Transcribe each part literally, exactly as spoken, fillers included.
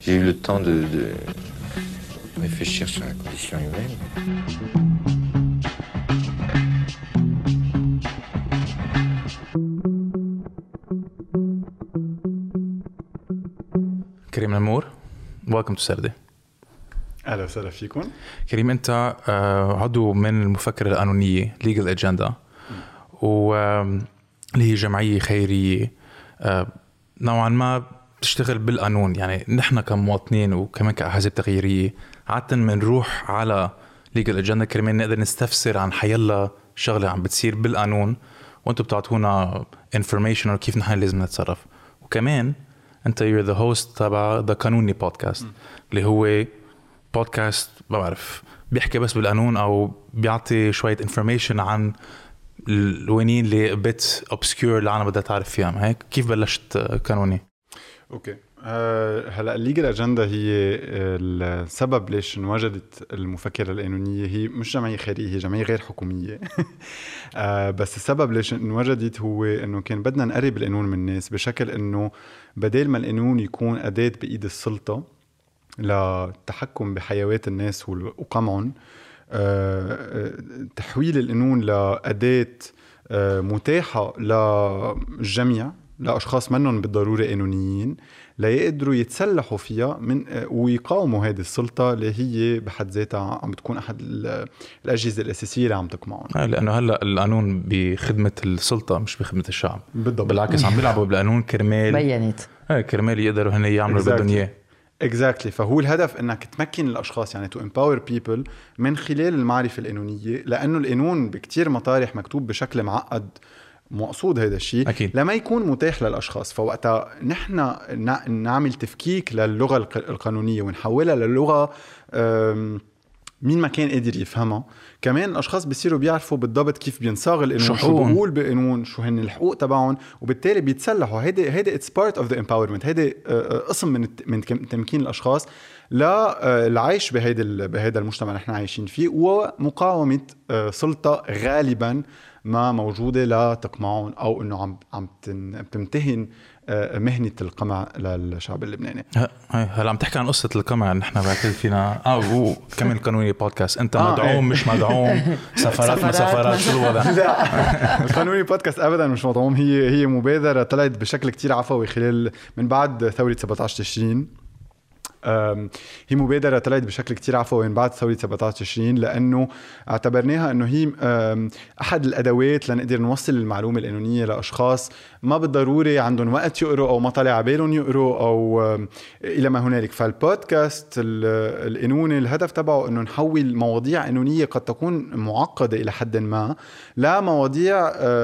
j'ai eu le temps de, de réfléchir sur la condition humaine. كريم نمور, welcome to Saturday. أهلا وسهلا فيكم. كريم, أنت عضو من المفكرة القانونية Legal Agenda, واللي هي جمعية خيرية نوعا ما تشتغل بالقانون. يعني نحن كمواطنين وكمان كأحزاب تغييرية عادة منروح على Legal Agenda كريم نقدر نستفسر عن حيالله شغلة عم بتصير بالقانون, وأنتوا بتعطونا information أو كيف نحن لازم نتصرف. وكمان أنت you're the host تبع The قانوني بودكاست, اللي هو بودكاست ما بعرف بيحكي بس بالقانون أو بيعطي شوية information عن الوينين اللي بيت obscure اللي أنا بدي تعرف فيها. هيك كيف بلشت قانوني؟ أوكي. أه هلا الليجل أجندة هي السبب ليش انوجدت المفكرة القانونية. هي مش جمعية خيرية, هي جمعية غير حكومية. أه بس السبب ليش انوجدت هو إنه كان بدنا نقرب القانون من الناس بشكل إنه بدل ما القانون يكون أداة بإيد السلطة للتحكم بحيوات الناس وقمعهم, أه تحويل القانون لأداة أه متاحة للجميع, لأشخاص منهم بالضرورة قانونيين, لا يقدروا يتسلحوا فيها من ويقاوموا هذه السلطة اللي هي بحد ذاتها عم بتكون أحد الأجهزة الأساسية اللي عم تقمعهم. لأنه هلأ القانون بخدمة السلطة مش بخدمة الشعب. بالضبط. بالعكس عم بيلعبوا بالقانون كرمال بينت كرمال يقدروا هن يعملوا اللي بدهم إياه. exactly. فهو الهدف انك تمكن الاشخاص, يعني to empower people من خلال المعرفة القانونية, لأنه القانون بكتير مطارح مكتوب بشكل معقد مقصود هذا الشيء أكيد. لما يكون متاح للأشخاص. فوقتها نحن نعمل تفكيك للغة القانونية ونحولها للغة مين ما كان قادر يفهمها. كمان الأشخاص بيصيروا بيعرفوا بالضبط كيف بينصاغ القانون, شو بيقول بالقانون, شو هن الحقوق تبعهم, وبالتالي بيتسلحوا. هيدا هيدا it's part of the empowerment. هيدا قسم من من تمكين الأشخاص لا العيش بهيدا بهيدا المجتمع اللي نحن عايشين فيه, ومقاومة سلطة غالبا ما موجودة لا تقمعون أو إنه عم عم تمتهن مهنة القمع للشعب اللبناني. هلا عم تحكي عن قصة القمع. نحن بعتقد فينا آه كمان القانوني بودكاست. أنت آه مدعوم ايه. مش مدعوم, سفرات ما سفرات, شو الوضع؟ لا, القانوني بودكاست أبدا مش مدعوم. هي هي مبادرة طلعت بشكل كتير عفوي خلال من بعد ثورة سبعة عشر تشرين. هي مبادرة طلعت بشكل كتير عفوي من بعد ثورة سبعة عشر تشرين, لأنه اعتبرناها أنه هي أحد الأدوات لنقدر نوصل المعلومة القانونية لأشخاص ما بالضروري عندهم وقت يقروا أو ما طلع عبالهم يقروا أو إلى ما هنالك. فالبودكاست القانوني الهدف تبعه أنه نحول مواضيع قانونية قد تكون معقدة إلى حد ما لمواضيع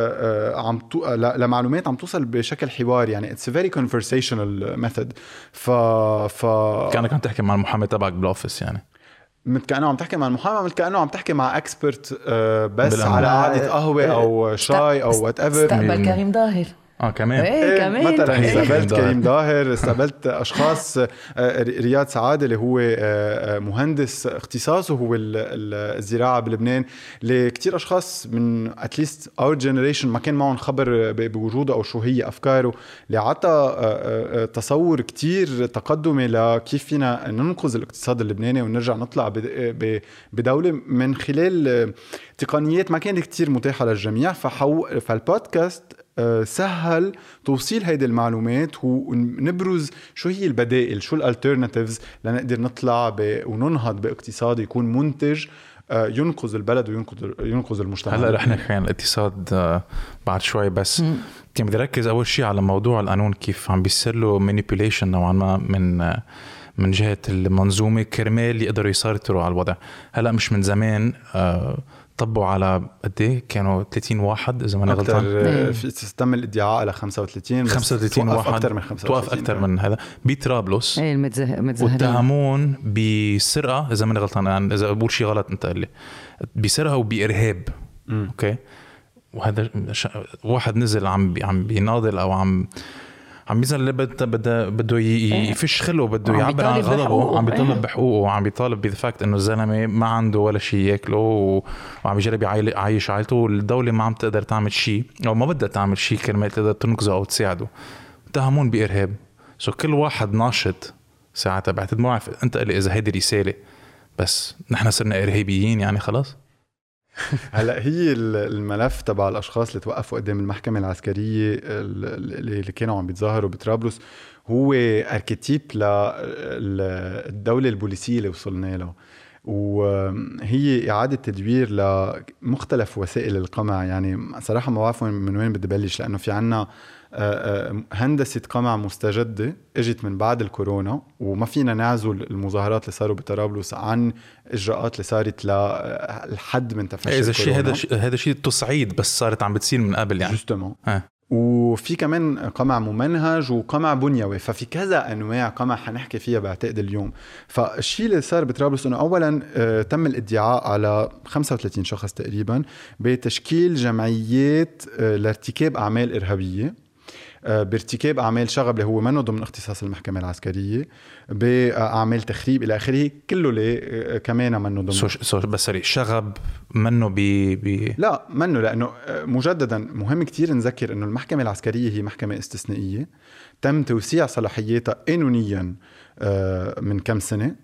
عم تو... لمعلومات عم توصل بشكل حواري. يعني it's a very conversational method. ف... ف... كأنك عم تحكي مع المحامي تبعك بالأوفيس, يعني مثل كأنه عم تحكي مع المحامي, مثل كأنه عم تحكي مع اكسبرت بس بالأمر. على قعدة قهوة أو شاي أو وات ايفر. استقبل كريم ظاهر اه كمان ايه كمان مثلا استقبلت كريم ظاهر, استقبلت اشخاص. رياض سعادة اللي هو مهندس اختصاصه هو الزراعة بلبنان, لكتير اشخاص من at least our generation ما كان معهم خبر بوجوده او شو هي افكاره, اللي عطى تصور كتير تقدمي لكيف فينا ننقذ الاقتصاد اللبناني ونرجع نطلع بدولة من خلال تقنيات ما كانت كتير متاحة للجميع. فحو فالبودكاست سهل توصيل هيدي المعلومات ونبرز شو هي البدائل, شو الالترناتيفز لنقدر نطلع ب... وننهض باقتصاد يكون منتج ينقذ البلد وينقذ ينقذ المجتمع. هلا رح نحكي عن الاقتصاد بعد شوي, بس كان بدي ركز اول شيء على موضوع القانون, كيف عم بيصير له مانيبيوليشن نوعا ما من من جهة المنظومة كرمال يقدروا يسيطروا على الوضع. هلا مش من زمان طبوا على قد ايه كانوا ثلاثين واحد اذا ما غلطان, في تم الادعاء على خمسة وثلاثين خمسة وثلاثين واحد, اكثر من خمسة وثلاثين, توقف اكثر من هذا بطرابلس. ايه المتزهرين واتهمون بسرقه اذا ما غلطان, يعني اذا بقول شيء غلط انت قال لي, بسرقه وبارهاب. م. اوكي, وهذا واحد نزل عم عم بيناضل او عم عم بيزن اللي بده بده بده يفش خلقه, بده يعبر عن غضبه, عم بيطالب بحقوقه, وعم بيطالب بالفاكت انه الزلمه ما عنده ولا شيء ياكله, وعم يجرب يعيش عائلته, والدوله ما عم تقدر تعمل شيء او ما بدها تعمل شيء كرمال تقدر تنقذه او تساعده. اتهمون بإرهاب. سو كل واحد ناشط ساعتها بعتقد ما بعرف انت قال لي اذا هيدي رساله بس نحن صرنا ارهابيين يعني خلاص. هلا هي الملف تبع الاشخاص اللي توقفوا قدام المحكمه العسكريه اللي كانوا عم بيتظاهروا بطرابلس هو اركيتيب للدوله البوليسيه اللي وصلنا له، وهي إعادة تدوير لمختلف وسائل القمع. يعني صراحة ما بعرف من وين بدي بلش، لأنه في عنا هندسة قمع مستجدة اجت من بعد الكورونا، وما فينا نعزل المظاهرات اللي صاروا بطرابلس عن إجراءات اللي صارت للحد من تفشي إذا الكورونا. هذا الشيء هذا شيء تصعيد بس صارت عم بتصير من قبل يعني جستمون. وفي كمان قمع ممنهج وقمع بنيوي، ففي كذا أنواع قمع حنحكي فيها بعتقد اليوم. فالشيء اللي صار بطرابلس أنه أولا تم الادعاء على خمسة وثلاثين شخص تقريبا بتشكيل جمعيات لارتكاب أعمال إرهابية، بارتكاب أعمال شغب اللي هو منه ضمن اختصاص المحكمة العسكرية، بأعمال تخريب إلى آخره، كله ليه كمان منه ضمن سو سو بس سوري شغب منه بي بي لا منه، لأنه مجددا مهم كتير نذكر أنه المحكمة العسكرية هي محكمة استثنائية تم توسيع صلاحياتها قانونيا من كم سنة،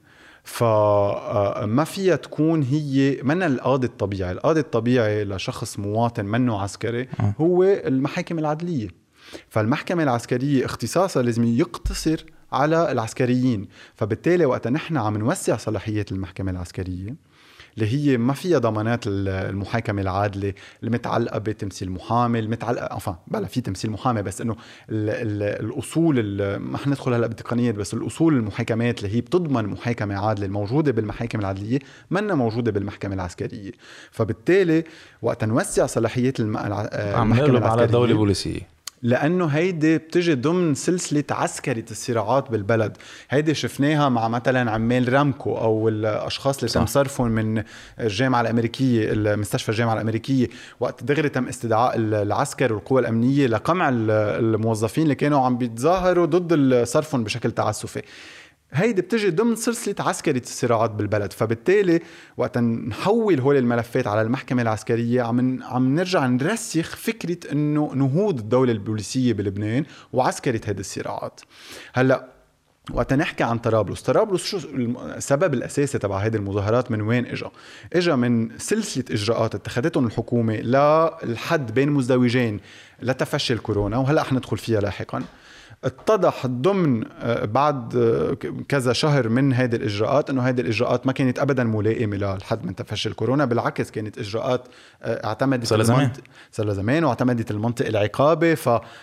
فما فيها تكون هي من القاضي الطبيعي. القاضي الطبيعي لشخص مواطن منه عسكري هو المحاكم العدلية، فالمحكمة العسكرية اختصاصها لازم يقتصر على العسكريين. فبالتالي وقت نحن عم نوسع صلاحيات المحكمة العسكرية اللي هي ما فيها ضمانات المحاكمة العادلة المتعلقة بتمثيل محامي، المتعلقة enfin بلا في تمثيل محامي، بس انه ال ال الاصول ما حندخل هلا بالتقنيات، بس الاصول المحاكمات اللي هي بتضمن محاكمة عادلة الموجودة بالمحاكم العدلية منا موجودة بالمحكمة العسكرية. فبالتالي وقت نوسع صلاحيات الم... المحكمة العسكرية على دولة بوليسية، لأنه هيدي بتجي ضمن سلسلة عسكرة الصراعات بالبلد. هيدي شفناها مع مثلا عمال رامكو أو الأشخاص اللي تم صرفهم من الجامعة الأمريكية، المستشفى الجامعة الأمريكية، وقت دغري تم استدعاء العسكر والقوى الأمنية لقمع الموظفين اللي كانوا عم بيتظاهروا ضد صرفهم بشكل تعسفي. هيدي بتجي ضمن سلسلة عسكرة الصراعات بالبلد. فبالتالي وقت نحول هول الملفات على المحكمة العسكرية عم عم نرجع نرسخ فكرة إنه نهوض الدولة البوليسية بلبنان وعسكرة هذه الصراعات. هلأ وقت نحكي عن طرابلس، طرابلس شو السبب الأساسي تبع هذه المظاهرات؟ من وين إجا؟ إجا من سلسلة إجراءات اتخذتهم الحكومة للحد بين مزدوجين لتفشي الكورونا، وهلأ حندخل فيها لاحقاً. اتضح ضمن بعد كذا شهر من هذه الإجراءات أنه هذه الإجراءات ما كانت أبدا ملائمة للحد من تفشي الكورونا، بالعكس كانت إجراءات اعتمدت صار زمان صار زمان واعتمدت المنطق العقابي،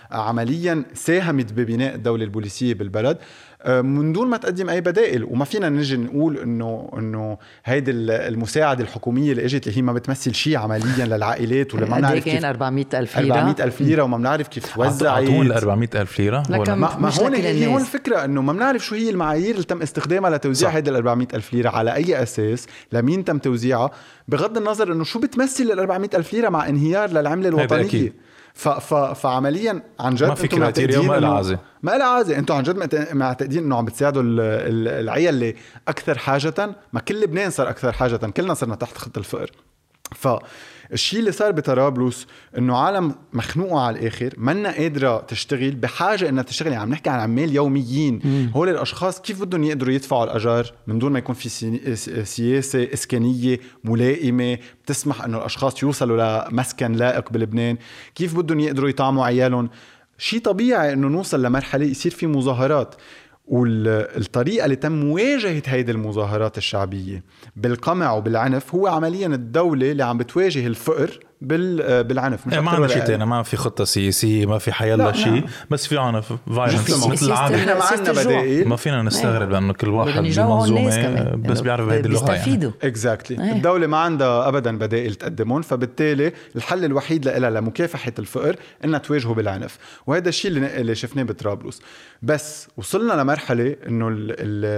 فعمليا ساهمت ببناء الدولة البوليسية بالبلد من دون ما تقدم أي بدائل. وما فينا نجي نقول إنه إنه هيدي المساعدة الحكومية اللي إجت اللي هي ما بتمثل شيء عمليا للعائلات، ولا ما بنعرف كيف أربعمية ألف ليرة أربعمية ألف ليرة وما بنعرف كيف توزعت. عطون الأربعمية ألف ليرة ما, ما هون هي هون الفكرة، إنه ما بنعرف شو هي المعايير اللي تم استخدامها لتوزيع هيدا الأربعمية ألف ليرة، على أي أساس، لمين تم توزيعها، بغض النظر إنه شو بتمثل الأربعمية ألف ليرة مع انهيار للعملة الوطنية. ف ف فعمليا عن جد ما في كريتيريا وما لها عازة ما لها عازة. انتوا عن جد معتقدين انه عم بتساعدوا العيال اللي اكثر حاجة؟ ما كل لبنان صار اكثر حاجة، كلنا صرنا تحت خط الفقر. فالشيء اللي صار بطرابلس انه عالم مخنوقة على الاخر، منا قادرة تشتغل، بحاجة انها تشتغل. يعني عم نحكي عن عمال يوميين، هول الاشخاص كيف بدهم يقدروا يدفعوا الاجار من دون ما يكون في سياسة اسكانية ملائمة بتسمح انه الاشخاص يوصلوا لمسكن لائق بلبنان؟ كيف بدهم يقدروا يطعموا عيالهم؟ شيء طبيعي انه نوصل لمرحلة يصير في مظاهرات. والطريقة اللي تم مواجهة هيدي المظاهرات الشعبية بالقمع وبالعنف هو عمليا الدولة اللي عم بتواجه الفقر بالعنف. مش ما عندنا شيء تاني، ما في خطة سياسية، ما في حيلا شيء، بس في عنف فايلنس مثل العادة. احنا ما عندنا بدائل، ما فينا نستغرب لأنه كل واحد بمنظومة بس بيعرف بهيدي اللغة يعني. exactly. الدولة ما عندها أبدا بدائل تقدمون، فبالتالي الحل الوحيد لها لمكافحة الفقر إنها تواجهه بالعنف. وهذا الشيء اللي شفناه بطرابلس. بس وصلنا لمرحلة إنه ال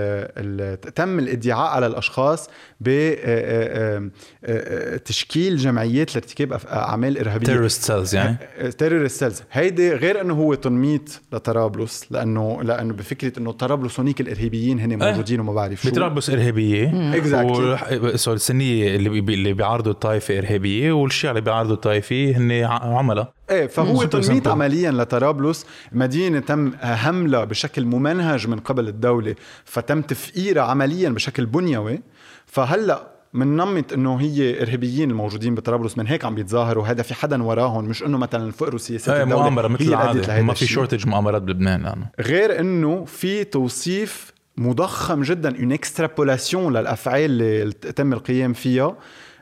ال ال تم الادعاء على الأشخاص بتشكيل جمعيات لارتكاب باعمال ارهابيه تيرورست سيلز يعني تيرورست سيلز. هيدي غير انه هو تنميط لطرابلس لانه لانه بفكره انه طرابلس هنيك الارهابيين هن موجودين وما بعرف شو بطرابلس ارهابيه اكزاكتلي سوري السنيه اللي بي... اللي بيعارضوا الطائفه ارهابيه والشيعة اللي بيعارضوا الطائفه هن عملاء. ايه فهو تنميط عمليا لطرابلس، مدينه تم هملها بشكل ممنهج من قبل الدوله فتم تفقيرها عمليا بشكل بنيوي. فهلا من نمت انه هي ارهابيين الموجودين بطرابلس من هيك عم بيتظاهروا، هذا في حدا وراهم مش انه مثلا فقروا سياسات الدوله. مؤامره مثل العاده ما في شورتج مؤامرات بلبنان لانه غير انه في توصيف مضخم جدا ان اكسترابولاسيون للافعال اللي تم القيام فيها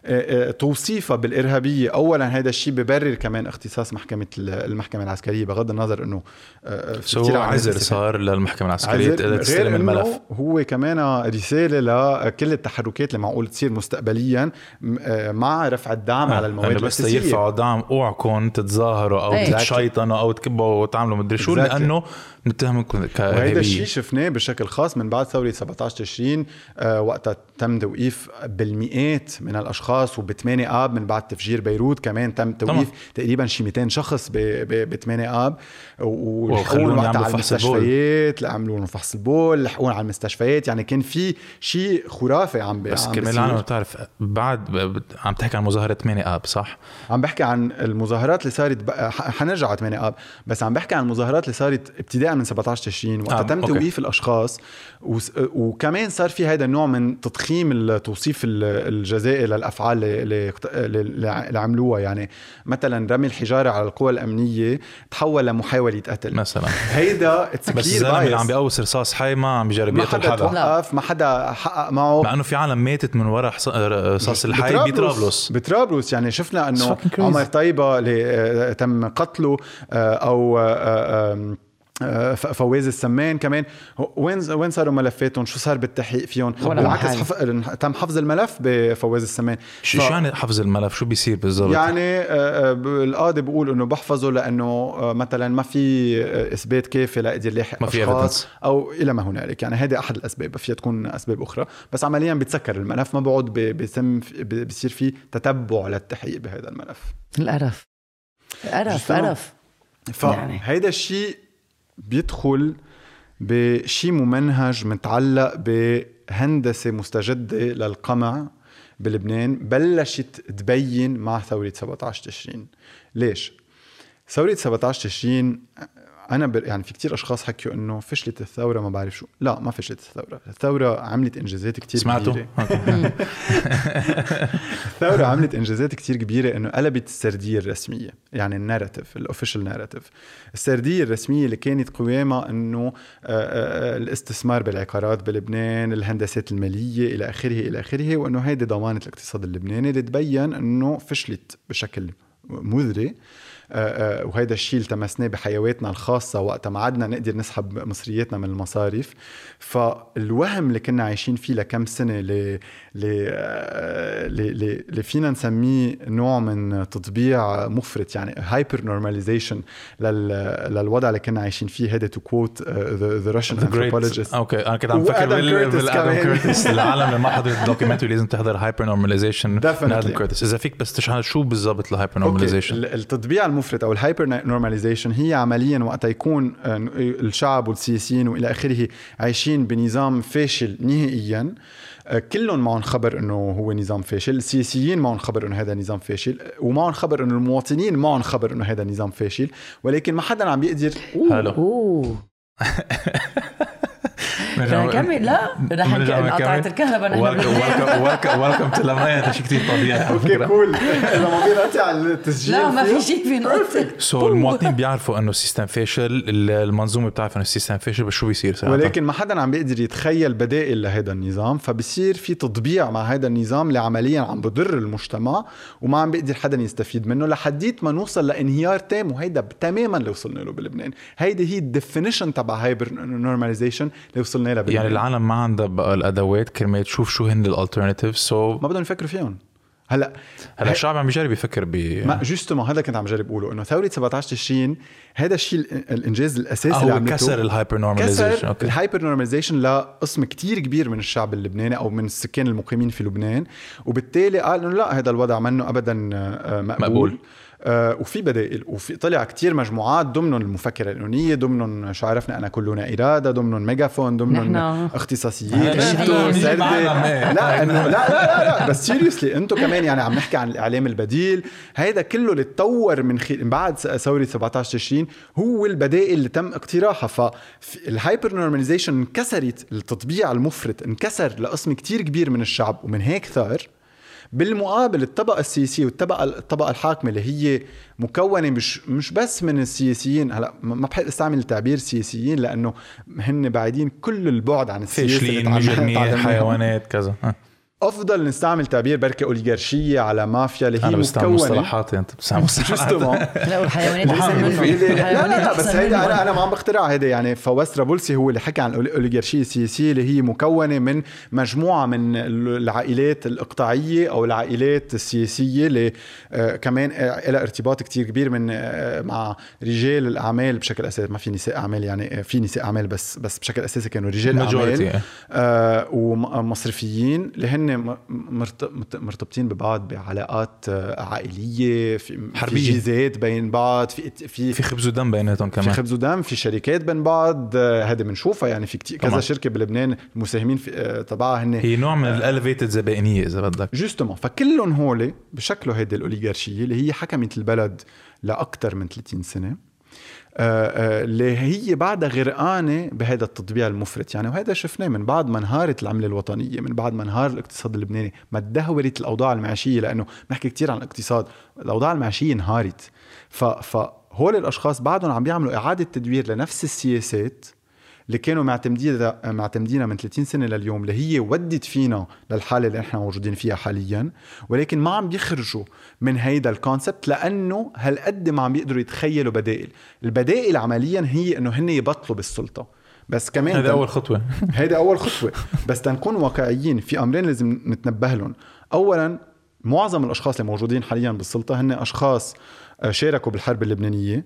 توصيفها بالإرهابية. أولا هذا الشيء ببرر كمان اختصاص محكمة المحكمة العسكرية بغض النظر أنه سو عزر صار للمحكمة العسكرية تستلم الملف. هو كمان رسالة لكل التحركات اللي معقول تصير مستقبليا مع رفع الدعم آه. على المواد الأساسية. بس يرفعوا دعم اوعكم تتظاهروا أو أيه. تشيطنوا أو تكبوا وتعملوا مدري شو لأنه نتهمكم كإرهابيين. وهذا الشيء شفناه بشكل خاص من بعد ثورة سبعة عشر تشرين آه وقتها تم توقيف بالمئات من الأشخاص، وبثمانية آب من بعد تفجير بيروت كمان تم توقيف تقريبا شي مئتين شخص بثمانية آب، ولحقون وقتها على المستشفيات عملوا لهم فحص البول، لحقون على المستشفيات. يعني كان في شيء خرافي عم بي بس كمان أنا بتعرف بعد عم تحكي عن مظاهرة ثمانية آب صح؟ عم بحكي عن المظاهرات اللي صارت حنرجع على ثمانية آب، بس عم بحكي عن المظاهرات اللي صارت ابتداء من سبعة عشر تشرين وقت آه. تم توقيف الأشخاص. وكمان صار في هذا النوع من تضخيم التوصيف الجزائي للأفعال اللي, اللي عملوها. يعني مثلا رمي الحجارة على القوى الأمنية تحول لمحاولة قتل مثلا. هيدا بس الزلمة اللي عم بيقوس رصاص حي ما عم بيجرب يقتل حدا، توقف ما حدا حقق معه، مع انه في عالم ماتت من وراء رصاص الحي بطرابلس. بطرابلس يعني شفنا انه عمر طيبة اللي تم قتله او فواز السمان كمان وين وين صاروا ملفاتهم، شو صار بالتحقيق فيهم. بالعكس حف... تم حفظ الملف بفواز السمان. شو ف... يعني حفظ الملف شو بيصير بالضبط؟ يعني القاضي بيقول انه بحفظه لانه مثلا ما في اثبات كافي لاقدر لاحق اشخاص او الى ما هنالك. يعني هذه احد الاسباب، فيها تكون اسباب اخرى، بس عمليا بتسكر الملف، ما بقعد بيتم بيصير فيه تتبع للتحقيق بهذا الملف. القرف قرف قرف. فهيدا الشيء بيدخل بشي ممنهج متعلق بهندسة مستجدة للقمع بلبنان بلشت تبين مع ثورة سبعة عشر تشرين. ليش؟ ثورة سبعة عشر تشرين أنا ب... يعني في كتير أشخاص حكيوا إنه فشلت الثورة ما بعرف شو. لا ما فشلت الثورة. الثورة عملت إنجازات كتير سمعتوا؟ كبيرة. الثورة عملت إنجازات كتير كبيرة، إنه قلبت السردية الرسمية، يعني الناراتيف الأوفيشال ناراتيف. السردية الرسمية اللي كانت قوامة إنه الاستثمار بالعقارات بلبنان، الهندسات المالية إلى آخره إلى آخره، وإنه هيدي ضمانة الاقتصاد اللبناني، اللي تبين إنه فشلت بشكل مذري. آه آه وهذا الشيء التمسناه بحيواتنا الخاصة وقت ما عدنا نقدر نسحب مصرياتنا من المصاريف. فالوهم اللي كنا عايشين فيه لكم سنة اللي اللي فينا نسميه نوع من تطبيع مفرط، يعني هايبر نورماليزيشن للوضع اللي كنا عايشين فيه. هذا تو كوت ذا راشن انثروبولوجيست. اوكي انا كنت عم فكر بالادم كيرتس. العالم اللي ما حضرت الدوكيومنتري لازم تحضر هايبر نورماليزيشن لادم كيرتس. اذا فيك بس تشرح شو بالضبط الهايبر نورماليزيشن. التطبيع المفرط او الهايبر نورماليزيشن هي عمليا وقت يكون الشعب والسياسيين والى اخره عايشين بنظام فاشل نهائيا، كلهم معهم خبر انه هو نظام فاشل، السياسيين معهم خبر انه هذا نظام فاشل، ومعهم خبر انه المواطنين معهم خبر انه هذا نظام فاشل، ولكن ما حدا عم بيقدر. اوه بدنا نكمل؟ لا بدنا نحكي عن قطعة الكهرباء. نحن ويلكم تو لمايا. هذا شيء كتير طبيعي. اوكي كول. اذا ما بينقطع التسجيل لا ما في شيء بينقطع. سو المواطنين بيعرفوا انه السيستم فاشل، المنظومه بتعرف انه السيستم فاشل، بس شو بيصير ساعتها؟ ولكن ما حدا عم بيقدر يتخيل بدائل لهذا النظام، فبصير في تطبيع مع هذا النظام اللي عمليا عم بضر المجتمع وما عم بيقدر حدا يستفيد منه لحديت ما نوصل لانهيار تام. وهيدا تماما اللي وصلنا له بلبنان. هيدي هي الديفينيشن تبع هايبر نورماليزيشن اللي وصلنا له. يعني العالم ما عندها بقى الادوات كرمال تشوف شو هن الالترناتيف، سو so ما بدهم يفكروا فيهم. هلا هلا الشعب عم يجرب يفكر ب ما جوستو هذا كنت عم جرب اقوله انه ثوره سبعة عشر تشرين هذا الشيء الانجاز الاساسي آه اللي هو عملته كسر الهايبر نورماليزيشن كسر الهايبر نورماليزيشن لقسم كتير كبير من الشعب اللبناني او من السكان المقيمين في لبنان وبالتالي قال انه لا هذا الوضع منه ابدا مقبول, مقبول. آه وفي بدائل وفي طلع كتير مجموعات ضمنهم المفكرة القانونية ضمنهم شو عرفنا أنا كلنا إرادة ضمنهم ميجافون ضمنهم اختصاصيين انتو سردة لا إنه لا لا لا, لا بس سيريوسلي انتو كمان يعني عم نحكي عن الإعلام البديل هيدا كله اللي تطور من خلال بعد ثورة سبعة عشر تشرين هو البدائل اللي تم اقتراحها. فالهايبر نورماليزيشن انكسرت التطبيع المفرط انكسر لقسم كتير كبير من الشعب ومن هيك ثار. بالمقابل الطبقة السياسية والطبقة الطبقة الحاكمة اللي هي مكونة مش مش بس من السياسيين هلا ما بحب استعمل التعبير سياسيين لأنه هن بعيدين كل البعد عن السياسة فاشلين مجرمين حيوانات كذا أفضل نستعمل تعبير بركة أوليغارشية على مافيا اللي هي مكونة مصطلحات أنت بتستعمل مصطلحات لا والحيوانات أحسن منه لا لا لا بس هيدا أنا أنا ما عم بخترع هيدا يعني فواز رابولسي هو اللي حكى عن الأوليغارشية السياسية اللي هي مكونة من مجموعة من العائلات الإقطاعية أو العائلات السياسية اللي كمان لها ارتباط كتير كبير من مع رجال الأعمال بشكل أساسي ما في نساء أعمال يعني في نساء أعمال بس بس بشكل أساسي كانوا رجال أعمال آه ومصرفيين اللي هن مرتبطين ببعض بعلاقات عائلية في حربية جيزات بين بعض في في في خبز ودم بيناتهم كمان في خبز ودم في شركات بين بعض هذا بنشوفها يعني في كتير كذا شركة بلبنان المساهمين في تبعها هن هي نوع من الاليفيتد زبائنية إذا بدك جوستومون فكلهم هول بشكله هيدي الأوليغارشية اللي هي حكمت البلد لأكثر من ثلاثين سنة اللي هي بعدها غرقانة بهذا التطبيع المفرط يعني وهذا شفناه من بعد ما انهارت العملة الوطنية من بعد ما انهار الاقتصاد اللبناني ما تدهورت الأوضاع المعيشية لأنه نحكي كتير عن الاقتصاد الأوضاع المعيشية انهارت فهول الأشخاص بعدهم عم بيعملوا إعادة تدوير لنفس السياسات اللي كانوا معتمدين معتمدينها من ثلاثين سنة لليوم اللي هي ودت فينا للحالة اللي احنا موجودين فيها حاليا ولكن ما عم بيخرجوا من هيدا الكونسبت لأنه هالقد ما عم بيقدروا يتخيلوا بدائل. البدائل عمليا هي انه هن يبطلوا بالسلطة بس كمان هذا أول خطوة هيدا أول خطوة بس تنكون واقعيين في أمرين لازم نتنبه لهم. أولا معظم الأشخاص اللي موجودين حاليا بالسلطة هن أشخاص شاركوا بالحرب اللبنانية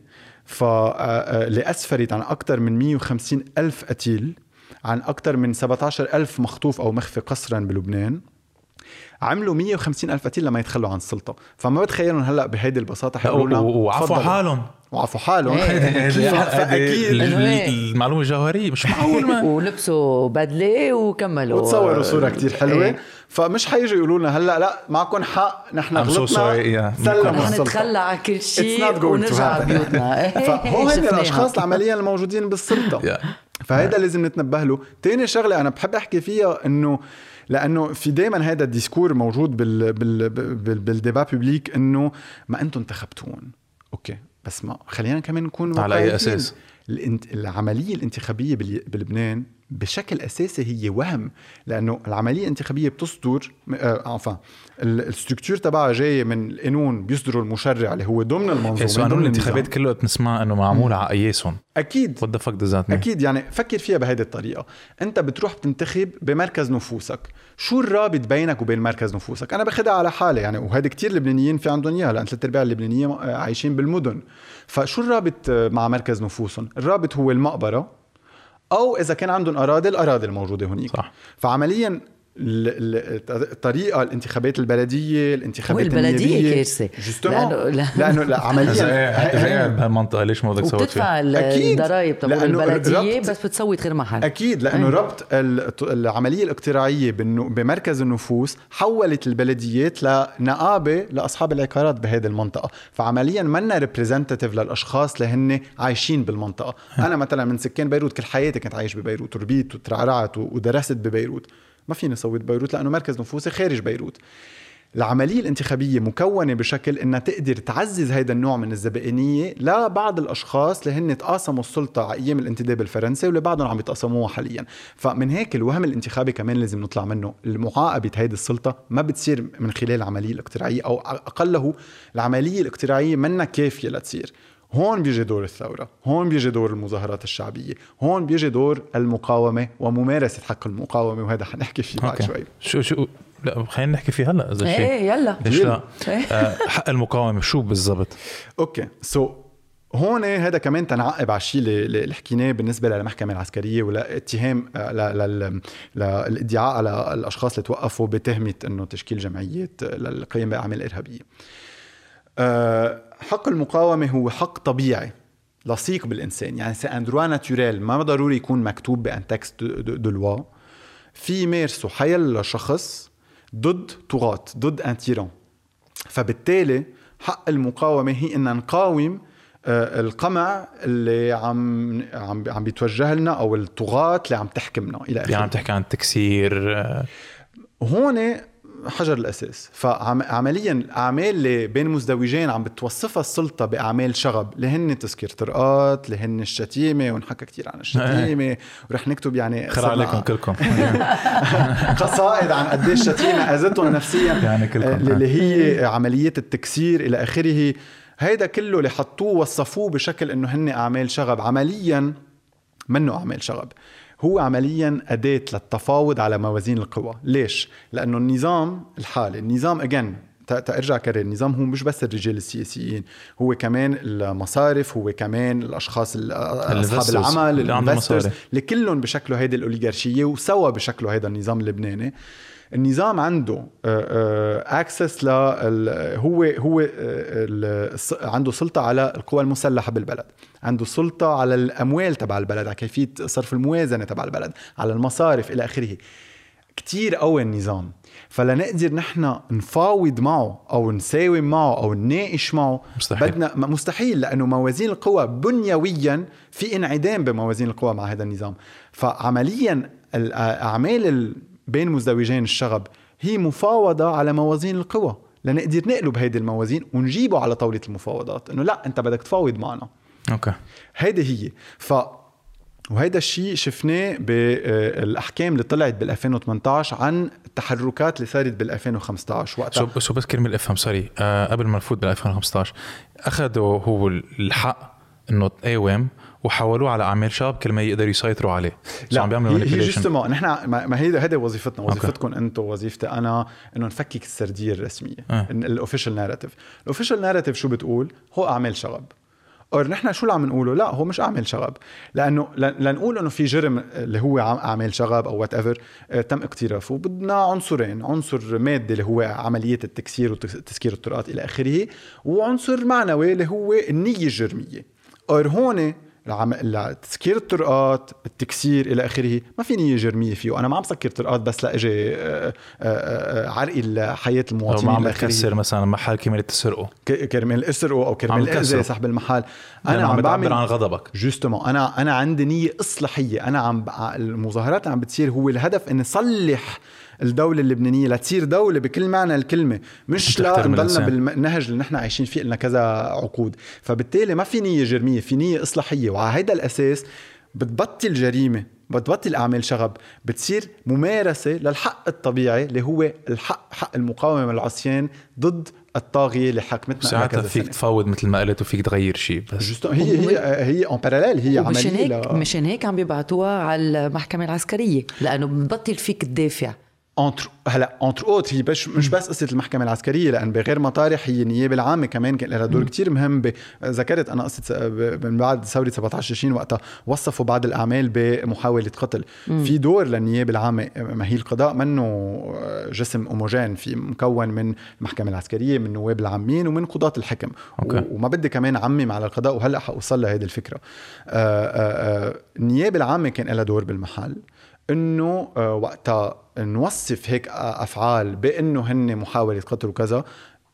فاللي أسفرت عن أكثر من مية وخمسين ألف قتيل عن أكثر من سبعة عشر ألف مخطوف أو مخفي قسرا بلبنان عملوا مية وخمسين ألف قتيل لما يتخلوا عن السلطة. فما بتخيلون هلأ بهيدي البساطة حيقولون وعفوا حالهم وعفوا حالهم أكيد المعلومة الجوهرية مش معقول ما ولبسوا بدلة وكملوا وتصوروا صورة كتير حلوة فمش حيجوا يقولوا لنا هلا لا معكم حق نحن غلطنا سلموا السلطة نتخلى على كل شيء ونرجع بيوتنا فهو هن الأشخاص العمليا الموجودين بالسلطة فهذا لازم نتنبه له. تاني شغلة أنا بحب أحكي فيها إنه لأنه في دايما هذا الديسكور موجود بال بال بال بالديبا بيبليك إنه ما أنتم انتخبتون أوكي بس ما خلينا كمان نكون على أي أساس العملية الانتخابية بلبنان بشكل أساسي هي وهم لأنه العملية الانتخابية بتصدر عفوا الستركتور تبعها جاي من القانون بيصدروا المشرع اللي هو ضمن المنظومة قانون الانتخابات كله وقت نسمع إنه معمول على قياسهم أكيد what the fuck does that mean أكيد يعني فكر فيها بهذه الطريقة أنت بتروح بتنتخب بمركز نفوسك شو الرابط بينك وبين مركز نفوسك. أنا بخدها على حالة يعني وهذا كتير لبنانيين في عندهم إياها لأن ثلاث أرباع اللبنانيين عايشين بالمدن فشو الرابط مع مركز نفوسهم؟ الرابط هو المقبرة أو إذا كان عندهم أراضي الأراضي الموجودة هناك صح. فعمليا الطريقة الانتخابات البلدية الانتخابات البلدية كارثة لأنه لأنه لا عمليا بهالمنطقة ليش ما بدك تصوت فيها وبتدفع الضرائب تبع البلدية بس بتصوت غير محل أكيد لأنه ربط العملية الاقتراعية بمركز النفوس حولت البلديات لنقابة لأصحاب العقارات بهذه المنطقة فعمليا منا ريبريزنتاتيف للأشخاص لهن عايشين بالمنطقة. أنا مثلا من سكان بيروت كل حياتي كنت عايش ببيروت وربيت وترعرعت ودرست ببيروت ما فيني صوت بيروت لأنه مركز نفوسي خارج بيروت. العملية الانتخابية مكونة بشكل إنها تقدر تعزز هيدا النوع من الزبائنية لبعض الأشخاص اللي هن تقاسموا السلطة على أيام الانتداب الفرنسي واللي بعضهم عم يتقاسموها حاليا. فمن هيك الوهم الانتخابي كمان لازم نطلع منه. المعاقبة هيدا السلطة ما بتصير من خلال العملية الاقتراعية أو أقله العملية الاقتراعية منا كافية لتصير. هون بيجي دور الثورة، هون بيجي دور المظاهرات الشعبية، هون بيجي دور المقاومة وممارسة حق المقاومة، وهذا حنحكي فيه بعد شوي. شو شو لا خلينا نحكي فيه هلا اذا شيء. ايه يلا ليش لا؟ آه حق المقاومة شو بالضبط؟ اوكي سو so, هون هذا كمان تنعقب على الشيء اللي حكيناه بالنسبه للمحكمه العسكريه ولا اتهام للادعاء على الاشخاص اللي توقفوا بتهمه انه تشكيل جمعيات للقيام باعمال ارهابيه. حق المقاومه هو حق طبيعي لصيق بالانسان، يعني سي ان دروا ناتوريل، ما ضروري يكون مكتوب بان تكست دو لوا، في يمارسوا حيل شخص ضد طغاة، ضد ان تيران. فبالتالي حق المقاومه هي ان نقاوم القمع اللي عم عم عم بيتوجه لنا او الطغاة اللي عم تحكمنا الى اخره. يعني عم تحكي عن تكسير هون حجر الاساس. فعمليا الاعمال اللي بين مزدوجين عم بتوصفها السلطه باعمال شغب اللي هن تسكير طرقات، اللي هن الشتيمه، ونحكى كتير عن الشتيمه ورح نكتب يعني خير عليكم كلكم قصائد عن قد ايش الشتيمه اذتهم نفسيا يعني كلكم، اللي هي عمليه التكسير الى اخره. هيدا كله اللي حطوه وصفوه بشكل انه هن اعمال شغب، عمليا منه اعمال شغب، هو عمليا اداة للتفاوض على موازين القوى. ليش؟ لانه النظام الحالي، النظام اجين ترجع كرر، النظام هو مش بس الرجال السياسيين، هو كمان المصارف، هو كمان الاشخاص اصحاب العمل، الانفسترز، اللي كلهم بشكله هيدي الاوليغارشيه وسوا بشكله هيدا النظام اللبناني. النظام عنده اكسس ل هو هو عنده سلطه على القوى المسلحه بالبلد، عنده سلطه على الاموال تبع البلد، على كيفيه صرف الموازنه تبع البلد، على المصارف الى اخره. كتير قوي النظام. فلنقدر نحن نفاوض معه او نساوم معه او نناقش معه مستحيل. بدنا مستحيل، لانه موازين القوى بنيويا في انعدام بموازين القوى مع هذا النظام. فعمليا الاعمال بين مزدوجين الشغب هي مفاوضة على موازين القوى، لنقدر نقلب هيدي الموازين ونجيبه على طاولة المفاوضات، انه لا انت بدك تفاوض معنا. اوكي هيدي هي. ف وهيدا الشيء شفناه بالاحكام اللي طلعت بال ألفين وثمانية عشر عن التحركات اللي صارت بال ألفين وخمسة عشر وقتها. سو سو بس كلمة افهم سوري أه قبل ما نفوت بال ألفين وخمسة عشر اخذوا هو الحق انه تقاوم وحولوه على اعمال شاب كل ما يقدروا يسيطروا عليه. لا هي, هي جستما نحن ما هي هذا وظيفتنا، وظيفتكم انتم، وظيفتي انا، انه نفكك السرديه الرسميه الاوفيشال ناراتيف. الاوفيشال ناراتيف شو بتقول؟ هو اعمال شغب. اور نحن شو اللي عم نقوله؟ لا هو مش اعمال شغب، لانه لنقول انه في جرم اللي هو اعمال شغب او وات ايفر تم اقترافه، بدنا عنصرين، عنصر مادي اللي هو عمليه التكسير وتسكير الطرقات الى اخره، وعنصر معنوي اللي هو النيه الجرميه. اور هون تسكير الطرقات، التكسير الى اخره، ما في نيه جرميه فيه. انا ما عم سكر طرقات بس لاجي عرقي حياه المواطنين، ما عم بكسر مثلا محل كرمال تسرقه كرمال اسرقه او كرمال اذى صاحب المحل. انا عم بعمل عن غضبك جوستومون. انا انا عندي نيه اصلاحيه. انا عم المظاهرات اللي عم بتصير هو الهدف ان نصلح الدولة اللبنانية لتصير دولة بكل معنى الكلمة، مش لا نضلنا بالنهج اللي نحن عايشين فيه لنا كذا عقود. فبالتالي ما في نية جرمية، في نية إصلاحية. وعلى هيدا الأساس بتبطل جريمة، بتبطل أعمال شغب، بتصير ممارسة للحق الطبيعي اللي هو الحق، حق المقاومة من العصيان ضد الطاغية اللي حكمتنا. ساعتها فيك تفاوض مثل ما قلت وفيك تغير شيء. بس هي هي هي en parallel، هي عملية. لا مشان هيك عم بيبعتوها على المحكمة العسكرية، لأنه بتبطل فيك تدافع. انتر هلا انتر اوت هي بش مش بس قصه المحكمه العسكريه، لان بغير مطارح هي النيابه العامه كمان كان لها دور كتير مهم. ذكرت انا قصه من بعد ثوره سبعة عشر تشرين وقتها وصفوا بعض الاعمال بمحاوله قتل. مم. في دور للنيابه العامه. ما هي القضاء منه جسم هوموجين، في مكون من المحكمه العسكريه، من نواب العامين، ومن قضاة الحكم. أوكي. وما بدي كمان عمم على القضاء، وهلا حوصل لهذه الفكره. النيابه العامه كان لها دور بالمحل، انه وقتها نوصف هيك افعال بانه هن محاوله قتل وكذا،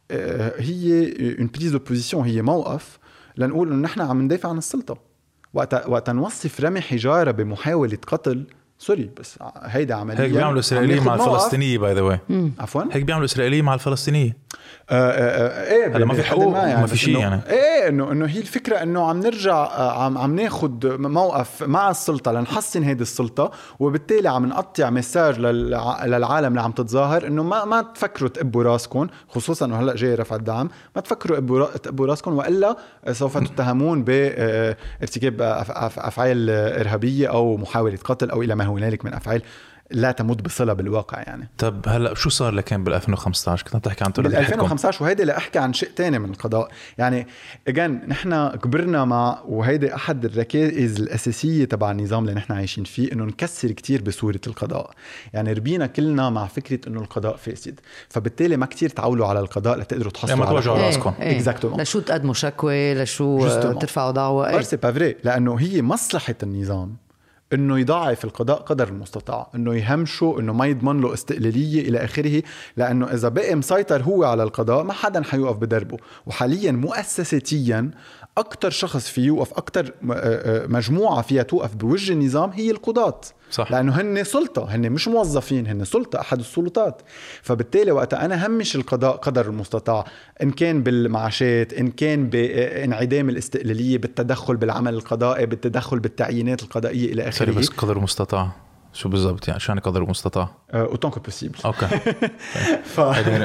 هي une prise de position، هي موقف لنقول انه نحن عم ندافع عن السلطه. وقت وقت نوصف رمي حجاره بمحاوله قتل، سوري بس هيدا عمليا هيك بيعملوا اسرائيليين مع الفلسطينيه باي ذا واي. عفوا هيك بيعملوا اسرائيليين مع الفلسطينيه. آه آه ايه هلا ما في حقوق ما, يعني ما في شيء يعني. ايه انه انه هي الفكره انه عم نرجع عم عم ناخذ موقف مع السلطه لنحسن هيدي السلطه، وبالتالي عم نقطع مساج للعالم اللي عم تتظاهر انه ما ما تفكروا تقبوا راسكم، خصوصا انه هلا جاي رفع الدعم، ما تفكروا تقبوا راسكم والا سوف تتهمون بارتكاب افعال ارهابيه او محاوله قتل او الى ما هنالك من افعال لا تمت بصلة بالواقع يعني. طب هلا شو صار لكن بال ألفين وخمسة عشر؟ كنت عم تحكي عن بال ألفين وخمسة عشر وهيدا لأحكي عن شيء تاني من القضاء يعني. اجان نحن كبرنا مع، وهيدا أحد الركائز الأساسية تبع النظام اللي نحن عايشين فيه، إنه نكسر كتير بصورة القضاء. يعني ربينا كلنا مع فكرة إنه القضاء فاسد، فبالتالي ما كتير تعولوا على القضاء لتقدروا تحصلوا على توجعوا راسكم. اكزاكتومون. لشو تقدموا شكوى، لشو ترفعوا دعوة. ايه سي با فري، لأنه هي مصلحة النظام انه يضاعف القضاء قدر المستطاع، انه يهمشه، انه ما يضمن له استقلاليه الى اخره، لانه اذا بقى مسيطر هو على القضاء ما حدا حيوقف بدربه. وحاليا مؤسساتيا اكتر شخص فيه يوقف، اكتر مجموعه فيها توقف بوجه النظام هي القضاة. صح. لانه هن سلطه، هن مش موظفين، هن سلطه، احد السلطات. فبالتالي وقت انا همش القضاء قدر المستطاع، ان كان بالمعاشات، ان كان بانعدام الاستقلاليه، بالتدخل بالعمل القضائي، بالتدخل بالتعيينات القضائيه الى اخره. بس قدر المستطاع شو بالضبط يعني؟ شو قدر المستطاع؟ اوتون كو بوسيبل. اوكي. ف...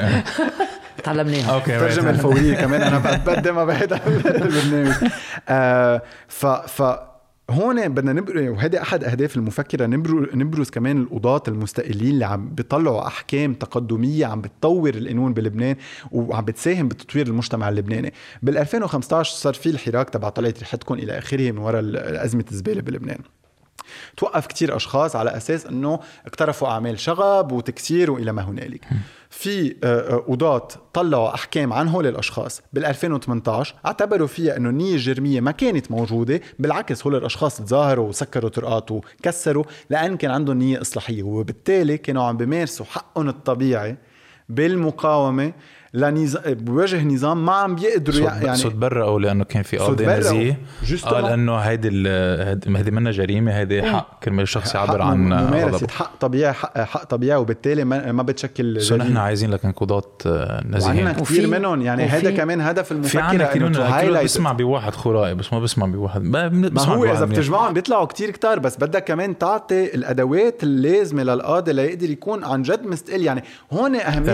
تعلمناها. الترجمه الفوريه كمان انا بقدمها بهذا البرنامج. آه ف ف هون بدنا نبرز، وهذا أحد أهداف المفكرة، نبرز كمان القضاة المستقلين اللي عم بيطلعوا أحكام تقدمية عم بتطور القانون بلبنان وعم بتساهم بتطوير المجتمع اللبناني. بال ألفين وخمسة عشر صار في الحراك تبع طلعت ريحتكم إلى آخره من وراء أزمة الزبالة بلبنان. توقف كتير أشخاص على أساس أنه اقترفوا أعمال شغب وتكسير وإلى ما هنالك. في قضاة طلعوا أحكام عن هول الأشخاص بال ألفين وثمانية عشر اعتبروا فيها أنه النية الجرمية ما كانت موجودة، بالعكس هول الأشخاص تظاهروا وسكروا طرقات وكسروا لأن كان عندهم نية إصلاحية، وبالتالي كانوا عم بيمارسوا حقهم الطبيعي بالمقاومة لنظام بوجه نظام ما عم بيقدروا يعني صوت برا، او لانه كان في قاضي نزيه قال انه هيدي هيدي منها جريمه، هيدي حق كرمال الشخص يعبر عن ممارسه حق طبيعي، حق, حق طبيعي، وبالتالي ما, ما بتشكل سو نحن عايزين لكن قضاة نزيهين كثير منهم يعني. هذا كمان هدف المفكره انه بسمع بواحد خرائي بس ما بسمع بواحد، ما هو اذا بتجمعهم بيطلعوا كتير كتار، بس بدك كمان تعطي الادوات اللازمه للقاضي ليقدر يكون عن جد مستقل. يعني هون اهميه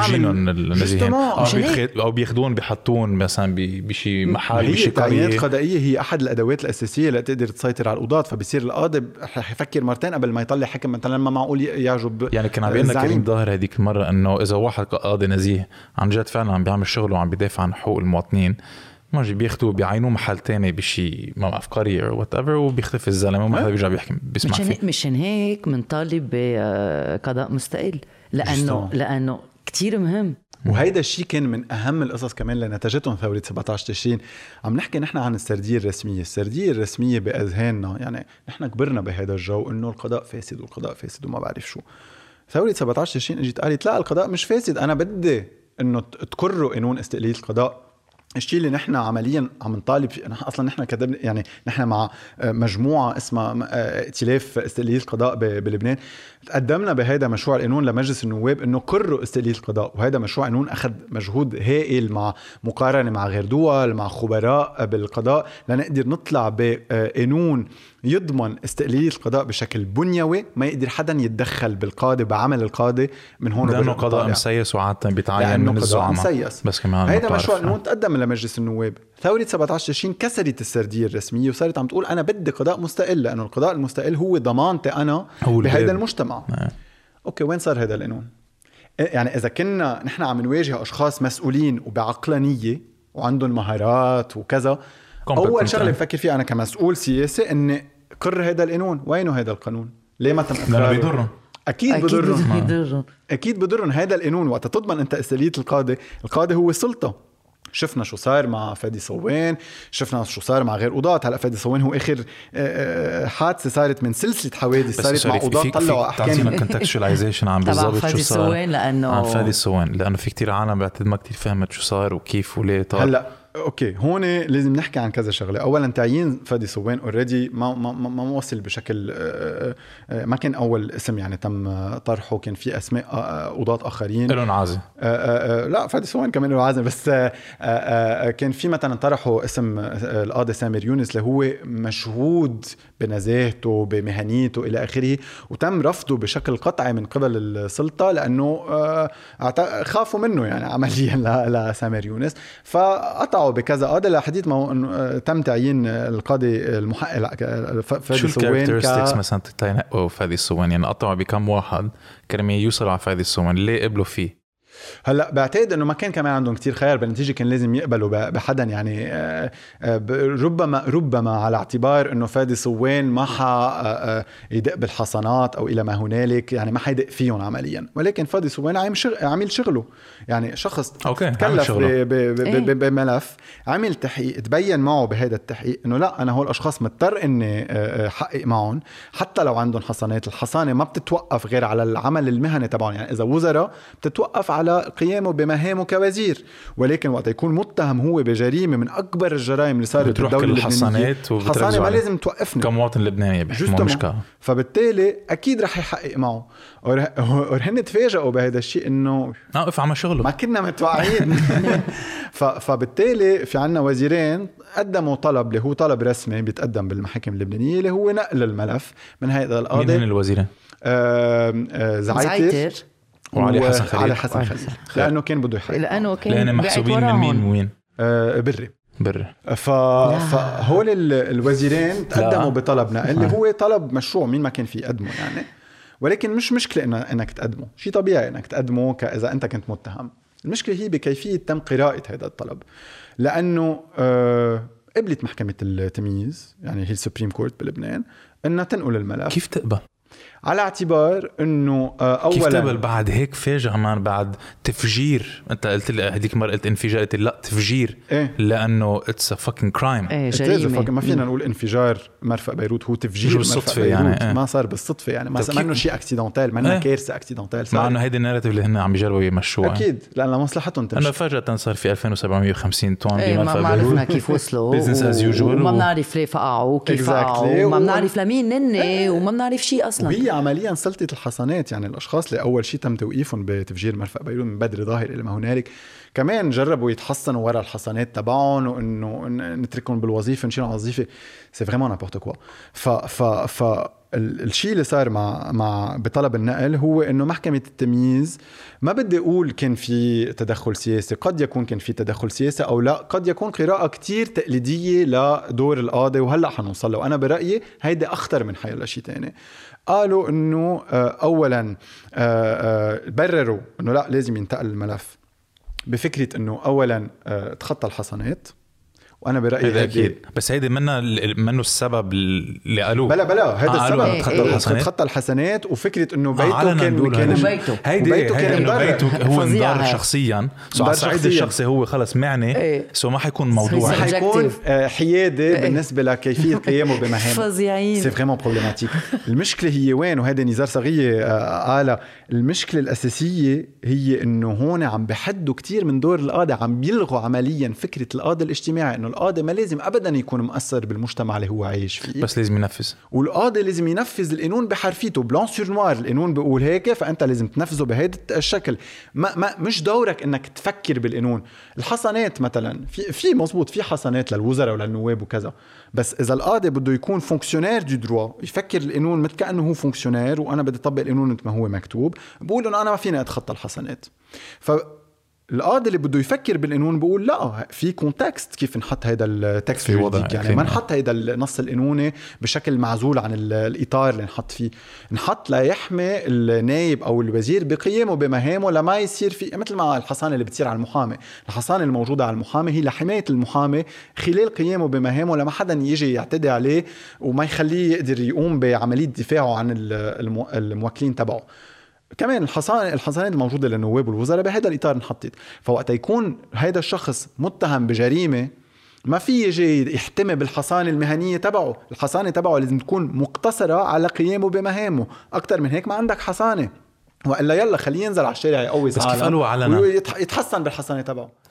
الدعم او بياخدون بيحطون مثلا بشي محل بشي قضيه قضائيه، هي احد الادوات الاساسيه لتقدر تسيطر على القضاة. فبصير القاضي يفكر مرتين قبل ما يطلع حكم، مثلا ما معقول يعجب. يعني كان عم بيقول لنا كريم ظاهر هذيك المره انه اذا واحد قاضي نزيه عن جد فعلا عم بيعمل شغله وعم بيدافع عن حقوق المواطنين، ماجي بياخدوه بيعينوه محل تاني بشي ما افكاري او وات ايفر، وبيختفي الزلمه وما حدا بيرجع بيحكي بيسمع فيه. مشان هيك بنطالب بقضاء مستقل، لانه لانه كتير مهم. وهيدا الشيء كان من أهم القصص كمان اللي نتجتهم ثورة سبعة عشر تشرين. عم نحكي نحن عن السردية الرسمية. السردية الرسمية بأذهاننا يعني نحن كبرنا بهذا الجو إنه القضاء فاسد والقضاء فاسد وما بعرف شو. ثورة سبعة عشر تشرين اجت قالت لا، القضاء مش فاسد، أنا بدي إنه تقروا قانون استقلالية القضاء. الشيء اللي نحن عمليا عم نطالب فيه، اصلا نحن كتبنا يعني نحن مع مجموعه اسمها ائتلاف استقلاليه القضاء بلبنان، قدمنا بهذا مشروع القانون لمجلس النواب انه قرروا استقلاليه القضاء. وهذا مشروع قانون اخذ مجهود هائل مع مقارنه مع غير دول، مع خبراء بالقضاء، لنقدر نطلع بقانون يضمن استقلالية القضاء بشكل بنيوي، ما يقدر حدا يتدخل بالقاضي بعمل القاضي من هون. لأنه قضاء مسيس وعادة بيتعين من الزعماء. بس كمان هيدا مشروع قانون تقدم لمجلس النواب. ثورة سبعة عشر تشرين كسرت السردية الرسمية وصارت عم تقول أنا بدي قضاء مستقل، لأنه القضاء المستقل هو ضمانتي أنا بهذا المجتمع. نعم. أوكي، وين صار هذا القانون؟ يعني إذا كنا نحن عم نواجه أشخاص مسؤولين وبعقلانية وعندهم مهارات وكذا، أول شغلة بفكر فيها أنا كمسؤول سياسي إني قرر هذا القانون. وينه هذا القانون؟ ليه ما تم إقراره؟ بيضرهم. أكيد, أكيد بضرهم. أكيد بضرهم. هذا القانون وقت تضمن أنت استقلالية القاضي، القاضي هو سلطة. شفنا شو صار مع فادي صوان، شفنا شو صار مع غير قضاة. هلا فادي صوان هو آخر حادثة صارت من سلسلة حوادث صارت مع قضاة طلعوا أحكام. تعطينا كونتكستشواليزيشن عن بالضبط شو صار لأنه عن فادي صوان، لأنه في كتير عالم بعتقد ما كتير فهمت شو صار وكيف وليه طار. هلا اوكي هون لازم نحكي عن كذا شغله. اولا تعيين فادي صوان اوريدي ما ما ما وصل بشكل ما كان اول اسم يعني تم طرحه، كان في اسماء قضاة اخرين لهم عازم. لا فادي صوان كمان له عازم، بس كان في مثلا طرحوا اسم القاضي سامر يونس اللي هو مشهود بنزاهته بمهنيته الى اخره، وتم رفضه بشكل قطعي من قبل السلطه لانه خافوا منه يعني عمليا لسامر يونس، فقطعوا بكذا قاضي لحديث ما تم تعيين القاضي المحقق فادي صوان. شو الكاركترستكس مثلا تنقوا فادي صوان؟ يعني قطعوا بكم واحد كرمال يوصلوا على فادي صوان، ليه قبلوا فيه؟ هلا بعتقد انه ما كان كمان عندهم كتير خيار بالنتيجه، كان لازم يقبلوا بحدا يعني ربما ربما على اعتبار انه فادي صوان ما ح يدق بالحصانات او الى ما هنالك، يعني ما حيدق فيهم عمليا، ولكن فادي صوان عامل شغل عامل شغله يعني شخص تكلف بملف عمل تحقيق، تبين معه بهذا التحقيق انه لا انا هول الاشخاص مضطر اني حقق معهم حتى لو عندهم حصانات. الحصانه ما بتتوقف غير على العمل المهني تبعهم، يعني اذا وزراء بتتوقف على قيامه بمهامه كوزير، ولكن وقت يكون متهم هو بجريمه من اكبر الجرائم اللي صارت بالدوله اللبنانيه، الحصانه ما لازم توقفنا كمواطن لبناني بحكمه مشكله، فبالتالي اكيد رح يحقق معه. ورهن تفاجئوا بهذا الشيء انه اوقف عم شغله، ما كنا متوقعين. فبالتالي في عنا وزيرين قدموا طلب اللي هو طلب رسمي بيتقدم بالمحاكم اللبنانيه اللي هو نقل الملف من هيئه القاضي. مين هن الوزيرين؟ آه آه زعيتر وعلي حسن خليل. علي حسن خليل لانه كان بده يحقق، لانه كان لانه محسوبين من مين وين؟ آه بري بري. ف... فهول الوزيرين تقدموا بطلب نقل اللي هو طلب مشروع، مين ما كان في يقدمه يعني، ولكن مش مشكله إن... انك تقدمه، شيء طبيعي انك تقدمه ك... اذا انت كنت متهم. المشكله هي بكيفيه تم قراءه هذا الطلب، لانه آه... قبلت محكمه التمييز يعني هي السوبريم كورت بلبنان انها تنقل الملف. كيف تقبل؟ على اعتبار انه اولا كيف تقبل بعد هيك فاجأة مان، بعد تفجير؟ انت قلت لي هديك مره قلت انفجار، قلت لا تفجير إيه؟ لانه اتس ا فاكينج كرايم. ايه جريمه، ما فينا نقول انفجار مرفأ بيروت هو تفجير بالصدفه يعني. إيه؟ ما صار بالصدفه يعني، ما منه شيء اكسيدنتال، منه إيه؟ كارثه اكسيدنتال، مع انه هيدي الناراتيف اللي هن عم بيجربوا يمشوها اكيد لان مصلحتهم تمشي. انه فجاه صار في ألفين وسبعمية وخمسين طن ايه بمرفأ ما بيروت، عرفنا كيف وصلوا بيزنس از يوجوال، وما بنعرف ليه فقعوا وكيف exactly. فقعوا، وما و... بنعرف لمين نني، وما بنعرف شيء اصلا. وهي عمليا سلطه الحصانات، يعني الاشخاص اللي اول شيء تم توقيفهم بتفجير مرفأ بيروت من بدر ظاهر الى ما هنالك كمان جربوا يتحصنوا وراء الحصانات تبعهم، وانه نتركهم بالوظيفه نشيلهم على الوظيفه. سي فريمون نابورت كوا. ف ف ف الشيء اللي صار مع مع بطلب النقل هو انه محكمه التمييز، ما بدي اقول كان في تدخل سياسي، قد يكون كان في تدخل سياسي او لا، قد يكون قراءه كتير تقليديه لدور القاضي، وهلا حنوصل له. انا برايي هيدا اخطر من حي شيء تاني. قالوا انه اولا برروا انه لا لازم ينتقل الملف بفكره انه اولا تخطى الحصانات، وانا برايي هذا اكيد، بس هيدي منا منه السبب اللي قالوه. بلا بلا هذا آه السبب تخطى الحصانات، تخطى الحسنات، وفكره انه بيته آه كان كان بيته هيدي بيته كان بيته هو انضار شخصيا، سو على الصعيد الشخصي هو خلص معني ايه. سو ما حيكون موضوع، حيكون حياده ايه. بالنسبه لكيفيه قيامه بمهام فظيعين. سي فريمون بروبليماتيك. المشكله هي وين؟ وهذا نزار صغير قال المشكله الاساسيه هي انه هون عم بحدوا كتير من دور القاضي، عم بيلغوا عمليا فكره القاضي الاجتماعي، انه القاضي ما لازم ابدا يكون مؤثر بالمجتمع اللي هو عايش فيه، بس لازم ينفذ، والقاضي لازم ينفذ القانون بحرفيته بلان سور نوار. القانون بيقول هيك فانت لازم تنفذه بهذا الشكل. ما, ما مش دورك انك تفكر بالقانون. الحصانات مثلا في في مزبوط في حصانات للوزراء وللنواب وكذا، بس اذا القاضي بده يكون فونكسيونير دو دروا يفكر القانون مثل كانه هو فونكسيونير وانا بدي اطبق القانون مثل ما هو مكتوب، بقول انه انا ما فيني اتخطى الحصانات. ف القاضي اللي بده يفكر بالقانون بيقول لا في كونتكست كيف نحط هذا التكست في وضع، يعني ما نحط هذا النص القانوني بشكل معزول عن الاطار اللي نحط فيه، نحط ليحمي النائب او الوزير بقيامه بمهامه لما يصير في مثل ما الحصانه اللي بتصير على المحامي. الحصانه الموجوده على المحامي هي لحمايه المحامي خلال قيامه بمهامه لما حدا يجي يعتدي عليه وما يخليه يقدر يقوم بعمليه دفاعه عن الموكلين تبعه. كمان الحصانة الحصانات الموجودة للنواب والوزراء بهذا الإطار نحطت. فوقت يكون هذا الشخص متهم بجريمة ما في يجي يحتمي بالحصانة المهنية تبعه. الحصانة تبعه لازم تكون مقتصرة على قيامه بمهامه، أكتر من هيك ما عندك حصانة، وإلا يلا خليه ينزل على الشارع يقوي بس كيف قالوا علنا يتحسن بالحصانة تبعه.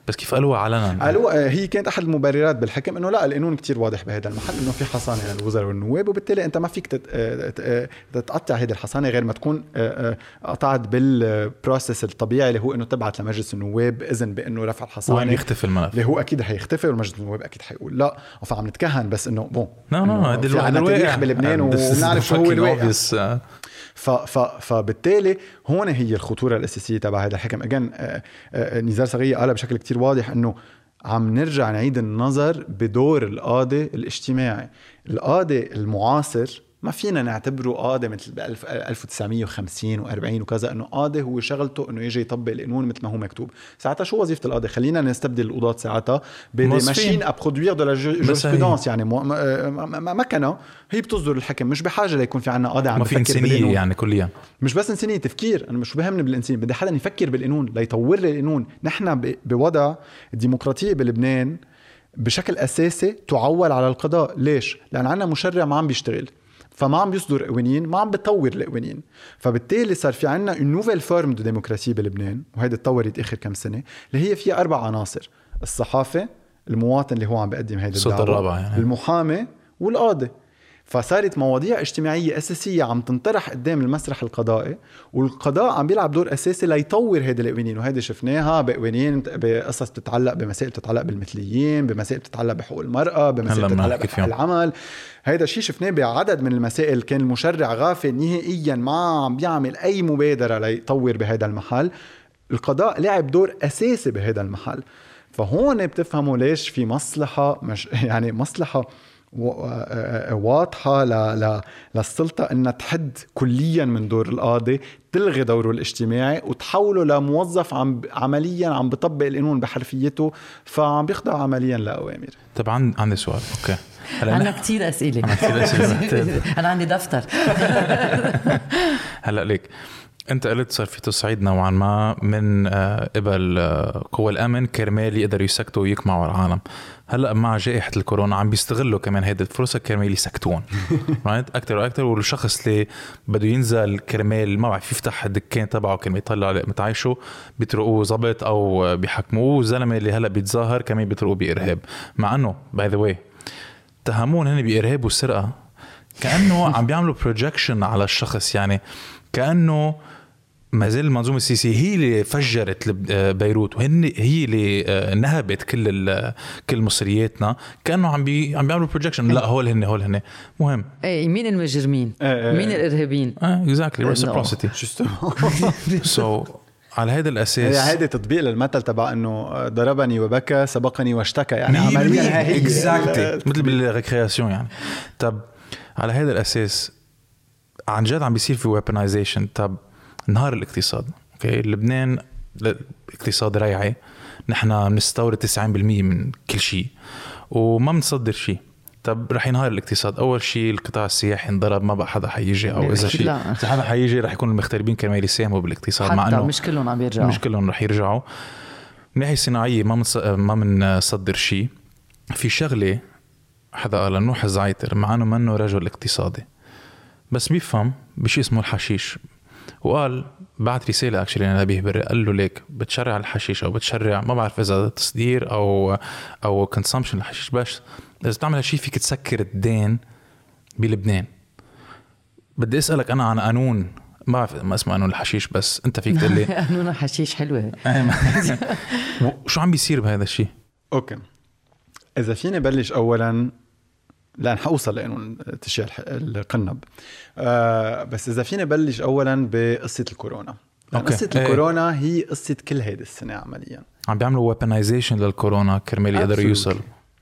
بس كيف قالوها علنا؟ قالوا هي كانت احد المبررات بالحكم انه لا القانون كتير واضح بهذا المحل انه في حصانه للوزراء والنواب، وبالتالي انت ما فيك تتقطع هذه الحصانه غير ما تكون قطعت بالبروسيس الطبيعي اللي هو انه تبعت لمجلس النواب اذن بانه رفع الحصانه، وين يختفي الملف اللي هو اكيد حيختفي، والمجلس النواب اكيد حيقول لا. فعم نتكهن بس انه بون نو نو هذا الواقع بلبنان ونعرف شو هو الواقع. ف ف فبالتالي هون هي الخطوره الاساسيه تبع هذا الحكم. اجان نزار صغير قالها بشكل كتير واضح انه عم نرجع نعيد النظر بدور القاضي الاجتماعي. القاضي المعاصر ما فينا نعتبره قاضي مثل ألف وتسعمية وخمسين وأربعين وكذا، انه قاضي هو شغلته انه يجي يطبق القانون مثل ما هو مكتوب. ساعتها شو وظيفه القاضي؟ خلينا نستبدل القضاة ساعتها بماشين ابرودوير دو لا جورسبرودونس، يعني مكنه هي بتصدر الحكم، مش بحاجه ليكون في عنا قاضي عم بفكر بالقانون. يعني كليا مش بس انسانيه، تفكير. انا مش بهمني بالانسانيه، بدي حدا يفكر بالقانون ليطور لي القانون. نحن بوضع الديمقراطيه بلبنان بشكل اساسي تعول على القضاء. ليش؟ لان عنا مشرع ما عم بيشتغل، فما عم بيصدر قوانين، ما عم بتطور القوانين، فبالتالي صار في عنا une nouvelle forme de démocratie بلبنان، وهيدا تطورت آخر كم سنة، اللي هي فيها أربع عناصر: الصحافة، المواطن اللي هو عم بيقدم هيدا الدعوة، يعني. المحامي، والقاضي. فصارت مواضيع اجتماعية أساسية عم تنطرح قدام المسرح القضائي، والقضاء عم بيلعب دور أساسي ليطور هيدا القوانين. وهيدا شفناها بقوانين بقصص بتتعلق بمسائل بتتعلق بالمثليين، بمسائل بتتعلق بحقوق المرأة، بمسائل بتتعلق بحق العمل. هيدا شيء شفناه بعدد من المسائل. كان المشرع غافل نهائيا، ما عم بيعمل أي مبادرة ليطور بهذا المحل. القضاء لعب دور أساسي بهذا المحل. فهون بتفهموا ليش في مصلحة، مش يعني مصلحة واضحة للسلطة أنها تحد كليا من دور القاضي، تلغي دوره الاجتماعي وتحوله لموظف عم عمليا عم بطبق القانون بحرفيته، فعم بيخضع عمليا لأوامر. طبعا عندي سؤال. أوكي، أنا كتير أسئلة. أنا كتير أسئلة. أنا عندي دفتر. هلأ ليك أنت قلت صار في تصعيد نوعا ما من قبل قوى الأمن كرمال يقدروا يسكتوا ويقمعوا العالم. هلأ مع جائحة الكورونا عم بيستغلوا كمان هيدا الفرصة كرمال يسكتون right? أكتر وأكتر. والشخص اللي بده ينزل كرمال ما بعرف يفتح الدكان تبعه كرمال يطلع متعايشه بيترقوه ضبط أو بيحكموه. الزلمة اللي هلأ بيتظاهر كمان بيترقوه بإرهاب، مع أنه by the way تهمون هن بإرهاب والسرقة، كأنه عم بيعملوا projection على الشخص، يعني كأنه ما زال المنظومة السياسية هي اللي فجرت بيروت، وهن هي اللي نهبت كل كل مصرياتنا، كأنه عم بي عم بيعملوا بروجكشن. لا هول هن هول هن مهم. ايه مين المجرمين؟ مين الإرهابيين؟ اه اكزاكتلي reciprocity. سو على هذا الأساس هذا تطبيق للمثل تبع إنه ضربني وبكى سبقني واشتكى، يعني عمليا هي اكزاكتلي مثل بالريكرياسيون يعني. طب على هذا الأساس عن جد عم بيصير في weaponization. طب نهار الاقتصاد، اوكي لبنان اقتصاد ريعي، نحن بنستورد تسعين بالمية من كل شيء وما بنصدر شيء. طب رح ينهار الاقتصاد، اول شيء القطاع السياحي انضرب، ما بقى حدا حيجي، او اذا شيء اذا حدا حيجي رح يكون المغتربين كمان يساهموا بالاقتصاد، مع انه مش كلهم عم يرجعوا، مش كلهم رح يرجعوا. من ناحية صناعية ما منص... ما بنصدر شيء. في شغلة حدا قال نوح الزعيتر، مع انه منه رجل اقتصادي بس بيفهم بشيء اسمه الحشيش، وقال بعت رسالة اكشلي لنبيه بري، قال له ليك بتشرع الحشيش او بتشرع ما بعرف اذا تصدير او او كونسامشن الحشيش، بس اذا بتعمل هالشيء فيك تسكر الدين بلبنان. بدي اسالك انا عن قانون ما بعرف ما اسمه قانون الحشيش، بس انت فيك تقول لي قانون الحشيش حلوه شو عم بيصير بهذا الشيء؟ اوكي اذا فيني بلش اولا لأن حوصل لأنه تشيع القنب، آه بس إذا فيني بلش أولا بقصة الكورونا. قصة ايه. الكورونا هي قصة كل هيدا السنة عمليا. عم بيعملوا weaponization للكورونا كرمال يقدروا يوصل.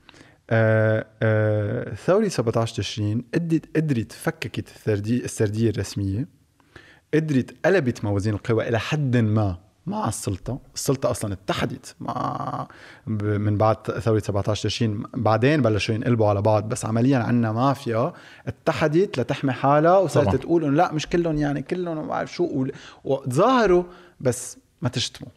آه آه ثورة سبعة عشر تشرين قدرت قدرت فككت السردية الرسمية، قدرت قلبت موازين القوى إلى حد ما مع السلطة. السلطة أصلاً اتحدت مع من بعد ثورة سبعة عشر تشرين، بعدين بلشوا ينقلبوا على بعض، بس عملياً عنا مافيا اتحدت لتحمي حالها وصارت تقول إنه لا مش كلهم، يعني كلهم ما بعرف شو، وتظاهروا بس ما تشتموا.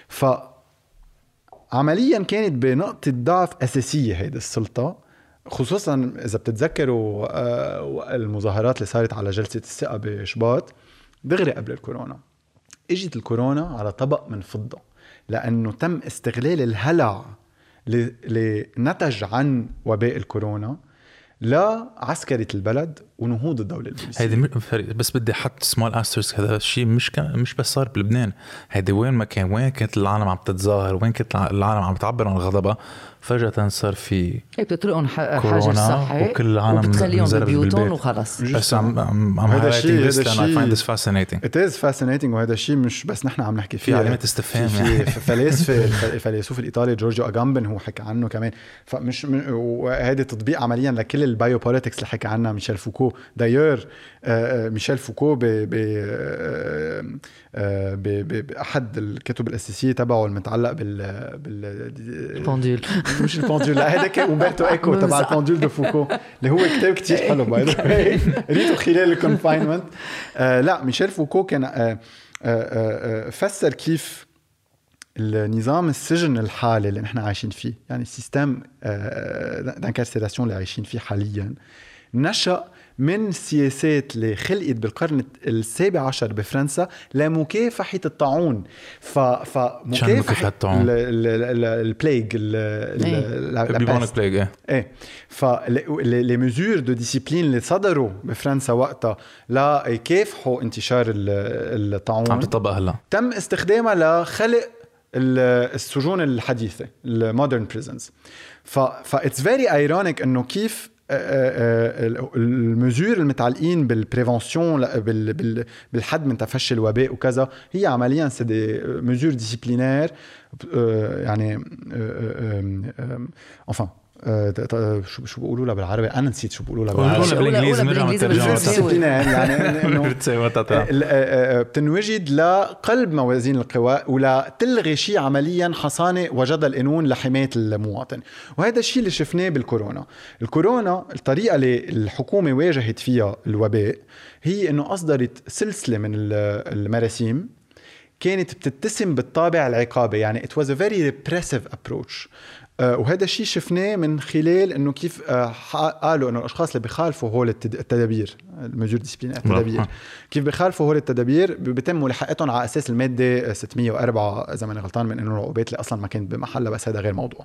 فعملياً كانت بنقطة ضعف أساسية هيدا السلطة، خصوصاً إذا بتتذكروا المظاهرات اللي صارت على جلسة الثقة بشباط دغري قبل الكورونا. اجت الكورونا على طبق من فضة، لأنه تم استغلال الهلع اللي نتج عن وباء الكورونا لا عسكرة البلد ونهوض الدولة البوليسية. هيدي بس بدي حط سمول أسترس، هذا الشيء مش كان مش بس صار بلبنان، هيدي وين ما كان، وين كانت العالم عم تتظاهر، وين كانت العالم عم تعبر عن غضبها، فجأة صار في بتطرقهم حجر صحي وكل العالم وبتخليهم ببيوتهم وخلص. بس عم عم عم هذا الشيء this and I find this fascinating. It is fascinating. وهذا الشيء مش بس نحن عم نحكي فيه، في علامة استفهام في يعني. فلاسفة الفيلسوف الإيطالي جورجيو أغامبن هو حكى عنه كمان. فمش وهذا تطبيق عمليا لكل البايوبوليتكس اللي حكى عنها ميشيل فوكو. داير ميشيل فوكو ب ب بأحد الكتب الأساسية تبعه المتعلق بال بال البوندول مش البوندول، لا هذاك أومبرتو إيكو تبع البوندول دو فوكو اللي هو كتاب كتير حلو بايدو قريته خلال الكونفاينمنت. لا ميشيل فوكو كان آه آه فسر كيف النظام السجن الحالي اللي نحن عايشين فيه، يعني السيستم دانكارسيراسيون اللي عايشين فيه حاليا، نشأ من سياسات اللي خلقت بالقرن السابع عشر بفرنسا لمكافحة الطاعون. فمكافحة البلايغ البيبونيك بلايغ ايه فلي ميزور دو ديسيبلين اللي صدروا بفرنسا وقتها لا يكافحوا انتشار الطاعون عم تطبق هلا، تم استخدامها لخلق السجون الحديثة المودرن بريزنز. ف اتس فيري ايرونيك انه كيف المزور المتعلقين بالبريفنسيون بالحد من تفشي الوباء وكذا هي عمليا سدي مزور ديسيبلينير يعني enfin شو شو بيقولوا لها بالعربي؟ انا نسيت شو بيقولوا لها بالانجليزي. بالانجليزي يعني انه بتنوجد لقلب موازين القوى ولا تلغي شيء عمليا حصانه وجد القانون لحمايه المواطن. وهذا الشيء اللي شفناه بالكورونا. الكورونا الطريقه اللي الحكومه واجهت فيها الوباء هي انه اصدرت سلسله من المراسيم كانت بتتسم بالطابع العقابي، يعني it was a very repressive approach. وهذا الشيء شفناه من خلال انه كيف قالوا انه الاشخاص اللي بيخالفوا هول التدابير المزور ديسيبلين التدابير كيف بيخالفوا هول التدابير بيتم ملاحقتهم على اساس الماده ستمية وأربعة اذا ماني غلطان من انه العقوبات اللي اصلا ما كانت بمحلها، بس هذا غير موضوع.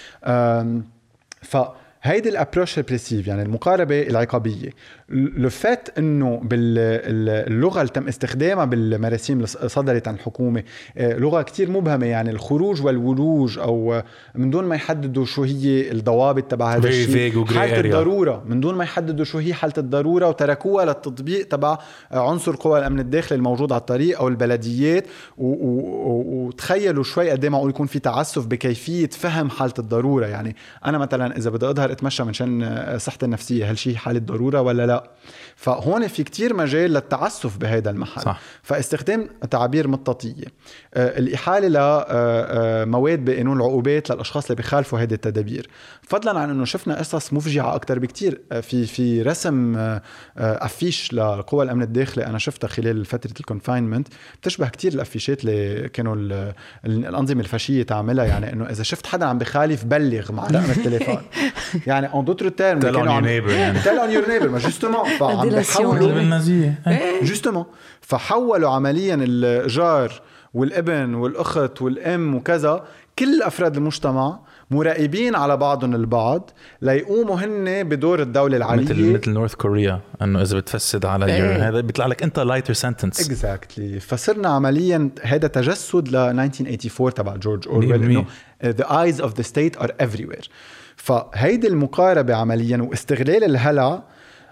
ف هيدي الابروش ريبريسيف يعني المقاربه العقابيه، لو فات انه باللغه اللي تم استخدامها بالمراسيم اللي صدرت عن الحكومه لغه كتير مبهمه، يعني الخروج والولوج او من دون ما يحددوا شو هي الضوابط تبع هذا الشيء، حاله الضروره من دون ما يحددوا شو هي حاله الضروره وتركوها للتطبيق تبع عنصر قوى الامن الداخلي الموجود على الطريق او البلديات. وتخيلوا شوي قد ايه معقول يكون في تعسف بكيفيه فهم حاله الضروره. يعني انا مثلا اذا بدي اظهر اتمشى منشان صحتي النفسيه، هل شيء حاله ضروره ولا لا؟ فهون في كتير مجال للتعسف بهذا المحل. صح. فاستخدام تعابير مطاطيه، الاحاله لمواد بقانون العقوبات للاشخاص اللي بيخالفوا هذه التدابير، فضلا عن انه شفنا قصص مفجعه اكثر بكتير في في رسم افيش لقوى الامن الداخلي انا شفتها خلال فتره الكونفاينمنت بتشبه كتير الافيشات اللي كانوا الانظمه الفاشيه تعملها. يعني انه اذا شفت حدا عم بخالف بلغ مع رقم التليفون يعني en d'autres termes tell on your neighbor يعني tell on your neighbor ما justement فعم بيحولوا بالنازيه justement فحولوا عمليا الجار والابن والاخت والام وكذا كل افراد المجتمع مراقبين على بعضهم البعض ليقوموا هن بدور الدولة العالية، مثل مثل نورث كوريا انه اذا بتفسد على ايه. هذا بيطلع لك انت لايتر سنتنس. اكزاكتلي. فصرنا عمليا هذا تجسد ل ألف وتسعمية وثمانية وثمانين تبع جورج أورويل انه the eyes of the state are everywhere. فهيدي المقاربة عمليا واستغلال الهلع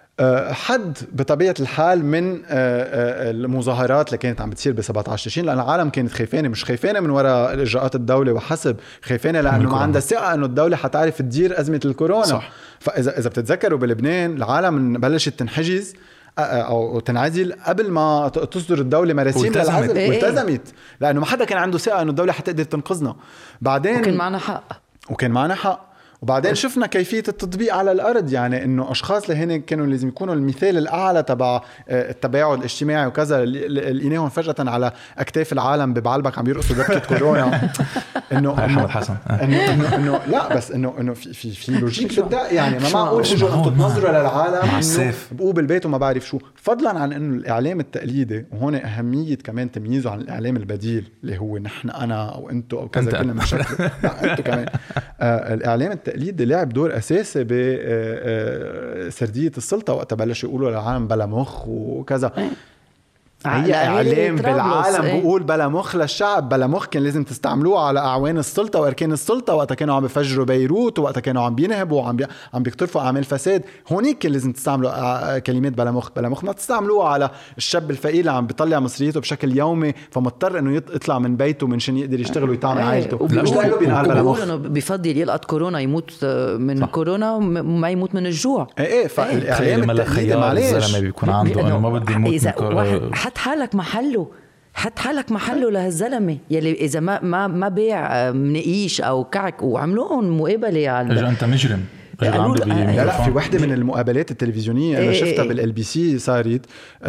حد بطبيعة الحال من المظاهرات اللي كانت عم بتصير ب سبعة عشر تشرين، لأن العالم كانت خايفانة، مش خايفانة من وراء إجراءات الدولة وحسب، خايفانة لأنه ما عندها ثقة أنه الدولة حتعرف تدير أزمة الكورونا. صح. فإذا إذا بتتذكروا بلبنان العالم بلشت تنحجز أو تنعزل قبل ما تصدر الدولة مراسيم للعزل، والتزمت لأنه ما حدا كان عنده ثقة أنه الدولة حتقدر تنقذنا. بعدين وكان معنا حق وكان معنا حق وبعدين شفنا كيفية التطبيق على الأرض. يعني إنه أشخاص اللي هن كانوا لازم يكونوا المثال الأعلى تبع التباعد الاجتماعي وكذا لقيناهم فجأة على أكتاف العالم ببعلبك عم يرقصوا دبكة كورونا. انه محمد حسن انه انه انه لا بس انه انه في في في لوجيك بدأ يعني ما معقول تجوا انتم تنظروا للعالم انه بقوا بالبيت وما بعرف شو، فضلا عن انه الاعلام التقليدي، وهون اهميه كمان تمييزه عن الاعلام البديل اللي هو نحن انا او انتم او كذا كلنا مشاكل. لا انتم كمان آه الاعلام التقليدي لعب دور اساسي بسرديه السلطه وقت بلشوا يقولوا للعالم بلا مخ وكذا. هي اعلام بالعالم ايه؟ بقول بلا مخ للشعب. بلا مخ كان لازم تستعملوه على اعوان السلطه واركان السلطه وقتها كانوا عم بفجروا بيروت وقتها كانوا عم بينهبوا وعم بي... عم بيقترفوا اعمال فساد. هونيك كان لازم تستعملوا كلمات بلا مخ. بلا مخ ما تستعملوها على الشاب الفقير اللي عم بيطلع مصريته بشكل يومي فمضطر انه يطلع من بيته منشان يقدر يشتغل ويطعم عائلته. مش له بينقال بلا مخ. انه بفضل يلقط كورونا يموت من صح. كورونا وما يموت من الجوع. ايه ايه فالاعلام التقليدي معلش الزلمه بيكون عنده انه ما بدي يموت من كورونا. حط حالك محل حط حالك محله لهالزلمه يلي اذا ما ما ما بيع منقيش او كعك وعملوهم مقابله على انت مجرم. لا لا في وحده من المقابلات التلفزيونيه انا شفتها بالال بي سي صارت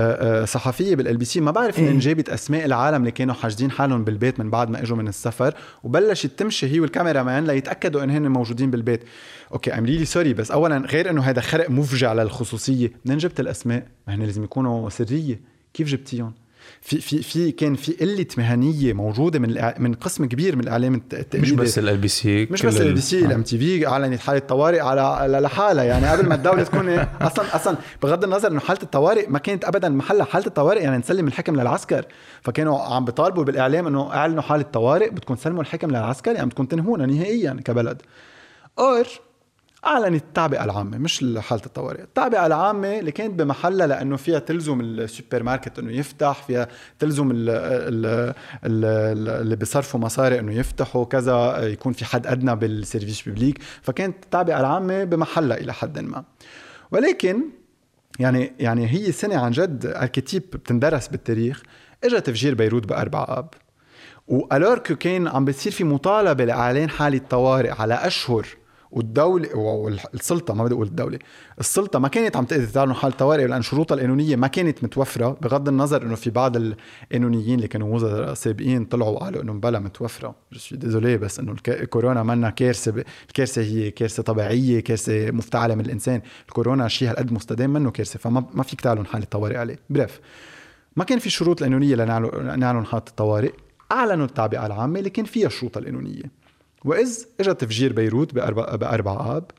صحفيه بالال بي سي ما بعرف ان جابت اسماء العالم اللي كانوا حاجزين حالهم بالبيت من بعد ما اجوا من السفر وبلشت تمشي هي والكاميرا مان ليتاكدوا ان هن موجودين بالبيت. اوكي ام ريلي سوري بس اولا غير انه هذا خرق مفجع للخصوصيه. منين جبت الاسماء؟ ما هن لازم يكونوا سريه. كيف جبتيهم؟ في في في كان في قله مهنيه موجوده من من قسم كبير من الاعلام التقليدي. مش بس ال بي سي مش بس ال بي سي الام تي في اعلنت حاله طوارئ على لحالها يعني قبل ما الدوله تكون اصلا اصلا بغض النظر انه حاله الطوارئ ما كانت ابدا محلها حاله الطوارئ يعني نسلم الحكم للعسكر. فكانوا عم بيطالبوا بالاعلام انه اعلنوا حاله طوارئ بدكم تسلموا الحكم للعسكر يعني بدكم تنهونا نهائيا كبلد. اور أعلنت التعبئة العامة مش حالة الطوارئ. التعبئة العامة اللي كانت بمحلها لأنه فيها تلزم السوبر ماركت إنه يفتح فيها تلزم ال ال ال اللي بيصرفوا مصاري إنه يفتحوا كذا يكون في حد أدنى بالسيرفيس ببليك. فكانت التعبئة العامة بمحلها إلى حد ما. ولكن يعني يعني هي سنة عن جد أركيتيب بتندرس بالتاريخ. إجا تفجير بيروت بأربعة آب وألوركو كان عم بتصير في مطالبة لإعلان حالة طوارئ على أشهر والدولة والسلطة ما بدي أقول الدولة السلطة ما كانت عم تقدر تعلن حالة طوارئ لأن شروطها القانونية ما كانت متوفرة. بغض النظر إنه في بعض القانونيين اللي كانوا وزراء سابقين طلعوا وقالوا إنه بلا متوفرة. جسي ديزولي بس إنه الكورونا منا كارثة. الكارثة هي كارثة طبيعية كارثة مفتعلة من الإنسان. الكورونا شيء هالقد مستدام منه كارثة فما ما فيك تعلن حالة طوارئ عليه. بريف ما كان في شروط القانونية لنعلن حالة الطوارئ. أعلنوا التعبئة العامة اللي كان فيها شروط القانونية. وإذ إجا تفجير بيروت بأربع, بأربع آب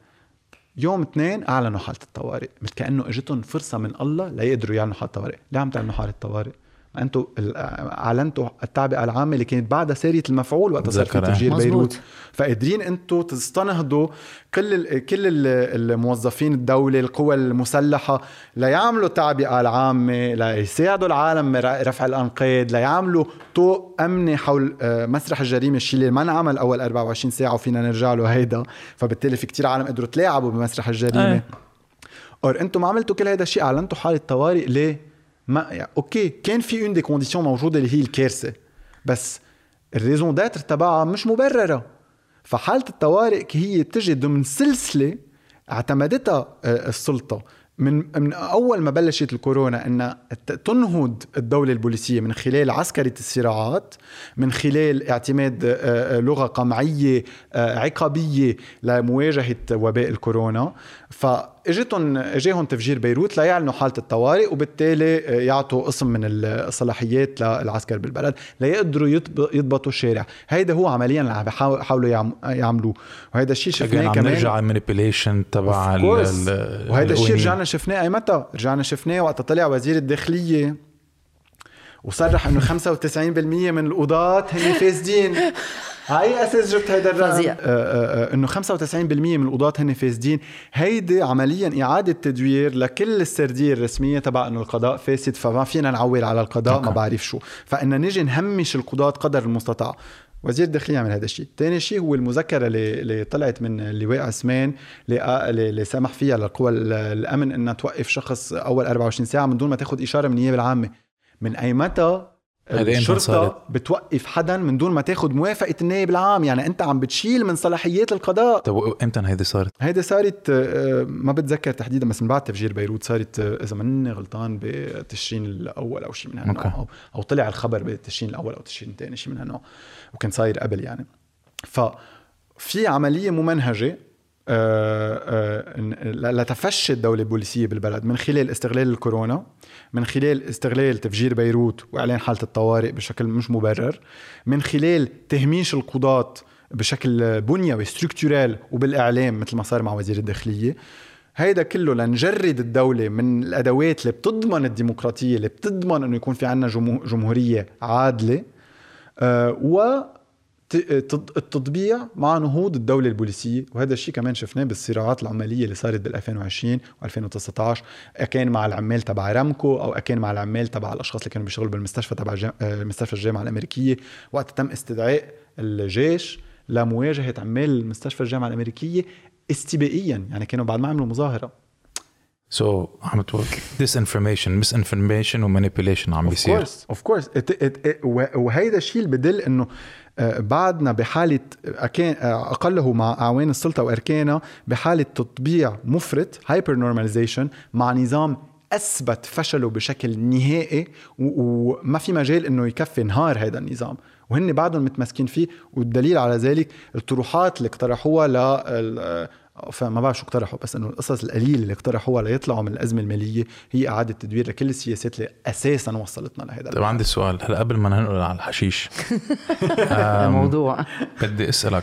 يوم اثنين أعلنوا حالة الطوارئ مثل كأنه إجتهم فرصة من الله ليقدروا يعلنوا حالة الطوارئ. ليه عم تعلنوا حالة الطوارئ؟ ما أنتوا أعلنتوا التعبئة العامة اللي كانت بعدها سارية المفعول وقت صار في تفجير بيروت. فقادرين أنتوا تستنهضوا كل ال كل ال الموظفين الدولة القوى المسلحة ليعملوا التعبئة العامة ليساعدوا العالم رفع الأنقاض ليعملوا طوق أمني حول مسرح الجريمة الشيء اللي ما نعمل أول أربعة وعشرين ساعة وفينا نرجع له هيدا. فبالتالي في كتير عالم قدروا تلاعبوا بمسرح الجريمة. أي. أور أنتوا ما عملتوا كل هيدا الشيء أعلنتوا حالة طوارئ ليه؟ ما يعني اوكي كان في اون دي كونديسيون موجوده اللي هي الكارثه بس الريزون داتر تبعها مش مبرره. فحاله الطوارئ هي تجي ضمن سلسله اعتمدتها السلطه من من اول ما بلشت الكورونا ان تنهض الدوله البوليسيه من خلال عسكرة الصراعات من خلال اعتماد لغه قمعيه عقابيه لمواجهه وباء الكورونا. فاجتهم اجاهم تفجير بيروت ليعلنوا حاله الطوارئ وبالتالي يعطوا قسم من الصلاحيات للعسكر بالبلد ليقدروا يضبطوا الشارع. هيدا هو عمليا اللي عم بيحاولوا يعملوه وهيدا الشيء شفناه كمان نرجع المانيبيوليشن تبع وهيدا الشيء رجعنا شفناه. اي متى رجعنا شفناه؟ وقت طلع وزير الداخليه وصرح انه خمسة وتسعين بالمية من القضاة هن فاسدين. هاي اساس جبت هيدا الرقم انه خمسة وتسعين بالمية من القضاة هن فاسدين. هيدي عمليا اعاده تدوير لكل السرديه الرسميه تبع انه القضاء فاسد فما فينا نعول على القضاء ما بعرف شو. فإن نيجي نهمش القضاة قدر المستطاع. وزير الداخلية يعمل هذا الشيء. تاني شيء هو المذكرة اللي, اللي طلعت من اللواء عثمان اللي, اللي سمح فيها للقوى الأمن أنها توقف شخص أول أربعة وعشرين ساعة من دون ما تاخد إشارة من النيابة العامة. من أي متى الشرطة بتوقف حدا من دون ما تاخد موافقة النائب العام؟ يعني أنت عم بتشيل من صلاحيات القضاء. طب إمتى هيدي صارت؟ هيدي صارت ما بتذكر تحديدا بس من بعد تفجير بيروت. صارت إذا مني غلطان بتشرين الأول أو شيء من هالنوع أو, أو طلع الخبر بالتشرين الأول أو تشرين تاني شيء من هالنوع وكان صاير قبل يعني. ففي عملية ممنهجة لتفشي الدولة البوليسية بالبلد من خلال استغلال الكورونا، من خلال استغلال تفجير بيروت وإعلان حالة الطوارئ بشكل مش مبرر، من خلال تهميش القضاة بشكل بنيوي ستركتورال وبالإعلام مثل ما صار مع وزير الداخلية. هيدا كله لنجرد الدولة من الأدوات اللي بتضمن الديمقراطية، اللي بتضمن أنه يكون في عنا جمهورية عادلة، أه و التطبيع مع نهوض الدولة البوليسية. وهذا الشيء كمان شفناه بالصراعات العمالية اللي صارت بال2020 و2019، أكان مع العمال تبع رامكو أو أكان مع العمال تبع الأشخاص اللي كانوا بيشتغلوا بالمستشفى تبع جام... مستشفى الجامعة الأمريكية، وقت تم استدعاء الجيش لمواجهة عمال مستشفى الجامعة الأمريكية استباقيا، يعني كانوا بعد ما عملوا مظاهرة. So عم تقول disinformation, misinformation و manipulation عم بيصير. Of course, of course. it, it, it, وهيدا الشيء اللي بدل إنه بعدنا بحالة أكان أقله مع أعوان السلطة وأركانها بحالة تطبيع مفرط hyper normalization مع نظام أثبت فشله بشكل نهائي، وما في مجال إنه يكفي نهار هذا النظام، وهن بعدهم متمسكين فيه. والدليل على ذلك الطروحات اللي اقترحوها ل فما بعرف شو اقترحوا، بس انه القصص القليله اللي اقترحوها ليطلعوا من الازمه الماليه هي اعاده تدوير لكل السياسات اللي اساسا وصلتنا لهذا. طيب عندي سؤال هلا قبل ما ننقل على الحشيش الموضوع بدي اسالك،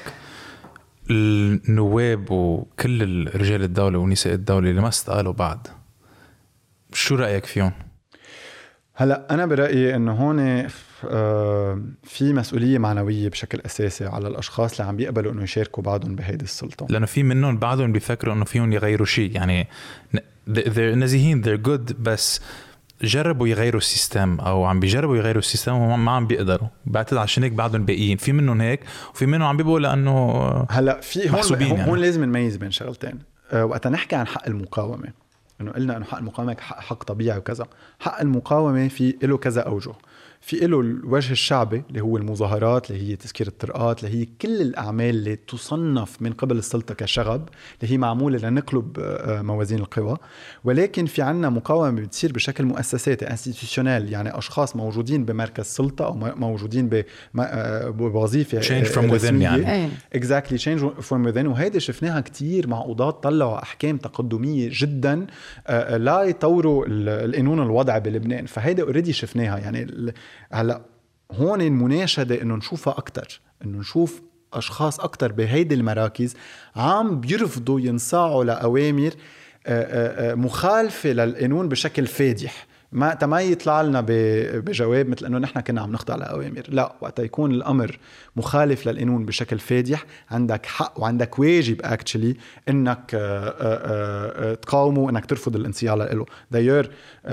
النواب وكل رجال الدوله ونساء الدوله اللي ما استقالوا بعد، شو رايك فيهم؟ هلا انا برايي انه هون في مسؤوليه معنويه بشكل اساسي على الاشخاص اللي عم بيقبلوا انه يشاركوا بعضهم بهيدي السلطه، لانه في منهم بعضهم بيفكروا انه فيهم يغيروا شيء، يعني they're نزيهين they're good، بس جربوا يغيروا السيستم او عم بيجربوا يغيروا السيستم وما عم بيقدروا. بعتقد عشان هيك بعضهم باقيين، في منهم هيك وفي منهم عم بيقولوا لانه هلا في هون يعني. هون لازم نميز بين شغلتين. أه وقت نحكي عن حق المقاومه، انه قلنا انه حق المقاومه حق, حق طبيعي وكذا، حق المقاومه في له كذا اوجه. في له الوجه الشعبي اللي هو المظاهرات، اللي هي تسكير الطرقات، اللي هي كل الأعمال اللي تصنف من قبل السلطة كشغب، اللي هي معمولة لنقلب موازين القوى. ولكن في عنا مقاومة بتصير بشكل مؤسساتي انستيتيوشنال، يعني أشخاص موجودين بمركز سلطة أو موجودين بوظيفة change from within، يعني exactly change from within. وهيدا شفناها كتير مع قضاة طلعوا أحكام تقدمية جدا لا يطوروا القانون الوضع بلبنان، فهيدا already شفناها. يعني هلا هون المناشدة انه نشوفها اكتر، انه نشوف اشخاص اكتر بهيدي المراكز عم بيرفضوا ينصاعوا لأوامر مخالفة للقانون بشكل فادح، ما تما يطلع لنا بجواب مثل انه نحن كنا عم نخضع لأوامر. لا، وقت يكون الامر مخالف للقانون بشكل فادح عندك حق وعندك واجب اكشلي انك تقاومه وانك ترفض الانصياع له. داير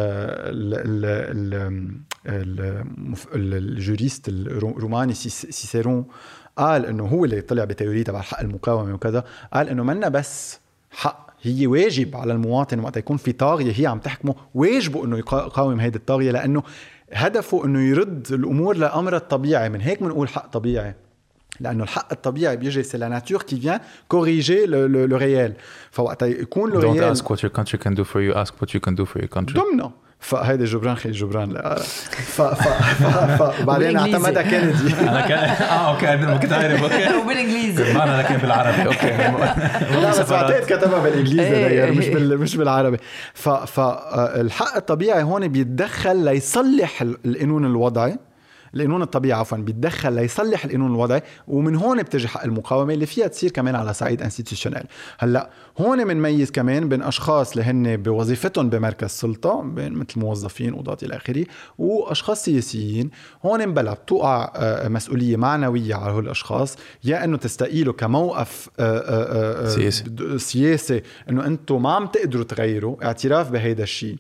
الجوريست الروماني سيسيرون قال انه هو اللي طلع بتيوريه تبع حق المقاومه وكذا، قال انه منا بس حق، هي واجب على المواطن وقت يكون في طاغية هي عم تحكمه، واجبه انه يقاوم هيدي الطاغية، لانه هدفه انه يرد الامور لامر الطبيعي. من هيك بنقول حق طبيعي، لانه الحق الطبيعي بيجي سي لا ناتور كي فيان كوريجي لو ريال. فوقت يكون لو ريال don't ask what your country can do for you, ask what you can do for your country. ضمنه فهيدا جبران خي جبران. لا ف ف ف بعدين اعتمدها كندي. انا كان اه اوكي انا كنت عارف اوكي وبالانجليزي ما انا لكن بالعربي اوكي. لا بس بعتقد كتبها بالانجليزي مش بال مش بالعربي. ف فالحق الطبيعي هون بيتدخل ليصلح القانون الوضعي، القانون الطبيعي عفوا بيتدخل ليصلح القانون الوضعي، ومن هون بتجي حق المقاومه اللي فيها تصير كمان على صعيد انستيتيوشنال. هلا هون بنميز كمان بين اشخاص اللي هن بوظيفتهم بمركز سلطه مثل موظفين قضاة الى اخره، واشخاص سياسيين. هون بلا بتوقع مسؤوليه معنويه على هول الاشخاص، يا انه تستقيلوا كموقف سياسي سياسي انه انتم ما عم تقدروا تغيروا، اعتراف بهيدا الشيء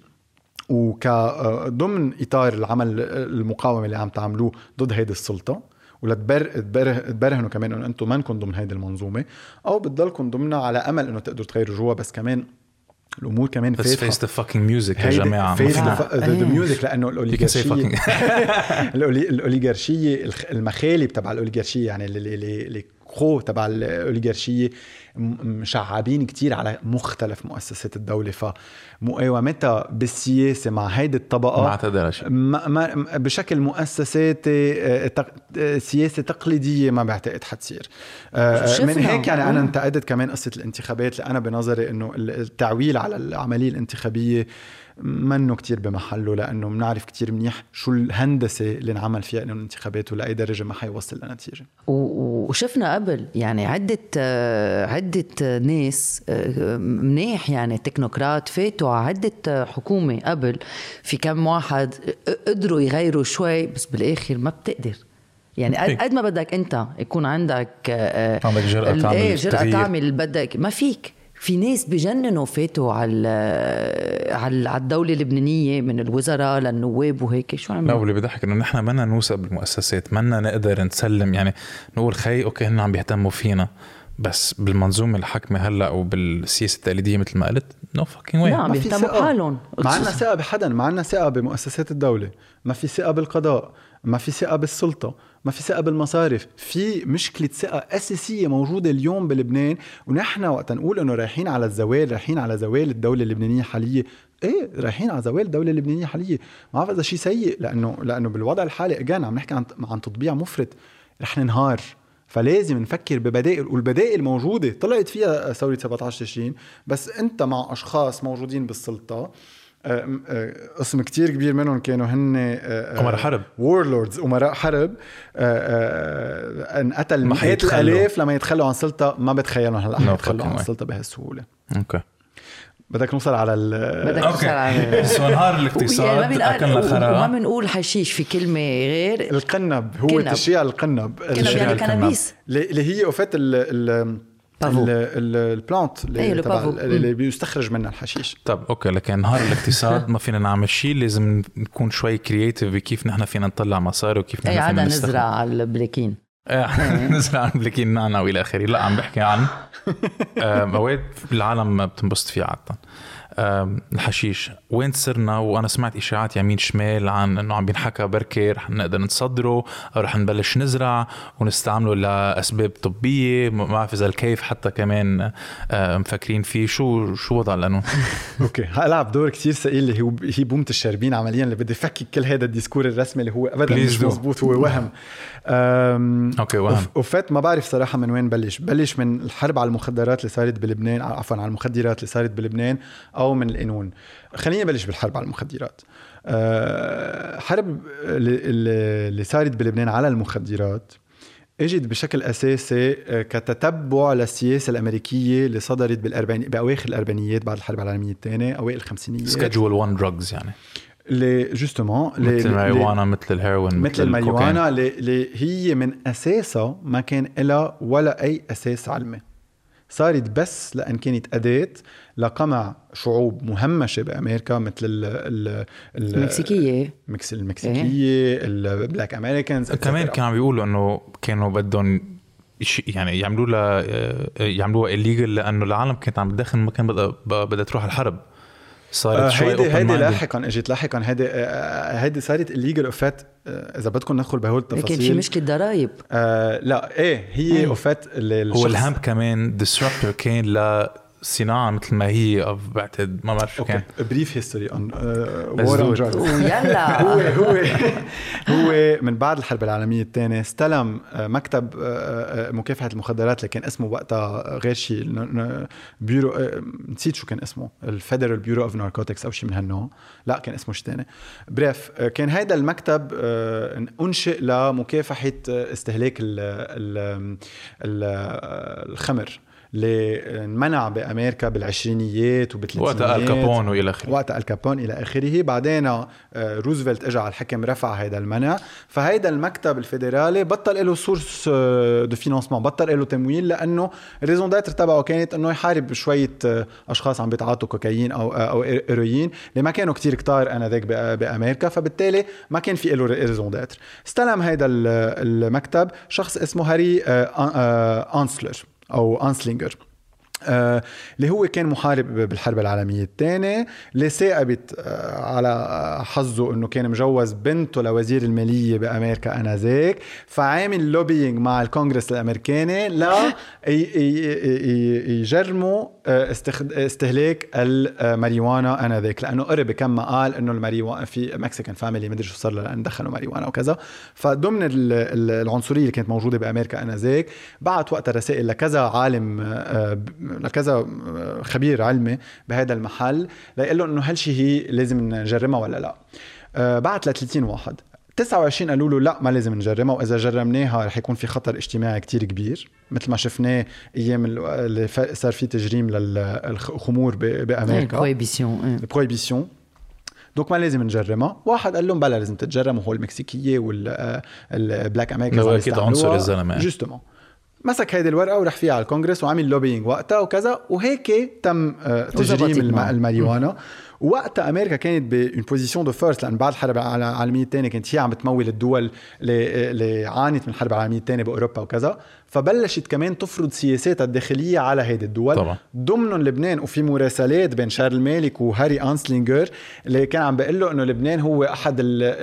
وكضمن إطار العمل المقاومة اللي عم تعملوه ضد هيدي السلطة، ولا تبرهنوا كمان أنه أنتم ما نكون ضمن هيدي المنظومة، أو بتضلكم ضمنها على أمل أنه تقدروا تغيروا جوا. بس كمان الأمور كمان فاتحة. face the fucking music يا جماعة. face the, the music، لأنه الأوليغارشية الأوليغارشية المخالب تبع الأوليغارشية، يعني اللي, اللي, اللي خو تبع الأوليغارشية مشعبين كتير على مختلف مؤسسات الدولة. فمقاومتها بالسياسة مع هيدي الطبقة ما ما بشكل مؤسساتي تق... سياسة تقليدية ما بعتقد حتصير. من هيك يعني أنا انتقدت كمان قصة الانتخابات، لأنا بنظري إنه التعويل على العملية الانتخابية منه كتير بمحله، لأنه منعرف كتير منيح شو الهندسة اللي نعمل فيها إنه الانتخابات ولا أي درجة ما حيوصل لنتيجة. وشفنا قبل يعني عدة عدة ناس منيح يعني تكنوقراط فاتوا على عدة حكومة قبل، في كم واحد قدروا يغيروا شوي، بس بالآخر ما بتقدر يعني قد ما بدك أنت يكون عندك عندك جرأة تعمل جرأة تعمل بدك، ما فيك. في ناس بجننوا فاتوا على على الدولة اللبنانية من الوزراء للنواب وهيك. شو عملوا؟ لا، واللي بيضحك انه نحن منا نوثق بالمؤسسات، منا نقدر نسلم يعني نقول خي اوكي هن عم بيهتموا فينا، بس بالمنظومة الحكمة هلا او بالسياسة التقليدية مثل ما قلت نو فاكينج واي. لا بيهتموا بحالهم، ما عندنا ثقة بحدا، ما عندنا ثقة بمؤسسات الدولة، ما في ثقة بالقضاء، ما في ثقة بالسلطة، ما في ثقة بالمصارف. في مشكلة ثقة أساسية موجودة اليوم بلبنان، ونحن وقت نقول إنه رايحين على الزوال، رايحين على زوال الدولة اللبنانية حالية. إيه رايحين على زوال الدولة اللبنانية حالية، ما عارف إذا شيء سيء، لأنه لأنه بالوضع الحالي أجان عم نحكي عن عن تطبيع مفرط، رح ننهار. فلازم نفكر ببدائل، والبدائل موجودة طلعت فيها ثورة سبعة عشر تشرين، بس أنت مع أشخاص موجودين بالسلطة، اسم كتير كبير منهم كانوا هن أمراء حرب، وورلوردز، أمراء حرب، انقتل مئات الألاف لما يتخلوا عن سلطة. ما بتخيلوا هلا يتخلوا عن السلطة بهالسهولة. اوكي بدك نوصل على ال بدك نوصل على سونهار الاقتصاد. أكلنا خرا، ما بنقول حشيش في كلمة غير القنب. هو تشريع القنب، يعني الكنابيس اللي هي وفات ال البلانت اللي, تبع اللي بيستخرج منها الحشيش. طب اوكي، لكن نهار الاقتصاد ما فينا نعمل شيء، لازم نكون شوي كرياتيف بكيف نحن فينا نطلع مصاري وكيف نحن فينا نزرع على البلكين. نزرع على البلكين نعنع والى اخره. لا عم بحكي عن مواد العالم بتنبسط فيها عادة. الحشيش وين صرنا؟ وانا سمعت اشاعات يمين شمال عن انه عم بينحكى بركي رح نقدر نصدره او رح نبلش نزرع ونستعمله لاسباب طبيه. ما بعرف اذا الكيف حتى كمان مفكرين فيه. شو شو وضع القانون؟ اوكي هلعب دور كتير ثقيل اللي هو هي بومة الشاربين عمليا، اللي بدي افكك كل هذا الديسكور الرسمي اللي هو ابدا مش مزبوط، هو وهم. اوكي وهم. وفات ما بعرف صراحه من وين بلش. بلش من الحرب على المخدرات اللي صارت بلبنان، عفوا على المخدرات اللي صارت بلبنان، أو من القانون. خليني بلش بالحرب على المخدرات. أه حرب اللي صارت بلبنان على المخدرات اجت بشكل أساسي كتتبع للسياسة الأمريكية اللي صدرت بالأربعين بأواخر الأربعينيات بعد الحرب العالمية الثانية، أوائل الخمسينيات. سكادجول وان دراجز يعني اللي جوستومون مثل الماريوانا، مثل الهيروين، مثل الماريوانا اللي هي من أساسها ما كان لها ولا أي أساس علمي، صارت بس لأن كانت أداة لقمع شعوب مهمشة بأمريكا مثل ال ال المكسيكية مكس المكسيكية البلاك أمريكانز. كمان كانوا بيقولوا أنه كانوا بدهم يعني يعملوا لها يعملوها illegal لأنه العالم كانت عم تدخل ما كان بدها بدها تروح الحرب. صارت شوي هيدي هيدي لاحقا اجت لاحقا هيدي هيدي صارت الليجل اوفات. اذا بدكم ندخل بهول التفاصيل كان في مشكله ضرائب. آه لا ايه هي اوفات هو الهم كمان ديسربتور كان لصناعه مثل ما هي بعتقد ما بعرف شو كان بريف هيستوري اون وور اون دراجز. ويلا هو هو هو من بعد الحرب العالميه الثانيه استلم مكتب مكافحه المخدرات اللي كان اسمه وقتها غير شيء، بيرو نسيت شو كان اسمه، الفيدرال بيورو اوف ناركوتكس او شيء من هالنوع، لا كان اسمه شيء ثاني. بريف كان هيدا المكتب انشئ لمكافحه استهلاك الخمر اللي انمنع بأمريكا بالعشرينيات وبالثلاثينيات، وقت الكابون وإلى آخره وقت الكابون إلى آخره. بعدين روزفلت اجى على الحكم رفع هيدا المنع، فهيدا المكتب الفيدرالي بطل له سورس دو فينانسمون، بطل له تمويل، لأنه الريزون داتر تبعه كانت إنه يحارب شوية أشخاص عم بيتعاطوا كوكايين أو أو إيروين اللي ما كانوا كتير كتار أنذاك بأمريكا، فبالتالي ما كان في له ريزون داتر. استلم هيدا المكتب شخص اسمه هاري أنسلر أو أنسلينجر. آه اللي هو كان محارب بالحرب العالمية الثانية، اللي ثاقبت آه على حظه انه كان مجوز بنته لوزير المالية بأمريكا انذاك، فعامل لوبينج مع الكونغرس الامريكاني لا يجرموا استهلاك الماريوانا انذاك، لانه قرب كم ما قال انه الماريوانا في مكسيكان فاميلي مدري شو صار لان دخلوا ماريوانا وكذا. فضمن العنصرية اللي كانت موجودة بأمريكا انذاك بعت وقتها رسائل لكذا عالم لكذا خبير علمي بهذا المحل ليقول له انه هالشي هي لازم نجرمها ولا لا. أه بعت ل ثلاثين واحد، تسعة وعشرين قالوا له لا ما لازم نجرمها، واذا جرمناها رح يكون في خطر اجتماعي كتير كبير مثل ما شفناه ايام اللي صار في تجريم للخمور بامريكا، البرويبيسيون البرويبيسيون دوك ما لازم نجرمها. واحد قال لهم بلا لازم تتجرم، وهو المكسيكية والبلاك امريكان كده عنصر الزلمه جوستومون. مسك هيدي الورقة ورح فيها على الكونغرس وعمل لوبينج وقتها وكذا، وهيك تم تجريم الماريوانا. وقتها أمريكا كانت بين بوزيشن دو فورس، لأن بعد الحرب العالمية الثانية كانت هي عم تمول الدول اللي عانت من الحرب العالمية الثانية بأوروبا وكذا، فبلشت كمان تفرض سياساتها الداخلية على هيدي الدول طبعا. ضمنهم لبنان، وفي مراسلات بين شارل مالك وهاري أنسلينجر اللي كان عم بيقول له إنه لبنان هو أحد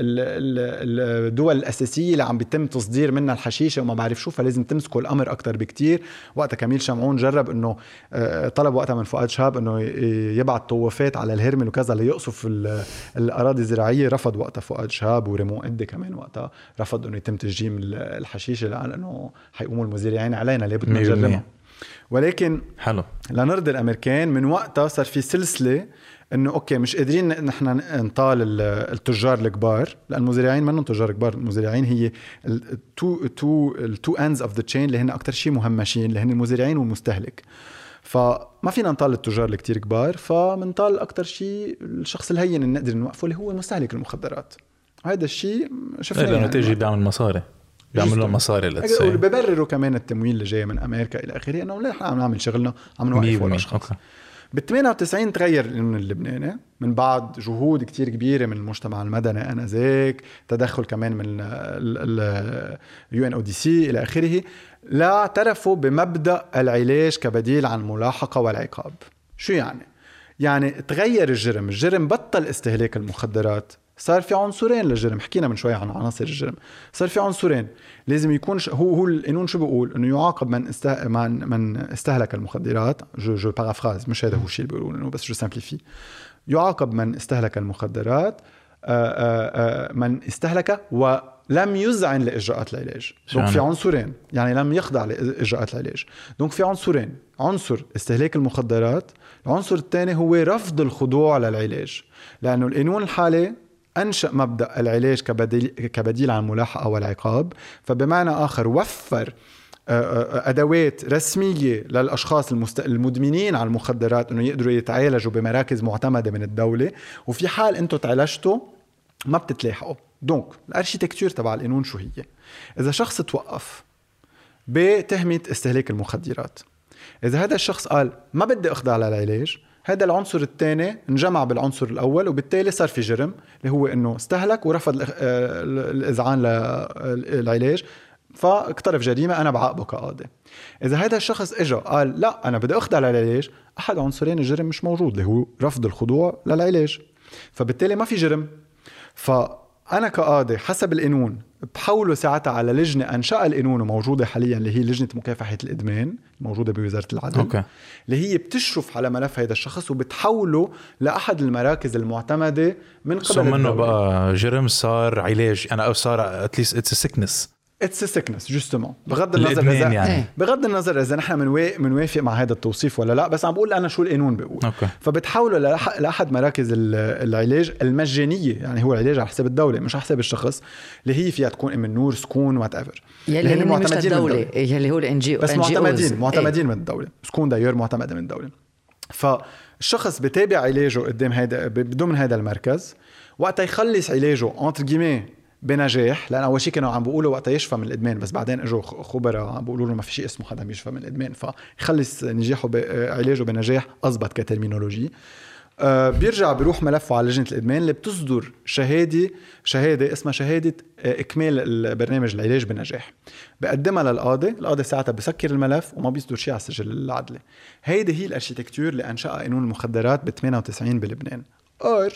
الدول الأساسية اللي عم بيتم تصدير منها الحشيشة وما بعرف شو، فلازم تمسكوا الأمر أكتر بكتير. وقتها كميل شمعون جرب إنه طلب وقتها من فؤاد شهاب إنه يبعث طوافات على الهرمل وكذا ليقصف الأراضي الزراعية، رفض وقتها فؤاد شهاب، وريمون قدي كمان وقتها رفض إنه يتم تجريم الحشيشة لأنه حيقوموا المزارعين علينا لابد نجرمها. ولكن حلو لنرضي الأمريكان من وقتها صار في سلسلة إنه أوكي مش قادرين نحن نطال التجار الكبار، لأن المزارعين منهم تجار كبار، المزارعين هي التو تو التو ends of the chain اللي هن أكتر شيء مهمشين اللي هن المزارعين والمستهلك. فما فينا نطال التجار اللي كتير كبار، فمنطال أكتر شيء الشخص الهين اللي نقدر نوقفه اللي هو المستهلك المخدرات. هذا الشيء شفناه لأنه يعني تيجي بيعمل مصاري، بيعملوا مصاري لتسي، وبيبرروا كمان التمويل اللي جاي من أمريكا إلى آخره إنه نحن عم نعمل شغلنا، عم نوقف الأشخاص. بالثمانية وتسعين تغير القانون اللبناني من بعد جهود كتير كبيرة من المجتمع المدني آنذاك، تدخل كمان من ال يو إن أو دي سي إلى آخره، لا اعترفوا بمبدأ العلاج كبديل عن الملاحقة والعقاب. شو يعني؟ يعني تغير الجرم، الجرم بطل استهلاك المخدرات، صار في عنصرين للجرم. حكينا من شوي عن عناصر الجرم، صار في عنصرين لازم يكون ش... هو هو القانون شو بيقول؟ انه يعاقب من استه... من من استهلك المخدرات. جو جو بارافراز، مش هذا هو الشيء اللي بيقولوا، انه بس جو سامبليفي. يعاقب من استهلك المخدرات، آآ آآ من استهلك ولم يذعن لاجراءات العلاج. دونك في عنصرين، يعني لم يخضع لاجراءات العلاج. دونك في عنصرين، عنصر استهلاك المخدرات، العنصر الثاني هو رفض الخضوع للعلاج، لانه القانون الحالي أنشأ مبدأ العلاج كبديل, كبديل عن الملاحقة والعقاب. فبمعنى آخر وفر أدوات رسمية للأشخاص المدمنين على المخدرات أنه يقدروا يتعالجوا بمراكز معتمدة من الدولة، وفي حال أنتوا تعالجتوا ما بتتلاحقوا. دونك الأرشيتكتور تبع القانون شو هي؟ إذا شخص توقف بتهمة استهلاك المخدرات، إذا هذا الشخص قال ما بدي أخضع للعلاج، هذا العنصر الثاني انجمع بالعنصر الأول، وبالتالي صار في جرم اللي هو إنه استهلك ورفض الإذعان للعلاج، فاقترف جريمة أنا بعاقبه كقاضي. إذا هذا الشخص إجا قال لا أنا بدي أخضع للعلاج، أحد عنصرين الجرم مش موجود اللي هو رفض الخضوع للعلاج، فبالتالي ما في جرم. فأنا كقاضي حسب القانون بحوله ساعتها على لجنة أنشأ القانون وموجودة حاليا اللي هي لجنة مكافحة الإدمان موجودة بوزارة العدل. أوكي. اللي هي بتشرف على ملف هذا الشخص وبتحوله لأحد المراكز المعتمدة من قبل الدولة. منه بقى جرم صار علاج، أنا أو صار at least it's a sickness. It's a sickness justement. بغض النظر إذا يعني. بغض النظر إذا نحن منوافق مع هذا التوصيف ولا لا، بس عم بقول أنا شو القانون بيقول. أوكي. فبتحوله لأحد مراكز العلاج المجانية، يعني هو العلاج على حساب الدولة مش على حساب الشخص، اللي هي فيها تكون من نور سكون whatever. يلي هن معتمدين من الدولة، يلي هو الان جي بس معتمدين معتمدين من الدولة. سكون داير معتمدة من الدولة. فالشخص بتابع علاجه قدام هذا بدون هذا المركز، وقت يخلص علاجه entre guillemets بنجاح، لأن أول شيء كانوا عم بيقولوا وقتها يشفى من الإدمان، بس بعدين إجوا خبراء عم بيقولوا له ما في شيء اسمه حدا بيشفى من الإدمان، فيخلص نجاحه بعلاجه بنجاح، أضبط كترمينولوجي. آه بيرجع بيروح ملفه على لجنة الإدمان اللي بتصدر شهادة شهادة اسمها شهادة إكمال البرنامج العلاج بنجاح. بقدمها للقاضي، القاضي ساعتها بسكر الملف وما بيصدر شيء على السجل العدلي. هيدي هي الأرشيتكتور اللي أنشأها قانون المخدرات ب ثمانية وتسعين بلبنان. أور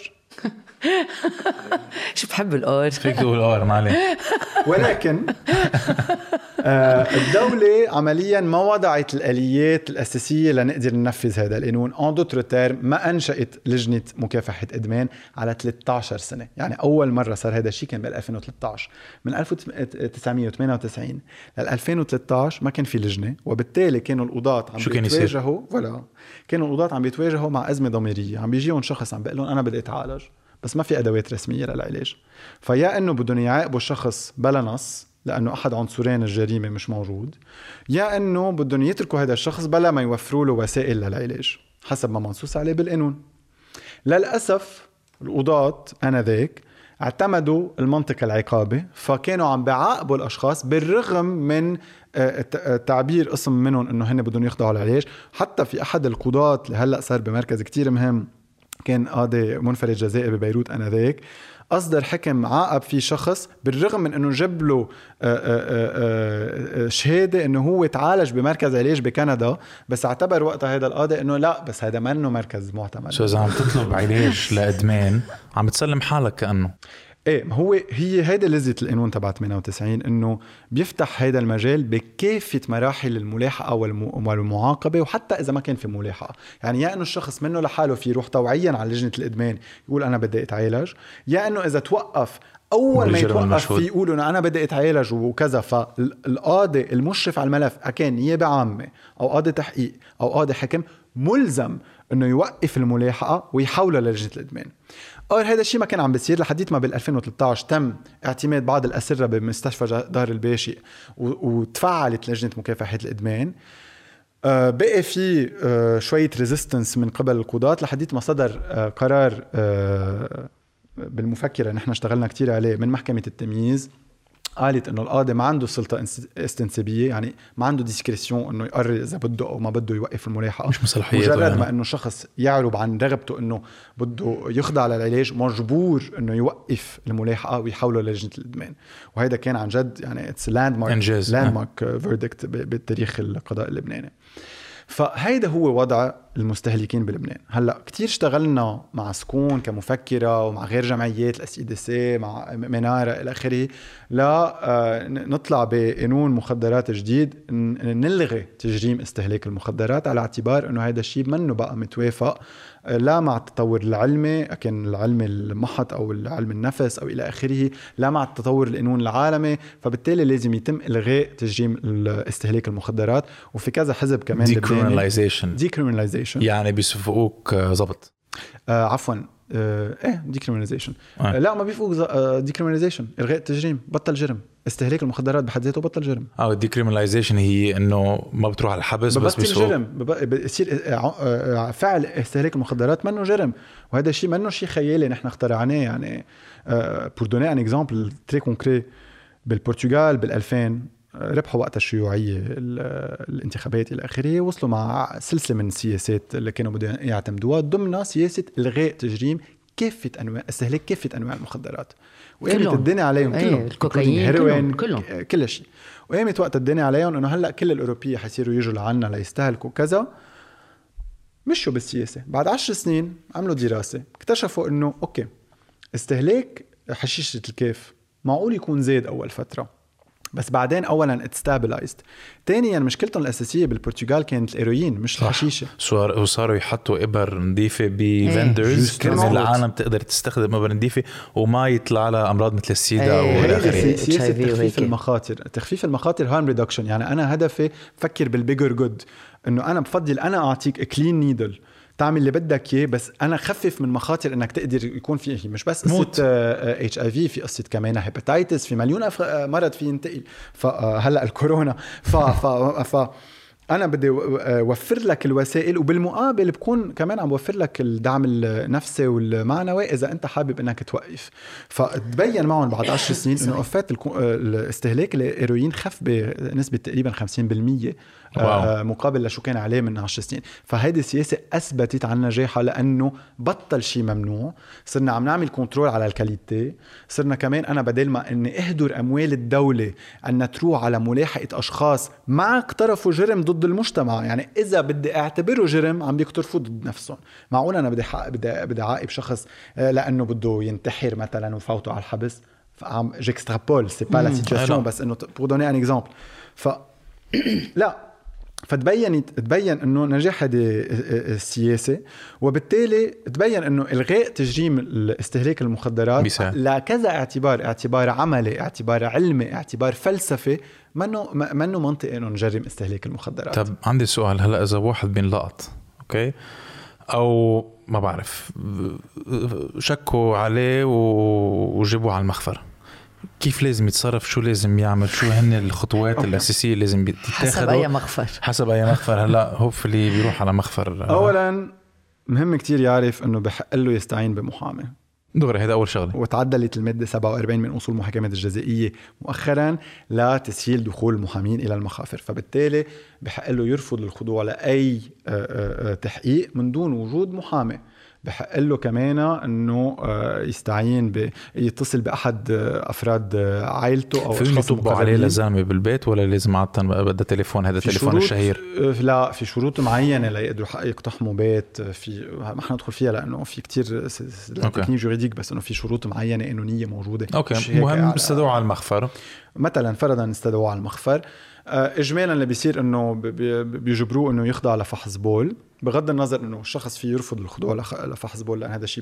شو بحب الأور. فيك تقول أور معلي. ولكن آه الدولة عمليا ما وضعت الآليات الأساسية لنقدر ننفذ هذا القانون. ان دوتر تيرم ما أنشأت لجنة مكافحة إدمان على ثلاثة عشر سنة. يعني أول مرة صار هذا الشيء كان بال ألفين وثلاثة عشر. من ألف وتسعمية وثمانية وتسعين لل ألفين وثلاثة عشر ما كان في لجنة، وبالتالي كانوا القضاة عم بيتواجهوا ولا كانوا القضاة عم بيتواجهوا مع أزمة ضميرية. عم بيجيهم شخص عم بيقول لهم أنا بدي أتعالج بس ما في أدوات رسمية للعلاج، فيا إنه بدهم يعاقبوا الشخص بلا نص لأنه أحد عنصرين الجريمة مش موجود، يا إنه بدهم يتركوا هذا الشخص بلا ما يوفروا له وسائل للعلاج حسب ما منصوص عليه بالقانون. للأسف القضاة آنذاك اعتمدوا المنطق العقابي، فكانوا عم بيعاقبوا الأشخاص بالرغم من تعبير قسم منهم إنه هن بدهم يخضعوا العلاج. حتى في أحد القضاة اللي هلأ صار بمركز كتير مهم، كان قاضي منفرد جزائي ببيروت آنذاك، أصدر حكم عاقب في شخص بالرغم من أنه جاب له شهادة أنه هو تعالج بمركز علاج بكندا، بس اعتبر وقتها هذا القاضي أنه لا، بس هذا ما أنه مركز معتمد. سو إذا عم تطلب علاج لإدمان عم تسلم حالك كأنه ايه، ما هو هي هيدا لذة القانون تبع ثمانية وتسعين، انه بيفتح هيدا المجال بكافة مراحل الملاحقة والمعاقبة، وحتى اذا ما كان في ملاحقة. يعني يا انه الشخص منه لحاله في يروح طوعيا على لجنة الادمان يقول انا بدي اتعالج، يا انه اذا توقف اول ما يتوقف في يقولوا انه انا بدي اتعالج وكذا، فالقاضي المشرف على الملف اكان نيابة عامة او قاضي تحقيق او قاضي حكم ملزم انه يوقف الملاحقة ويحولها للجنة الادمان. أو هذا الشيء ما كان عم بيصير لحديت ما بال ألفين وثلاثة عشر تم اعتماد بعض الأسرة بمستشفى دار الباشي وتفعلت لجنة مكافحة الإدمان. آه بقى في آه شوية ريزيستنس من قبل القضاة لحديت ما صدر آه قرار آه بالمفكرة نحن اشتغلنا كتير عليه من محكمة التمييز، قالت انه القاضي ما عنده سلطه استنسابيه، يعني ما عنده ديسكريسيون انه يقرر اذا بده او ما بده يوقف الملاحقه، مش مصلحيته. مجرد يعني. ما انه شخص يعرب عن رغبته انه بده يخضع للعلاج مجبور انه يوقف الملاحقه ويحوله للجنه الادمان. وهذا كان عن جد يعني اتس لاند مارك لاند مارك فيردكت بالتاريخ القضاء اللبناني. فهيدا هو وضع المستهلكين بلبنان. هلا كتير اشتغلنا مع سكون كمفكرة ومع غير جمعيات الاس اي دي سي مع منارة الى اخره لا نطلع بقانون مخدرات جديد نلغي تجريم استهلاك المخدرات، على اعتبار انه هذا الشيء منه بقى متوافق لا مع التطور العلمي، كان العلم المحط او العلم النفس او الى اخره، لا مع التطور القانون العالمي، فبالتالي لازم يتم الغاء تجريم استهلاك المخدرات. وفي كذا حزب كمان decriminalization decriminalization يعني بيصفقوك زبط آه عفوا آه ايه decriminalization آه. لا ما بيفوق آه decriminalization الغاء التجريم، بطل جرم. استهلاك المخدرات بحد ذاته بطل جرم. اه decriminalization هي انه ما بتروح على الحبس بس بيصير جرم، بيصير فعل استهلاك المخدرات منه جرم. وهذا الشيء منه شيء خيالي نحن اخترعناه. يعني آه pour donner un exemple très concret، بالبرتغال بالألفين ربحوا وقت الشيوعية الانتخابات إلى آخره، وصلوا مع سلسلة من السياسات اللي كانوا بدهم يعتمدوها ضمن سياسة إلغاء تجريم كافة أنواع استهلاك كافة أنواع المخدرات، وقامت الدنيا عليهم كلهم، الكوكايين هيروين كلهم كل شيء. وقامت وقت الدنيا عليهم إنه هلأ كل الأوروبية حيصيروا يجوا لعنا ليستهلكوا كذا. مشوا بالسياسة. بعد عشر سنين عملوا دراسة اكتشفوا إنه أوكي استهلاك حشيشة الكيف معقول يكون زاد أول فترة، بس بعدين اولا اتستابلايزد. ثانيا مشكلتهم الاساسيه بالبرتغال كانت الهيروين مش الحشيشه، وصاروا يحطوا ابر نظيفه بفندرز كمان العالم تقدر تستخدم ابر نظيفه وما يطلع لها امراض مثل السيدا والاخر. سياسه تخفيف المخاطر، تخفيف المخاطر هارم ريدكشن. يعني انا هدفي فكر بالبيجر جود، انه انا بفضل انا اعطيك كلين نيدل تعمل اللي بدك اياه، بس انا خفف من مخاطر انك تقدر يكون في مش بس قصه اتش اي في، في قصه كمان هيباتايتس، في مليون مرض في ينتقل. فهلا الكورونا ف ف ف انا بدي اوفر لك الوسائل وبالمقابل بكون كمان عم بوفر لك الدعم النفسي والمعنوي اذا انت حابب انك توقف. فتبين معهم بعد عشر سنين انه وفات الاستهلاك الهيروين خف بنسبه تقريبا خمسين بالمية مقابل لشو كان عليه من عشر سنين. فهيدي السياسه اثبتت عن نجاحها لانه بطل شيء ممنوع، صرنا عم نعمل كنترول على الكاليتي، صرنا كمان انا بدل ما اني اهدر اموال الدوله ان تروح على ملاحقه اشخاص ما اقترفوا جرم ضد المجتمع، يعني اذا بدي اعتبره جرم عم بيقترفوا ضد نفسهم. معقول انا بدي بدي بدي عاقب شخص لانه بده ينتحر مثلا وفوته على الحبس؟ فعم جيكسترابول سي با لا سيتواسيون بس انه بور دوني ان اكزامبل. ف لا فتبين تبين انه نجاح هذه السياسه، وبالتالي تبين انه الغاء تجريم الاستهلاك المخدرات لكذا اعتبار، اعتبار عملي، اعتبار علمي، اعتبار فلسفي، منه منه منطقي انه نجرم استهلاك المخدرات. طب عندي سؤال، هلا اذا واحد بينلقط اوكي او ما بعرف شكوا عليه وجيبوه على المخفر، كيف لازم يتصرف؟ شو لازم يعمل؟ شو هن الخطوات الأساسية اللي لازم يتخذوا حسب أي مخفر؟ حسب أي مخفر. هلا هوف اللي بيروح على مخفر أولا مهم كتير يعرف أنه بحق له يستعين بمحامي دغري، هذا أول شغلة. وتعدلت المادة سبعة وأربعين من أصول المحاكمات الجزائية مؤخرا لتسهيل دخول المحامين إلى المخافر، فبالتالي بحق له يرفض الخضوع لأي تحقيق من دون وجود محامي. بحق له كمان انه يستعين ب يتصل باحد افراد عائلته او اشخاص يطبقوا عليه لزامه بالبيت، ولا لازم عادة بدها تليفون؟ هذا التليفون الشهير لا، في شروط معينه ليقدروا يقتحموا بيت. في ما حندخل فيها لانه في كتير تكنيك جوريديك، بس انه في شروط معينه قانونيه موجوده. اوكي مهم استدعوا على المخفر مثلا، فرضا استدعوا على المخفر. اجمالا اللي بيصير انه بيجبروه انه يخضع لفحص بول، بغض النظر انه الشخص فيه يرفض الخضوع لفحص بول لان هذا الشيء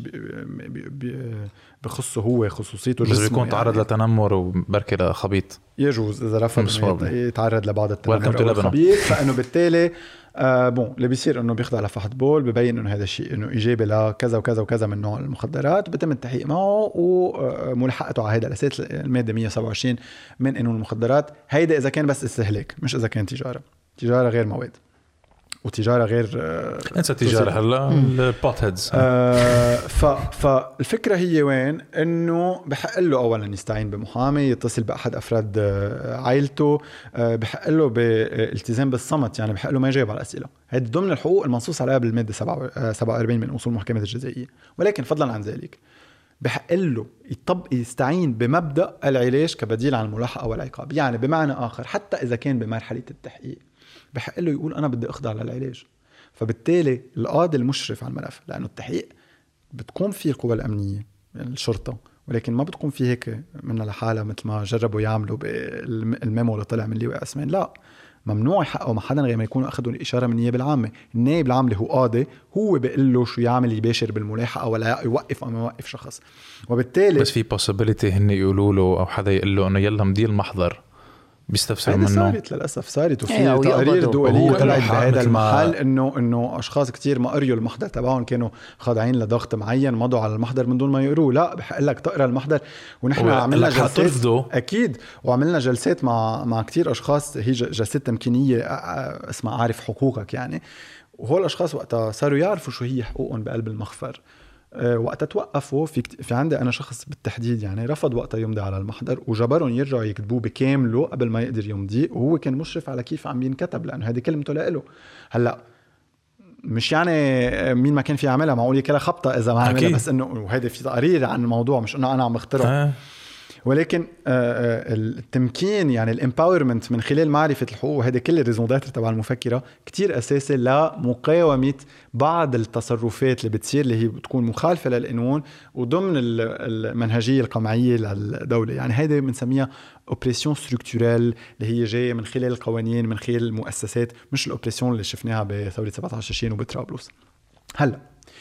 بخصه هو خصوصيته جسمه، بس بيكون تعرض يعني لتنمر وبركي لخبيط، يجوز اذا رفض يتعرض لبعض التنمر والخبيط. فانه بالتالي آه بون اللي بيصير انه بيخضع لفحص بول، ببين انه هذا الشيء انه ايجابي لكذا وكذا وكذا من نوع المخدرات، بتم التحقيق معه وملاحقته على هذا الاساس الماده مية وسبعة وعشرين من قانون المخدرات. هيدا اذا كان بس استهلاك، مش اذا كان تجاره. تجاره غير مواد، وتجاره غير انسى تجاره. هلا البوت هيدز آه ف فالفكره هي وين؟ انه بحق له اولا يستعين بمحامي، يتصل باحد افراد عائلته، آه بحق له بالالتزام بالصمت، يعني بحق له ما يجاوب على الاسئله. هذه ضمن الحقوق المنصوص عليها بالماده سبعة وأربعين من اصول المحاكمات الجزائيه. ولكن فضلا عن ذلك بحق له يطبق يستعين بمبدا العلاج كبديل عن الملاحقه والعقاب. يعني بمعنى اخر، حتى اذا كان بمرحله التحقيق بحق له يقول أنا بدي أخضع للعلاج. فبالتالي القاضي المشرف على الملف، لأنه التحقيق بتقوم فيه القوى الأمنية يعني الشرطة، ولكن ما بتقوم فيه هيك منها لحالها مثل ما جربوا يعملوا بالميمو اللي طلع من لواء عثمان. لا، ممنوع يحققوا مع حدا غير ما يكونوا أخذوا الإشارة من النيابة العامة. النائب العام اللي هو قاضي هو بيقول له شو يعمل، يباشر بالملاحقة ولا يوقف أو ما يوقف شخص. وبالتالي بس في possibility هن يقولوا له أو حدا يقول له إنه يلا مدير المحضر، بيستفسروا منه. صارت للأسف صارت وفي تقارير دولية طلعت بهذا المحل إنه إنه أشخاص كتير ما قريوا المحضر تبعهم، كانوا خاضعين لضغط معين، مضوا على المحضر من دون ما يقروه. لا، بحق لك تقرأ المحضر. ونحن عملنا جلسات أكيد، وعملنا جلسات مع مع كتير أشخاص، هي جلسات تمكينية اسمها عارف حقوقك يعني. وهول الأشخاص وقتها صاروا يعرفوا شو هي حقوقهم بقلب المخفر. وقت توقفوا في في عندي انا شخص بالتحديد يعني رفض وقتها يمضي على المحضر، وجبرهم يرجعوا يكتبوه بكامله قبل ما يقدر يمضي، وهو كان مشرف على كيف عم ينكتب لانه هذه كلمته له. هلا مش يعني مين ما كان في يعملها، معقول كلها خبطه اذا ما عملها، بس انه وهذا في تقارير عن الموضوع، مش انه انا عم اخترع. ولكن التمكين يعني الامباورمنت من خلال معرفة الحقوق، وهذه كل الريزون تبع المفكرة كتير أساسي لمقاومة بعض التصرفات اللي بتصير اللي هي بتكون مخالفة للقانون وضمن المنهجية القمعية للدولة. يعني هذه بنسميها اوبريسيون ستركتورال اللي هي جاية من خلال القوانين، من خلال المؤسسات، مش الاوبريسيون اللي شفناها بثورة سبعة عشر تشرين وبطرابلس. هلا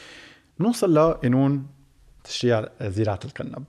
نوصل لقانون تشريع زراعة القنب.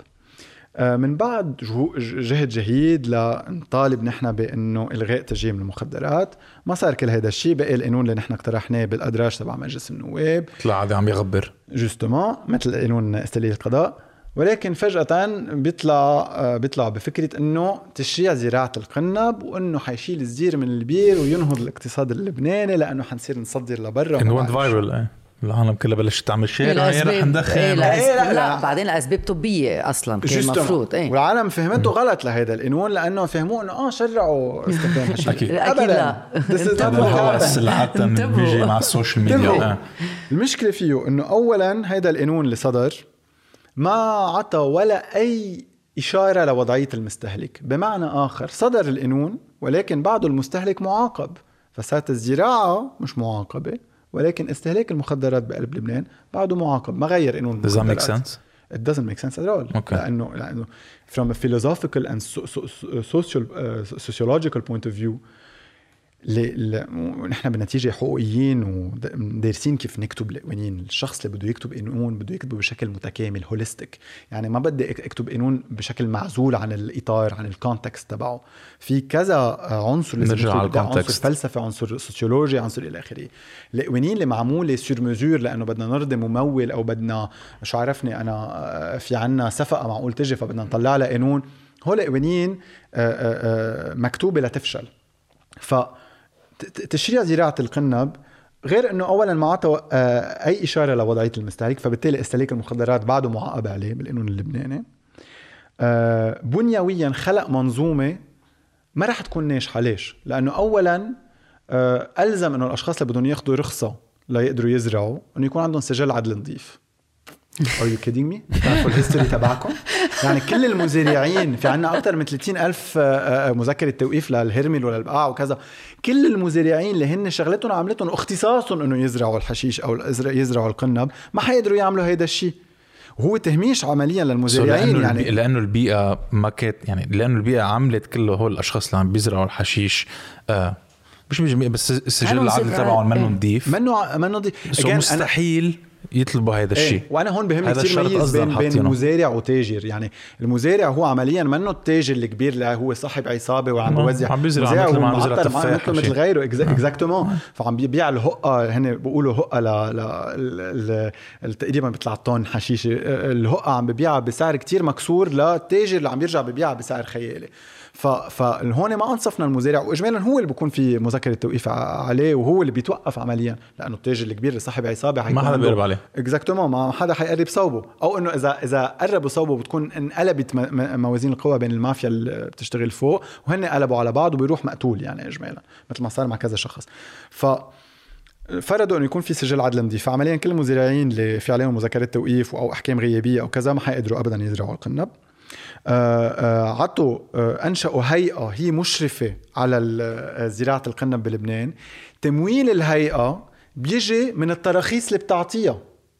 من بعد جهد جهيد لنطالب نحن بأنه إلغاء تجريم المخدرات، ما صار كل هذا الشيء. بقى القانون اللي نحن اقترحناه بالأدراج تبع مجلس النواب طلع عادي عم يغبر جوستومون مثل قانون استقلال القضاء. ولكن فجأة بيطلع بيطلع بفكرة انه تشريع زراعة القنب وانه حيشيل الزير من البير وينهض الاقتصاد اللبناني لانه حنصير نصدر لبرا. انه وانت فايرل العالم كلها بلشت تعمل شير هي رح ندخن. إيه لا, إيه لا, لا, لا بعدين الاسباب طبيه اصلا كان المفروض ايه والعالم فهمته غلط لهذا القانون لانه فهموه انه اه شرعوا استخدام حشيش. اكيد اكيد لا الهوس اللي حتى بيجي مع السوشيال ميديا. المشكله فيه انه اولا هذا القانون اللي صدر ما عطى ولا اي اشاره لوضعيه المستهلك. بمعنى اخر صدر القانون ولكن بعده المستهلك معاقب. فصارت الزراعه مش معاقبه ولكن استهلاك المخدرات بقلب لبنان بعده معاقب. ما غير قانون Does that make sense? It doesn't make sense at all. Okay. لأنه لأنه from a philosophical and social uh, sociological point of view نحن بنتيجة حقوقيين ودارسين كيف نكتب القوانين. الشخص اللي بده يكتب قانون بده يكتبه بشكل متكامل هوليستيك. يعني ما بدي اكتب قانون بشكل معزول عن الإطار عن الكونتكست تبعه. في كذا عنصر نرجع على عنصر فلسفة عنصر سوسيولوجي عنصر إلى آخره. القوانين اللي معمولة سور مزور لأنه بدنا نرضي ممول أو بدنا شو عرفني أنا في عنا صفقة معقول تجي فبدنا نطلع لها قانون. هول قوانين مكتوبة لتفشل. ف تشريع زراعة القنب غير أنه أولاً ما عطى أي إشارة لوضعية المستهلك فبالتالي استهلاك المخدرات بعده معاقب عليه بالقانون اللبناني. بنيوياً خلق منظومة ما رح تكون ناجحة. ليش؟ لأنه أولاً ألزم أنه الأشخاص اللي بدهم ياخدوا رخصة لا يقدروا يزرعوا أنه يكون عندهم سجل عدل نظيف. Are you kidding me؟ تعرفوا الهيستوري تبعكم؟ يعني كل المزارعين في عنا أكتر من ثلاثين ألف مذكرة توقيف للهرمل ولا البقاع وكذا. كل المزارعين اللي هن شغلتهم عملتهم واختصاصهم إنه يزرعوا الحشيش أو يزرعوا القنب ما حيقدروا يعملوا هيدا الشيء. وهو تهميش عمليا للمزارعين. لأنه يعني لأنه البيئة ما كانت يعني لأنه البيئة عملت كل هول الأشخاص اللي عم بيزرعوا الحشيش آه مش بجميع بس السجل العدل تبعهم منه نظيف منه منه نظيف. مستحيل يطلبوا هذا الشيء. ايه وانا هون بهم كثير ميز بين بين مزارع وتاجر. يعني المزارع هو عمليا منه التاجر الكبير اللي هو صاحب عصابه وعم بيوزع عم بيزرع مثل ما عم بيزرع تفاح مثل غيره اكزاكتومون. فعم بيبيع الهقه هن بيقولوا هقه ل ل تقريبا بيطلع طن حشيشه. الهقه عم ببيعها بسعر كتير مكسور للتاجر اللي عم يرجع ببيعها بسعر خيالي. فهون ما انصفنا المزارع واجمالا هو اللي بيكون في مذكره توقيف عليه وهو اللي بيتوقف عمليا لانه التاجر الكبير اللي صاحب عصابه ما حدا بيقرب عليه اكزاكتومون. ما حدا حيقرب صوبه او انه اذا اذا قربوا صوبه بتكون انقلبت موازين القوى بين المافيا اللي بتشتغل فوق وهن قلبوا على بعض وبيروح مقتول يعني اجمالا مثل ما صار مع كذا شخص. ف فرضوا انه يكون في سجل عدل نظيف. فعمليا كل المزارعين اللي في عليهم مذكره توقيف او احكام غيابيه او كذا ما حيقدروا ابدا يزرعوا القنب. عطوا أنشأوا هيئة هي مشرفة على زراعة القنب بلبنان. تمويل الهيئة بيجي من التراخيص اللي بتعطيها.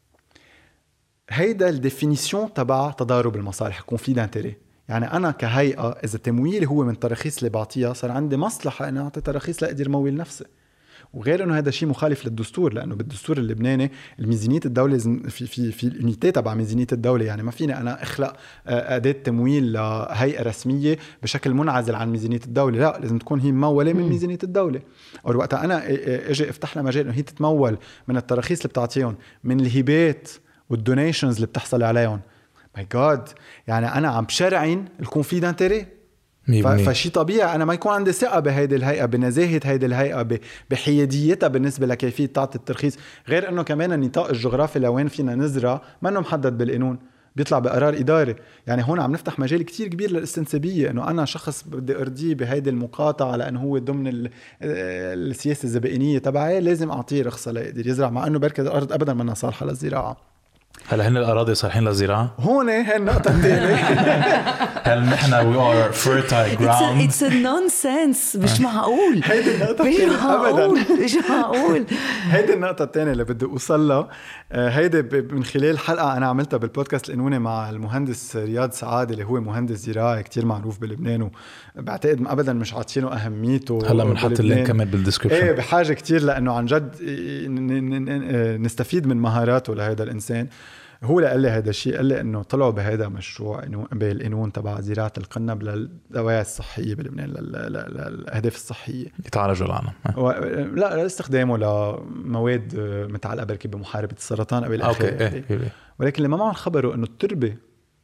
هيدا الديفينيسيون تبع تضارب المصالح كونفليت دانتيري. يعني أنا كهيئة إذا تمويلي هو من تراخيص اللي بعطيها صار عندي مصلحة أن أعطي تراخيص لأقدر مويل نفسي. وغير انه هذا شيء مخالف للدستور لانه بالدستور اللبناني الميزانيه الدوله في في في اليونيتي تبع ميزانيه الدوله. يعني ما فيني انا اخلق اداه تمويل لهيئه رسميه بشكل منعزل عن ميزانيه الدوله. لا لازم تكون هي مموله من ميزانيه الدوله. او وقتها انا اجي افتح لها مجال انه هي تتمول من التراخيص اللي بتعطيهم من الهبات والدونيشنز اللي بتحصل عليهم. ماي جاد يعني انا عم بشرعين الكونفليت دانتيري. فشي طبيعي أنا ما يكون عندي ثقة بهيدي الهيئة بنزاهة هيدي الهيئة بحياديتها بالنسبة لكيفية تعطي الترخيص. غير أنه كمان النطاق الجغرافي لوين فينا نزرع ما أنه محدد بالقانون بيطلع بقرار إداري. يعني هون عم نفتح مجال كتير كبير للاستنسابية أنه أنا شخص بدي أرضيه بهيدي المقاطعة لأنه هو ضمن السياسة الزبائنية تبعي لازم أعطيه رخصة ليقدر يزرع مع أنه بركة الأرض أبدا منها صالحة للزراعة. هل هن الأراضي صالحين للزراعة؟ هون هي النقطة الثانية. هل نحن we are fertile ground؟ It's a nonsense. مش معقول. هيدي النقطة الثانية أبدا. مش معقول. هيدي النقطة الثانية اللي بدي أوصل لها. هيدي من خلال حلقة أنا عملتها بالبودكاست القانوني مع المهندس رياض سعادة اللي هو مهندس زراعي كتير معروف بلبنان وبعتقد أبدا مش عاطينه أهميته. هلا بنحط اللينك كمان بالديسكريبشن. إيه بحاجة كتير لأنه عن جد نستفيد من مهاراته لهذا الإنسان. هو اللي قال لي هذا الشيء. قال لي انه طلعوا بهذا مشروع انه بالقانون تبع زراعه القنب للدواعي الصحيه بلبنان للاهداف الصحيه يتعالجوا العالم و... لا لاستخدامه لمواد متعلقه بركي بمحاربه السرطان قبل اخره. إيه. ولكن لما معهم خبروا انه التربه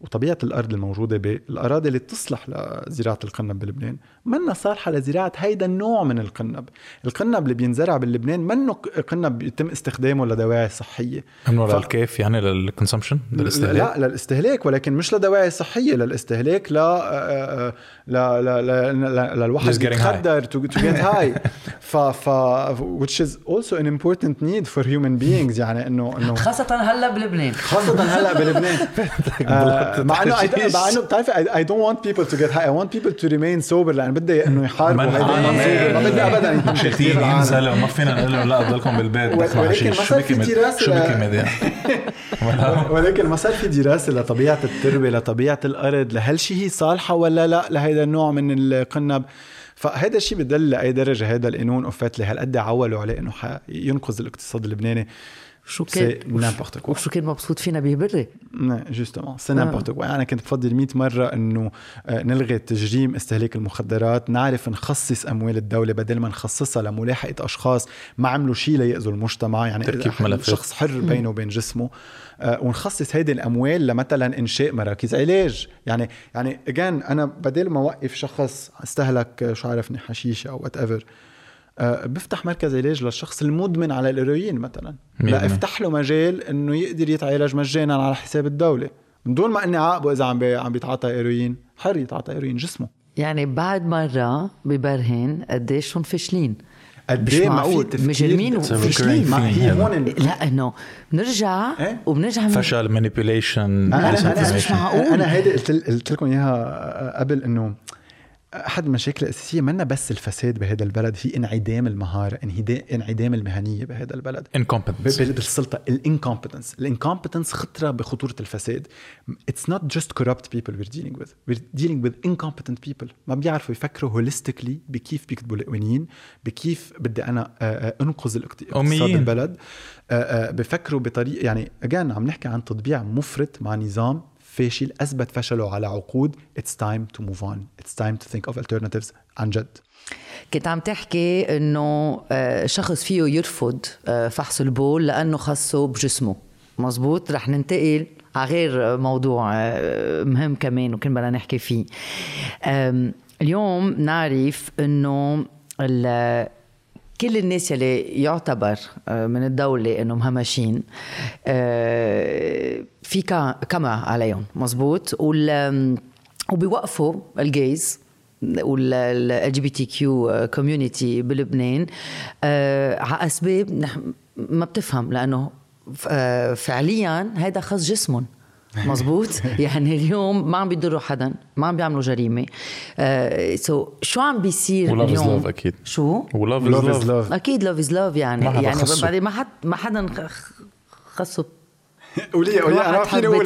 وطبيعة الأرض الموجودة بالأراضي اللي تصلح لزراعة القنب بلبنان منا صالحة لزراعة هيدا النوع من القنب. القنب اللي بينزرع بلبنان منه قنب يتم استخدامه لدواعي صحية، منه ف... للكيف يعني للكونسومشن للاستهلاك؟ لا للاستهلاك، ولكن مش لدواعي صحية، للاستهلاك ل ل ل للواحد يتخدر to get high. ف ف which is also an important need for human beings، يعني انه انه خاصة هلا بلبنان، خاصة هلا بلبنان. مع انه مع انه بتعرفي I don't want people to get high, I want people to remain sober، لأن بدي انه يحاربوا هيدا المنظور، ما بدي ابدا يكون شيخين ينزلوا، ما فينا نقول لهم لا ضلكم بالبيت. ولكن ما صار في دراسة شو بكي ميديا ولكن ما صار في دراسة لطبيعة التربة، لطبيعة الأرض، لهل شيء هي صالحة ولا لا لهيدا النوع من القنب. فهذا الشيء بدل لأي درجة هذا القانون أوفات اللي هالقد عولوا عليه إنه ينقذ الاقتصاد اللبناني. شو كان وشو كان مبسوط فينا بيهبري جوستومون سي نامبورت كوا. أنا كنت بفضل مئة مرة إنه نلغي تجريم استهلاك المخدرات، نعرف نخصص أموال الدولة بدل ما نخصصها لملاحقة أشخاص ما عملوا شيء ليأذوا المجتمع، يعني شخص حر بينه وبين جسمه، ونخصص هيدي الأموال لمثلا إنشاء مراكز علاج. يعني يعني أجان أنا بدل ما وقف شخص استهلك شو عارفني حشيشة أو whatever، أه بفتح مركز علاج للشخص المدمن على الهيروين مثلا، لا افتح له مجال انه يقدر يتعالج مجانا على حساب الدولة من دون ما اني عاقبه اذا عم عم بيتعاطى هيروين، حر يتعاطى هيروين جسمه. يعني بعد مرة ببرهن قديش هم فاشلين، مش معقول مجرمين وفاشلين. ما هي هون لا انه بنرجع إيه؟ وبنرجع فشل مانيبيوليشن. انا انا مش معقول. انا هيدا قلت لكم اياها قبل، انه أحد المشاكل الأساسية منا بس الفساد بهذا البلد، هي انعدام المهارة، انعدام المهنية بهذا البلد، incompetence بالسلطة. الانكومبتنس الانكومبتنس خطرة بخطورة الفساد. It's not just corrupt people we're dealing with, we're dealing with incompetent people. ما بيعرفوا يفكروا holistically بكيف بيكتبوا القوانين، بكيف بدي أنا أنقذ الاقتصاد البلد. بفكروا بطريقة، يعني again عم نحكي عن تطبيع مفرط مع نظام فاشل أثبت فشله على عقود. It's time to move on. It's time to think of alternatives. عن جد كنت عم تحكي إنه شخص فيه يرفض فحص البول لأنه خصه بجسمه، مزبوط. رح ننتقل على غير موضوع مهم كمان وكنا بدنا نحكي فيه اليوم. نعرف إنه كل الناس اللي يعتبر من الدولة إنهم همشين في كما عليهم، مزبوط، وبيوقفوا الجيز وال جي بي تي كيو كوميونيتي بلبنان على أسباب ما بتفهم، لأنه فعليا هذا خص جسمهم، مزبوط. يعني اليوم ما عم بيضروا حدا، ما عم بيعملوا جريمة. uh, so شو عم بيصير اليوم؟ أكيد شو love is love. أكيد love is love. يعني ما يعني بعد ما حد ما حدا خصه قولي قولي انا فيني اقول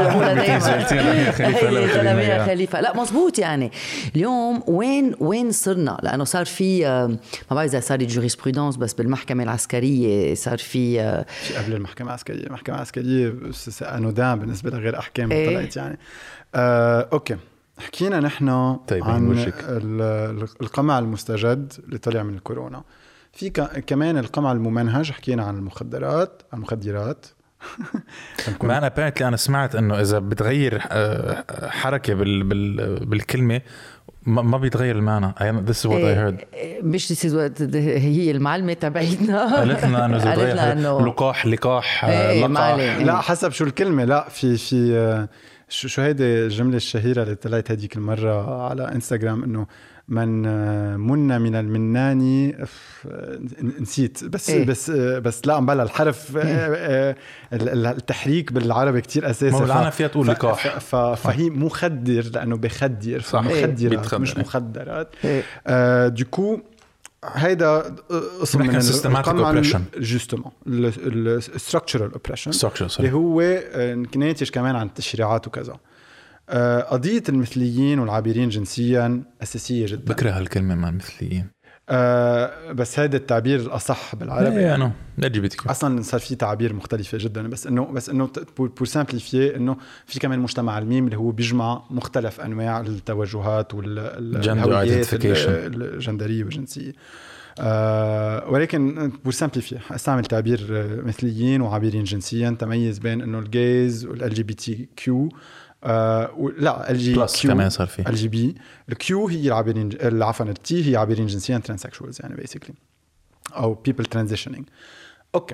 دايما خليفه. لا مزبوط. يعني اليوم وين وين صرنا؟ لانه صار في ما بعرف اذا صار جوريسبرودونس بس بالمحكمه العسكريه صار في في قبل المحكمه العسكريه. المحكمه العسكريه انودان بالنسبه لغير احكام ايه؟ طلعت يعني آه، اوكي. حكينا نحن طيب عن القمع المستجد اللي طلع من الكورونا، في كمان القمع الممنهج، حكينا عن المخدرات عن المخدرات. ما أنا apparently أنا سمعت إنه إذا بتغير حركة بال بال بالكلمة ما بيتغير المعنى. This is what I heard. مش this is what هي المعلمة تبعيتنا قالت لنا إنه إذا بتغير لقاح لقاح لقاح. لا حسب شو الكلمة. لا في في شو شو هيدي الجملة الشهيرة اللي طلعت هديك المرة على إنستغرام، إنه من منا من المناني نسيت بس إيه؟ بس بس لا مبلا الحرف التحريك بالعربي كتير أساسي. ما فيها تقول لقاح. فهي مخدر لأنه بخدر، فمخدرات إيه؟ مش مخدرات. إيه؟ آه ديكو هيدا اسم من القمع جوستومون الستراكشرال اوبريشن اللي هو ناتج كمان عن التشريعات وكذا. قضية المثليين والعابرين جنسيا أساسية جدا. بكره هالكلمة مع المثليين أه بس هذا التعبير الأصح بالعربي. ايه أنا لجبتك أصلا صار في تعابير مختلفة جدا، بس إنه بس إنه بور سامبليفيه إنه في كمان مجتمع الميم اللي هو بيجمع مختلف أنواع التوجهات والهويات الجندرية والجنسية. أه ولكن بور سامبليفيه استعمل تعبير مثليين وعابرين جنسيا، تميز بين إنه الجيز والال جي بي تي كيو آه لا ال جي بلس كمان صار فيه ال جي بي. الكيو هي العابرين، عفوا التي هي عابرين جنسيا ترانسكشوالز يعني بيسكلي او بيبل ترانزيشنينج. اوكي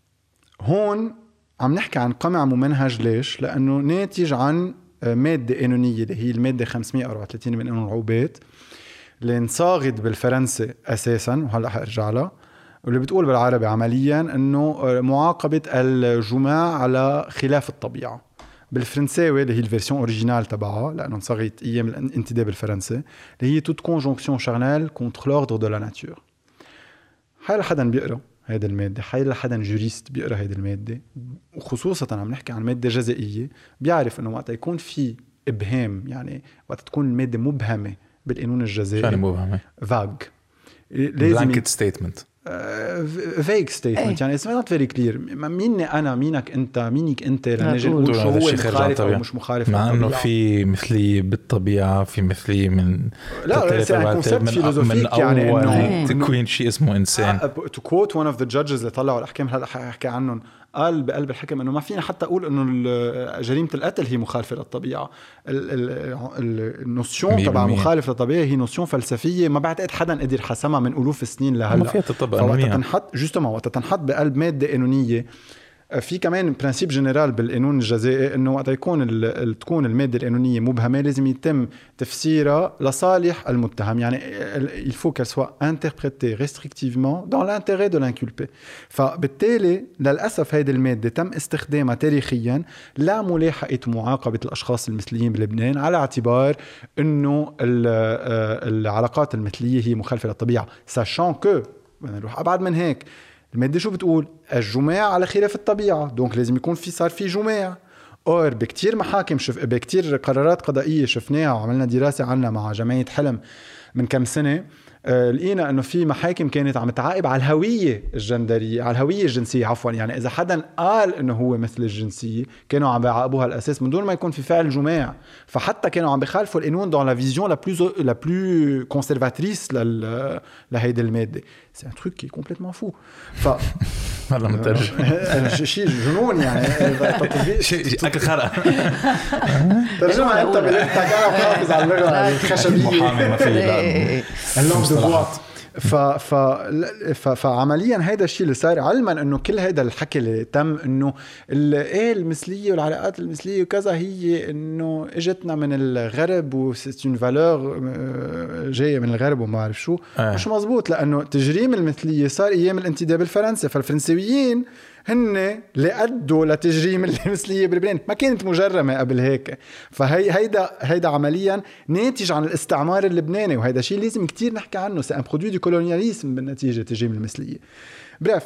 هون عم نحكي عن قمع ممنهج. ليش؟ لانه ناتج عن ماده قانونيه اللي هي الماده خمسمية وأربعة وثلاثين من قانون العقوبات اللي انصاغت بالفرنسي اساسا، وهلا حارجع لها، واللي بتقول بالعربي عمليا انه معاقبه الجماع على خلاف الطبيعه. بالفرنساوي اللي هي الفيرسيون اوريجينال تبعها لانه انصاغت ايام الانتداب الفرنسي اللي هي toute conjonction charnelle contre l'ordre de la nature. حال حدا بيقرا هيدي الماده، حال حدا جوريست بيقرا هيدي الماده، وخصوصا عم نحكي عن ماده جزائيه، بيعرف انه وقت يكون في ابهام، يعني وقت تكون الماده مبهمه بالقانون الجزائي، شو مبهمه؟ فاغ، لازم بلانكت ستيتمنت، فيك ستيتمنت، يعني اسمها نوت فيري كلير. ميني انا، مينك انت، مينك انت لنجي نقول شو هو مخالف او مش مخالف، مع انه في مثلي بالطبيعه، في مثلي من لا يعني كونسبت فيلوزوفيك، يعني انه تكوين شيء اسمه انسان. تو كوت ون اوف ذا جادجز اللي طلعوا الاحكام هلا حكى عنهم، قال بقلب الحكم انه ما فينا حتى اقول انه جريمه القتل هي مخالفه للطبيعه. النوسيون تبع مخالف للطبيعه هي نوسيون فلسفيه ما بعتقد حدا قدر حسمها من الوف السنين لهلا، ما فيها تطبق. وقت تنحط جوستومون وقت تنحط بقلب ماده قانونيه. في كمان برانسيب جنرال بالقانون الجزائي انه وقت يكون تكون الماده القانونيه مبهمه لازم يتم تفسيرها لصالح المتهم، يعني il faut qu'elle soit interprétée restrictivement dans l'intérêt de l'inculpé. فبالتالي للاسف هذه الماده تم استخدامها تاريخيا لملاحقه معاقبه الاشخاص المثليين بلبنان على اعتبار انه العلاقات المثليه هي مخالفه للطبيعه، sachant que نروح ابعد من هيك. المادة شو بتقول؟ الجماع على خلاف الطبيعة، دونك لازم يكون في صار في جماع. اور بكتير محاكم شف بكتير قرارات قضائية شفناها وعملنا دراسة عنها مع جمعية حلم من كم سنة، آه لقينا انه في محاكم كانت عم تعاقب على الهوية الجندرية، على الهوية الجنسية عفوا، يعني اذا حدا قال انه هو مثل الجنسية كانوا عم بيعاقبوها الاساس من دون ما يكون في فعل جماع. فحتى كانوا عم بخالفوا القانون dans la vision la plus la plus conservatrice لل لهيدي المادة. c'est un truc qui est complètement fou. ف والله مترجم شيء جنون يعني شيء اكل خرق ترجمة انت بلغتك، انا محافظ على اللغة الخشبية محامي ما في اللون دبوات. ف ف ف فعمليا هيدا الشيء اللي صار، علما انه كل هيدا الحكي اللي تم انه ايه المثليه والعلاقات المثليه وكذا هي انه اجتنا من الغرب وسيت اون فالور جايه من الغرب وما بعرف شو، آه. مش مزبوط، لانه تجريم المثليه صار ايام الانتداب الفرنسي، فالفرنسيين هن اللي أدوا لتجريم المثلية بلبنان، ما كانت مجرمة قبل هيك. فهي هيدا هيدا عمليا ناتج عن الاستعمار اللبناني، وهيدا شيء لازم كتير نحكي عنه، سي ان برودوي دو كولونياليزم بالنتيجة تجريم المثلية. بريف،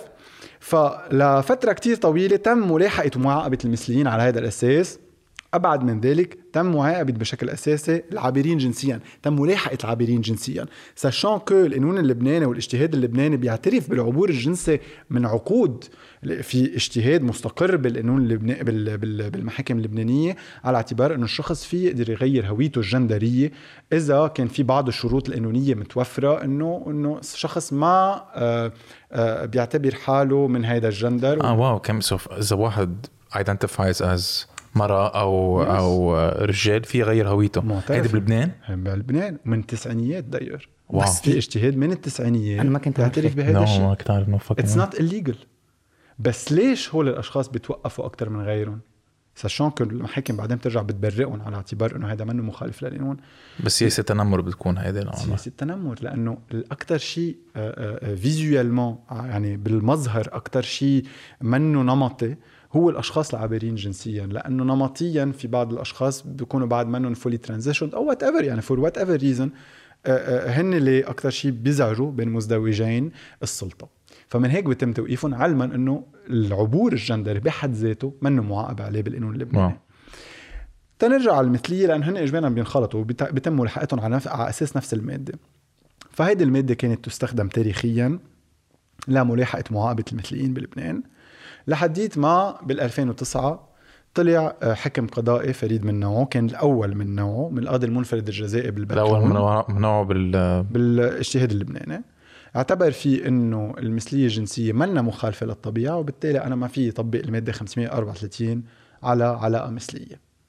فلفترة كتير طويلة تم ملاحقة ومعاقبة المثليين على هذا الأساس. أبعد من ذلك تم معاقبة بشكل أساسي العابرين جنسيا، تم ملاحقة العابرين جنسيا، ساشان كو القانون اللبناني والاجتهاد اللبناني بيعترف بالعبور الجنسي من عقود، في اجتهاد مستقر بالقانون اللبناني بالمحاكم اللبنانية على اعتبار أنه الشخص فيه يقدر يغير هويته الجندرية إذا كان في بعض الشروط القانونية متوفرة، أنه أنه شخص ما آآ آآ بيعتبر حاله من هذا الجندر. آه واو كم سوف إذا واحد identifies as مرأة أو yes. أو رجال في غير هويته، هيدا بلبنان؟ بلبنان من التسعينيات داير، بس في اجتهاد من التسعينيات أنا ما كنت تعترف بهذا الشيء. no, ما كنت عارف نفكر it's not illegal. بس ليش هول الأشخاص بتوقفوا أكتر من غيرهم؟ ساشون كل المحاكم بعدين بترجع بتبرئهم على اعتبار إنه هذا منه مخالف للقانون. بس سياسة تنمر بتكون هيدا سياسة تنمر، لأنه الأكتر شيء فيزيوالمون يعني بالمظهر أكتر شيء منه نمطي هو الأشخاص العابرين جنسيا، لأنه نمطيا في بعض الأشخاص بيكونوا بعد منهم فولي ترانزيشن أو وات ايفر، يعني فور وات ايفر ريزن هن اللي أكتر شيء بيزعجوا بين مزدوجين السلطة. فمن هيك بيتم توقيفهم، علما أنه العبور الجندري بحد ذاته منه معاقب عليه بالقانون اللبناني. تنرجع على المثلية، لأن هن إجبارا بينخلطوا وبيتم ملاحقتهم على, نف... على أساس نفس المادة. فهيدي المادة كانت تستخدم تاريخيا لملاحقة معاقبة المثليين بلبنان، لحديت ما بالألفين وتسعة طلع حكم قضائي فريد من نوعه، كان الأول من نوعه من القاضي المنفرد الجزائي بالبركان، الأول من نوعه بال... بالاجتهاد اللبناني، اعتبر فيه إنه المثلية الجنسية منا مخالفة للطبيعة، وبالتالي أنا ما في طبق المادة خمسمية وأربعة وثلاثين على علاقة مثلية.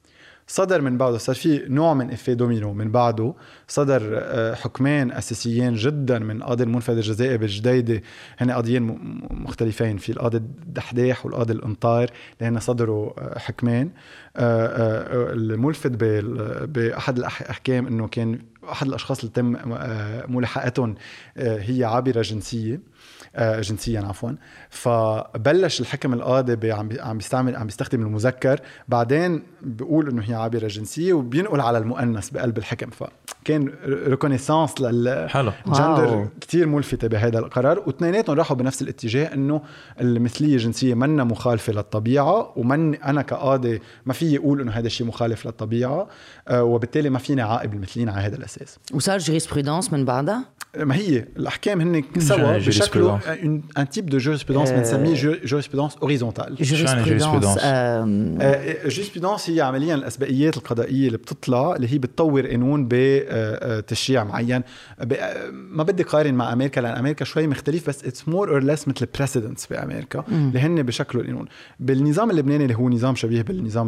صدر من بعده صار في نوع من إفيه دومينو. من بعده صدر حكمين أساسيين جدا من قاضي المنفذ الجزائي بالجديدة، هن قاضيين مختلفين، في القاضي الدحداح والقاضي الانطار، لأن صدروا حكمين. الملفت بأحد الأحكام أنه كان أحد الأشخاص اللي تم ملاحقتهم هي عابرة جنسية جنسيا عفوا. فبلش الحكم القاضي عم بيستعمل عم بيستخدم المذكر، بعدين بيقول انه هي عابره جنسيه وبينقل على المؤنث بقلب الحكم. فكان ريكونيسانس للجندر كتير ملفته بهذا القرار، واثنيناتهم راحوا بنفس الاتجاه انه المثليه الجنسيه منا مخالفه للطبيعه، ومن انا كقاضي ما في يقول انه هذا الشيء مخالف للطبيعه، وبالتالي ما فيني عاقب المثليين على هذا الاساس. وصار جوريسبرودانس من بعدها. ما هي الاحكام هن سوا بشكل un type de jurisprudence بنسميه jurisprudence horizontale. jurisprudence jurisprudence هي عمليا الأسبقيات القضائية اللي بتطلع، اللي هي بتطور قانون بتشريع معين. ما بدي قارن مع أمريكا لأن أمريكا شوي مختلف، بس it's more or less مثل precedents بأمريكا اللي هن بشكل القانون. بالنظام اللبناني اللي هو نظام شبيه بالنظام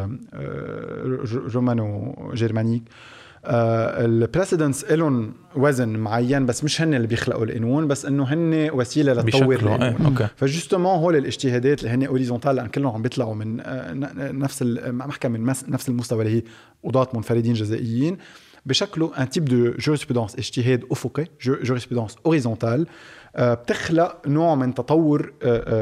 الرومانو جيرمانيك، البريسيدنس إلهم وزن معين، بس مش هن اللي بيخلقوا القانون، بس انه هن وسيله لتطور القانون. فجستومون هول الاجتهادات اللي هن اوريزونتال لان كلهم عم بيطلعوا من نفس المحكمه من نفس المستوى اللي هي قضاة منفردين جزائيين، بشكله ان تيب دو جوريسبرودانس اجتهاد افقي، جوريسبرودانس اوريزونتال، بتخلق نوع من تطور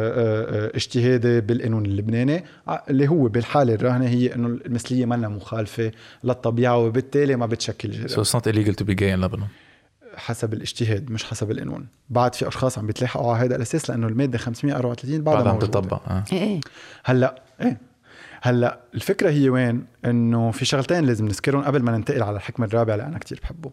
اجتهادي بالقانون اللبناني، اللي هو بالحالة الراهنة هي انه المثلية مالنا مخالفة للطبيعة، وبالتالي ما بتشكل جريمة. So it's not illegal to be gay in Lebanon. حسب الاجتهاد مش حسب القانون. بعد في اشخاص عم بيتلاحقوا على هذا الاساس لانه المادة خمسمية وأربعة وثلاثين بعدها عم تطبق. ايه هلا ايه هلا الفكرة هي وين؟ انه في شغلتين لازم نذكرهم قبل ما ننتقل على الحكم الرابع اللي انا كتير بحبه.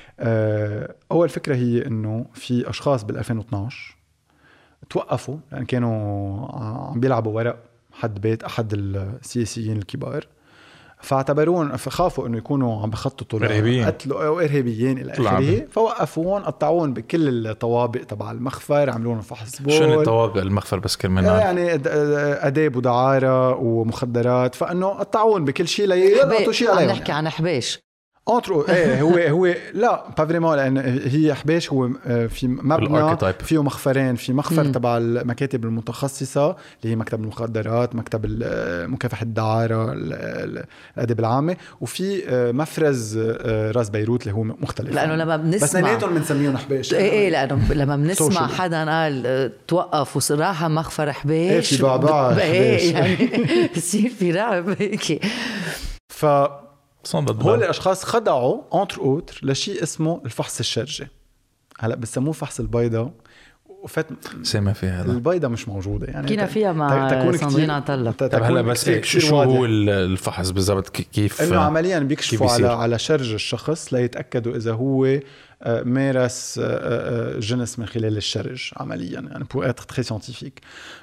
أول فكرة هي إنه في أشخاص بالألفين واثناشر توقفوا لأن كانوا عم بيلعبوا ورق حد بيت أحد السياسيين الكبار، فاعتبرون فخافوا إنه يكونوا عم بخططوا قتلوا أو إرهابيين إلى آخره، فوقفوهم قطعون بكل الطوابق تبع المخفر، عملون فحص بول. شو الطوابق المخفر بس كرمنا؟ يعني أداب ودعارة ومخدرات، فإنه قطعون بكل شيء ليضغطوا شيء عليهم. نحكي عن حبيش انترو ايه هو هو لا با فريمون، لان هي حباش هو في مبنى فيه مخفرين، في مخفر تبع المكاتب المتخصصه اللي هي مكتب المخدرات، مكتب مكافحه الدعاره، الاداب العامه، وفي مفرز راس بيروت اللي هو مختلف. لانه لما بنسمع بس اثنيناتهم بنسميهم حباش. ايه ايه لانه لما بنسمع حدا قال توقف وراحه مخفر حباش، ايه في بعضها حباش يعني بصير في رعب هيك. ف هول الاشخاص خضعوا انتر اوتر لشيء اسمه الفحص الشرجي. هلا بسموه فحص البيضة، وفات سما فيها هذا البيضة مش موجودة يعني كنا فيها مع ساندرين عطلة. طب هلا بس شو هو الفحص بالضبط؟ كيف انه عمليا بيكشفوا على على شرج الشخص ليتاكدوا اذا هو مارس جنس من خلال الشرج عمليا، يعني pour être très scientifique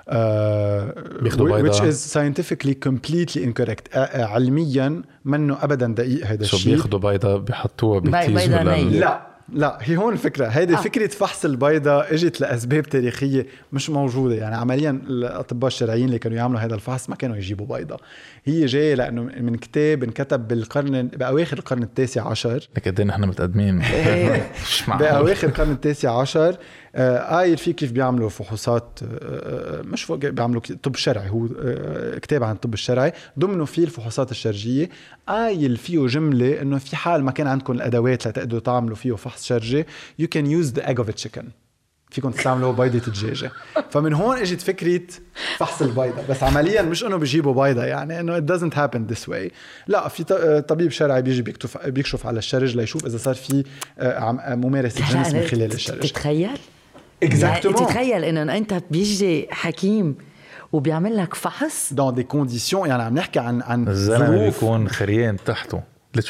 which is scientifically completely incorrect. علميا منه ابدا دقيق هذا الشيء. شو بياخذوا بيضة بيحطوها بكتيز ولا لا لا هي هون الفكرة. هيدي آه. فكرة فحص البيضة اجت لأسباب تاريخية مش موجودة، يعني عمليا الأطباء الشرعيين اللي كانوا يعملوا هذا الفحص ما كانوا يجيبوا بيضة. هي جاية لأنه من كتاب انكتب بالقرن بأواخر القرن التاسع عشر. لكن نحن متقدمين بأواخر القرن التاسع عشر. قايل فيه كيف بيعملوا فحوصات، مش فوق بيعملوا طب شرعي، هو كتاب عن الطب الشرعي ضمنه فيه الفحوصات الشرجية. قايل فيه جملة إنه في حال ما كان عندكم الأدوات لتقدروا تعملوا فيه فحص شرجي you can use the egg of a chicken، فيكم تستعملوا بيضة الدجاجة. فمن هون اجت فكرة فحص البيضة، بس عمليا مش انه بيجيبوا بيضة، يعني انه it doesn't happen this way. لا، في طبيب شرعي بيجي بيكتف بيكشف على الشرج ليشوف اذا صار في ممارسة جنس من خلال الشرج. تتخيل exactement تتخيل انه انت بيجي حكيم وبيعمل لك فحص dans des conditions، يعني عم نحكي عن عن الزلمة بيكون خريان تحته literally.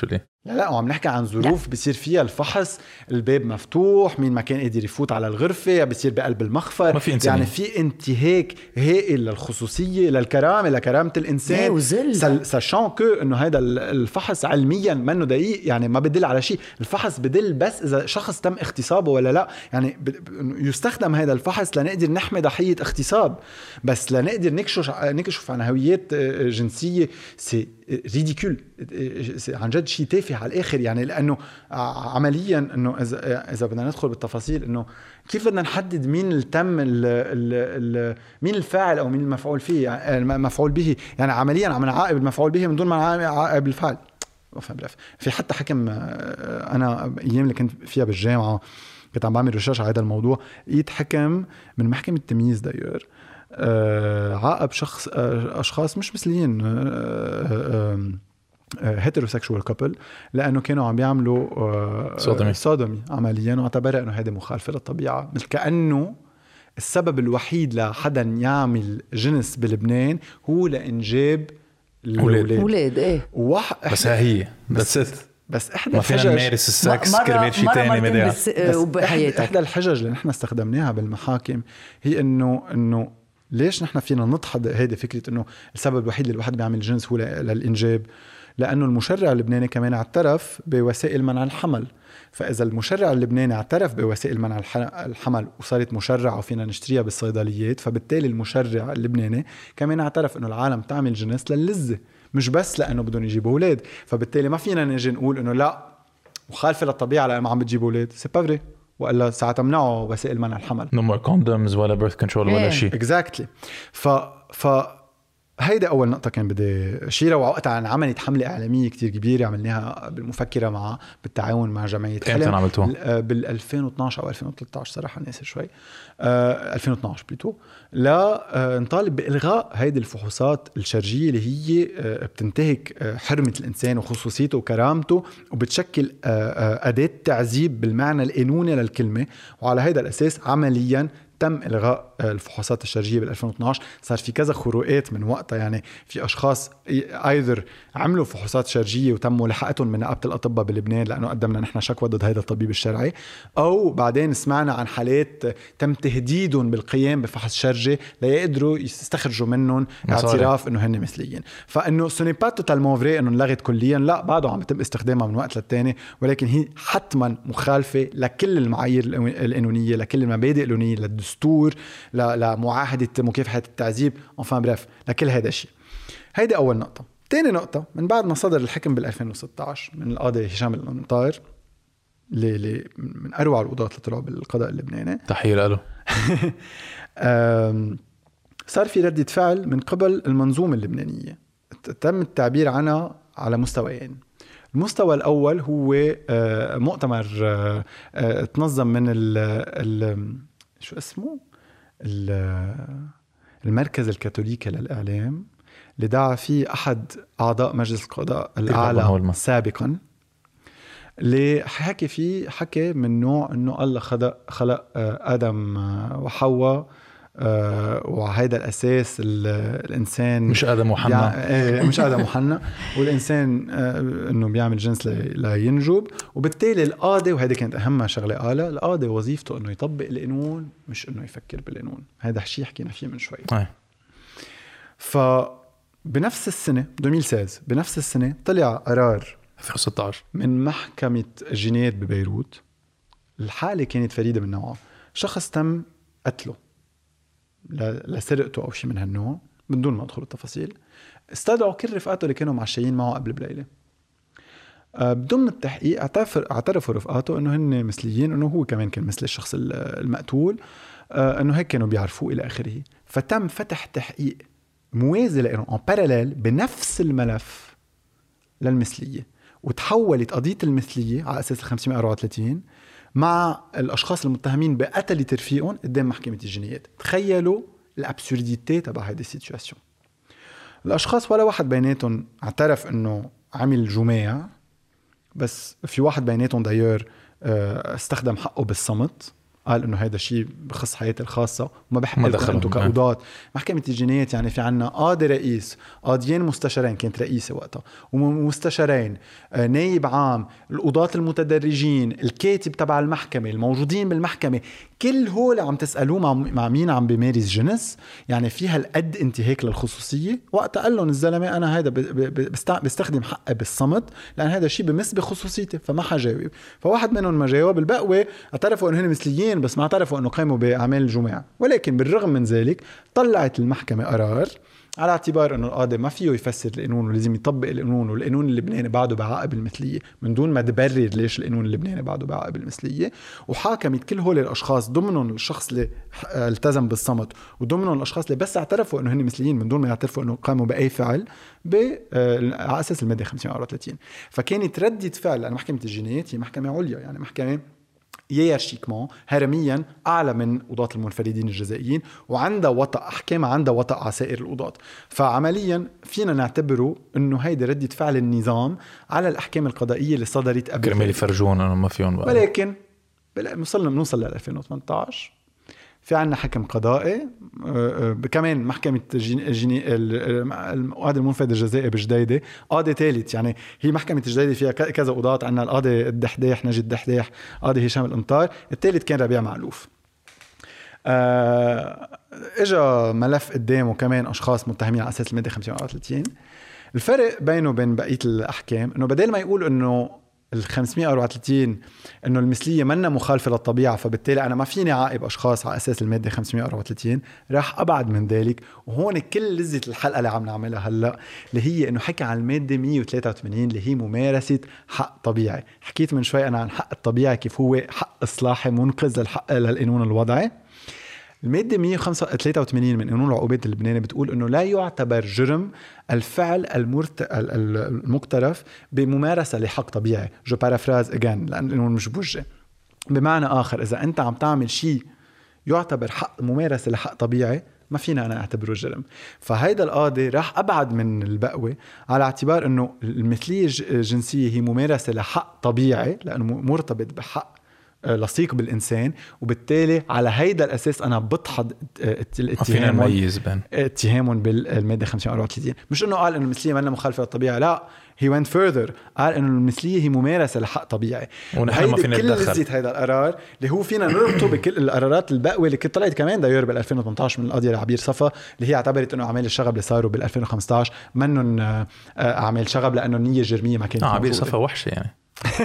لا لا وعم نحكي عن ظروف بيصير فيها الفحص الباب مفتوح مين ما كان قادر يفوت على الغرفة بيصير بقلب المخفر ما في إنسانية. يعني في انتهاك هائل للخصوصية للكرامة لكرامة الإنسان وزل ساشون كو إنه هذا الفحص علميا منه دقيق يعني ما بدل على شيء الفحص بدل بس إذا شخص تم اغتصابه ولا لا يعني يستخدم هذا الفحص لنقدر نحمي ضحية اغتصاب بس لنقدر نكشف نكشف عن هويات جنسية سي ريديكول عن جد شيء تافه على الآخر يعني لأنه عمليا إنه إذا إذا بدنا ندخل بالتفاصيل إنه كيف بدنا نحدد مين التم ال ال ال مين الفاعل أو مين المفعول فيه المفعول به يعني عمليا عم نعاقب المفعول به من دون ما نعاقب الفاعل. في حتى حكم أنا أيام اللي كنت فيها بالجامعة كنت عم بعمل ريسيرش على هذا الموضوع لقيت حكم من محكمة التمييز داير آه عاقب شخص آه أشخاص مش مثليين هيتروسيكشوال آه كابل لأنه كانوا عم بيعملوا آه صادمي. صادمي عمليا واعتبرها أنه هذا مخالفة للطبيعة مثل كأنه السبب الوحيد لحدا يعمل جنس بلبنان هو لإنجاب أولاد أولاد إيه وح... بس هي بس ست بس إحدى ما فينا الحجج نمارس السكس كرمال شيء تاني مدعي بس إحدى, إحدى الحجج اللي نحن استخدمناها بالمحاكم هي إنه إنه ليش نحن فينا نضحض هذه فكرة إنه السبب الوحيد اللي الواحد بيعمل جنس هو للإنجاب لأنه المشرع اللبناني كمان اعترف بوسائل منع الحمل فإذا المشرع اللبناني اعترف بوسائل منع الحمل وصارت مشرعة وفينا نشتريها بالصيدليات فبالتالي المشرع اللبناني كمان اعترف إنه العالم تعمل جنس لللذة مش بس لأنه بدهم يجيبوا أولاد فبالتالي ما فينا نجي نقول إنه لا مخالفة للطبيعة لأنه ما عم بتجيبوا أولاد سي با فري وإلا ساعة منعوا وسائل منع الحمل no more condoms ولا birth control ولا شيء exactly ف ف هيدا أول نقطة كان بدي شيرة ووقتها عن عملت حملة إعلامية كتير كبيرة عملناها بالمفكرة مع بالتعاون مع جمعية حلم عملتوها بال ألفين واثناشر أو ألفين وثلاثة عشر صراحة ناسي شوي آه ألفين واثناشر بليتو لا آه نطالب بإلغاء هيدي الفحوصات الشرجية اللي هي آه بتنتهك آه حرمة الإنسان وخصوصيته وكرامته وبتشكل آه آه أداة تعذيب بالمعنى القانوني للكلمة وعلى هيدا الأساس عملياً تم إلغاء الفحوصات الشرجية بال ألفين واثناشر صار في كذا خروقات من وقتها يعني في أشخاص ايذر عملوا فحوصات شرجية وتم ملاحقتهم من نقابة الأطباء بلبنان لأنه قدمنا نحن شكوى ضد هذا الطبيب الشرعي أو بعدين سمعنا عن حالات تم تهديدهم بالقيام بفحص شرجي ليقدروا يستخرجوا منهم اعتراف إنه هن مثليين فإنه سوني با توتالمون فري إنه انلغت كليا لا بعده عم يتم استخدامها من وقت للتاني ولكن هي حتما مخالفة لكل المعايير القانونية لكل المبادئ القانونية دستور لمعاهدة مكافحة التعذيب enfin bref لكل هذا الشيء. هيدا أول نقطة. تاني نقطة من بعد ما صدر الحكم بال ألفين وستة عشر من القاضي هشام النطاير اللي من أروع القضاة اللي طلعوا بالقضاء اللبناني تحية له صار في ردة فعل من قبل المنظومة اللبنانية تم التعبير عنها على مستويين. المستوى الأول هو مؤتمر تنظم من ال ال شو اسمه المركز الكاثوليكي للإعلام اللي دعا فيه أحد أعضاء مجلس القضاء الأعلى سابقا اللي حكي فيه حكي من نوع إنه الله خلق خلق آدم وحواء وهذا الأساس الإنسان مش آدم وحنا مش آدم وحنا والإنسان إنه بيعمل جنس لينجب وبالتالي القاضي وهذه كانت أهم شغلة قالها القاضي وظيفته إنه يطبق القانون مش إنه يفكر بالقانون هذا الشيء حكينا فيه من شوي أي. فبنفس السنة ألفين وستة عشر بنفس السنة طلع قرار ألفين وستة عشر من محكمة الجنايات ببيروت الحالة كانت فريدة من نوعها شخص تم قتله لسرقته أو شيء من هالنوع من دون ما أدخل التفاصيل استدعوا كل رفقاته اللي كانوا معشيين معه قبل بليلة بدون التحقيق اعترفوا رفقاته أنه هن مثليين أنه هو كمان كان مثل الشخص المقتول أنه هيك كانوا بيعرفوه إلى آخره فتم فتح تحقيق موازي لأنه en parallèle بنفس الملف للمثلية وتحولت قضية المثلية على أساس خمسمائة وأربعة وثلاثين مع الأشخاص المتهمين بقتل ترفيقهم قدام محكمة الجنايات. تخيلوا الأبسورديتي تبع هذه السيتواسيون. الأشخاص ولا واحد بيناتهم اعترف إنه عمل جماع بس في واحد بيناتهم داير استخدم حقه بالصمت قال انه هذا الشيء بخص حياتي الخاصه وما بحق لكم انتم دخلهم. كقضاة. محكمه الجنايات يعني في عنا قاضي رئيس، قاضيين مستشارين، كانت رئيسه وقتها، ومستشارين، آه، نائب عام، القضاة المتدرجين، الكاتب تبع المحكمه، الموجودين بالمحكمه، كل هول عم تسالوه مع, مع مين عم بيمارس جنس؟ يعني في هالقد انتهاك للخصوصيه. وقتها قال لهم الزلمه انا هذا بستخدم حقي بالصمت لان هذا الشيء بمس بخصوصيتي فما حجاوب. فواحد منهم ما جاوب، البقوه اعترفوا انه هن مثليين بس ما اعترفوا انه قاموا باعمال الجماع. ولكن بالرغم من ذلك طلعت المحكمه قرار على اعتبار انه القاضي ما فيه يفسر القانون ولازم يطبق القانون، والقانون اللبناني بعده بعائب المثليه من دون ما تبرر ليش القانون اللبناني بعده بعائب المثليه، وحاكمت كل هول الاشخاص ضمنهم الشخص اللي التزم بالصمت وضمنهم الاشخاص اللي بس اعترفوا انه هن مثليين من دون ما يعترفوا انه قاموا باي فعل على اساس الماده خمسمية وأربعة وثلاثين. فكانت ردة فعل، لان محكمه الجنايات هي محكمه عليا، يعني محكمه ييرشيكمون هرميا أعلى من قضاة المنفردين الجزائيين، وعندها وطأ أحكام، عندها وطأ على سائر القضاة. فعمليا فينا نعتبره أنه هيدا ردة فعل النظام على الأحكام القضائية اللي صدرت قبل كرمال يفرجون أنه ما فيهم بقى. ولكن وصلنا بنوصل ل ألفين وثمانية عشر في عنا حكم قضائي كمان محكمة الجني القاضي المنفذ الجزائي بجديدة، قاضي ثالث. يعني هي محكمة الجديدة فيها كذا قضاة، عنا القاضي الدحداح نجي الدحداح، قاضي هشام الأمطار، الثالث كان ربيع معلوف. اجا ملف قدامه كمان أشخاص متهمين على أساس المادة خمسمية وأربعة وثلاثين. الفرق بينه وبين بقية الأحكام إنه بدل ما يقول إنه ال خمسمية وأربعة وثلاثين انه المثليه منا مخالفه للطبيعه فبالتالي انا ما فيني عاقب اشخاص على اساس الماده خمسمية وأربعة وثلاثين، راح ابعد من ذلك. وهون كل لذة الحلقه اللي عم نعملها هلا اللي هي انه حكي عن الماده مية وثلاثة وثمانين اللي هي ممارسه حق طبيعي. حكيت من شوي انا عن حق الطبيعي كيف هو حق اصلاحي منقذ للحق للقانون الوضعي. المادة مية وثلاثة وثمانين من قانون العقوبات اللبناني بتقول انه لا يعتبر جرم الفعل المرت... المقترف بممارسة لحق طبيعي. جو بارافراز اجان لان القانون مش بوجه. بمعنى اخر اذا انت عم تعمل شيء يعتبر حق ممارسة لحق طبيعي ما فينا انا اعتبره جرم. فهيدا القاضي راح ابعد من البقوة على اعتبار انه المثلية الجنسية هي ممارسة لحق طبيعي لانه مرتبط بحق لصيق بالإنسان، وبالتالي على هيدا الأساس أنا بضحض اتهامهم مميز بين اتهامهم بالمادة خمسمية وأربعة وثلاثين. مش إنه قال إنه المثلية منا مخالفة للطبيعة، لا he went further، قال إنه المثلية هي ممارسة لحق طبيعي. ونحن ما فينا كل ندخل لذة هيدا القرار اللي هو فينا نربطه بكل القرارات البقوة اللي كنت طلعت كمان داير بال ألفين وثمانية عشر من القاضية عبير صفا اللي هي اعتبرت إنه أعمال الشغب اللي صاروا بال ألفين وخمسة عشر منن أعمال شغب لأنه النية الجرمية ما كانت. آه عبير صفا وحشة يعني.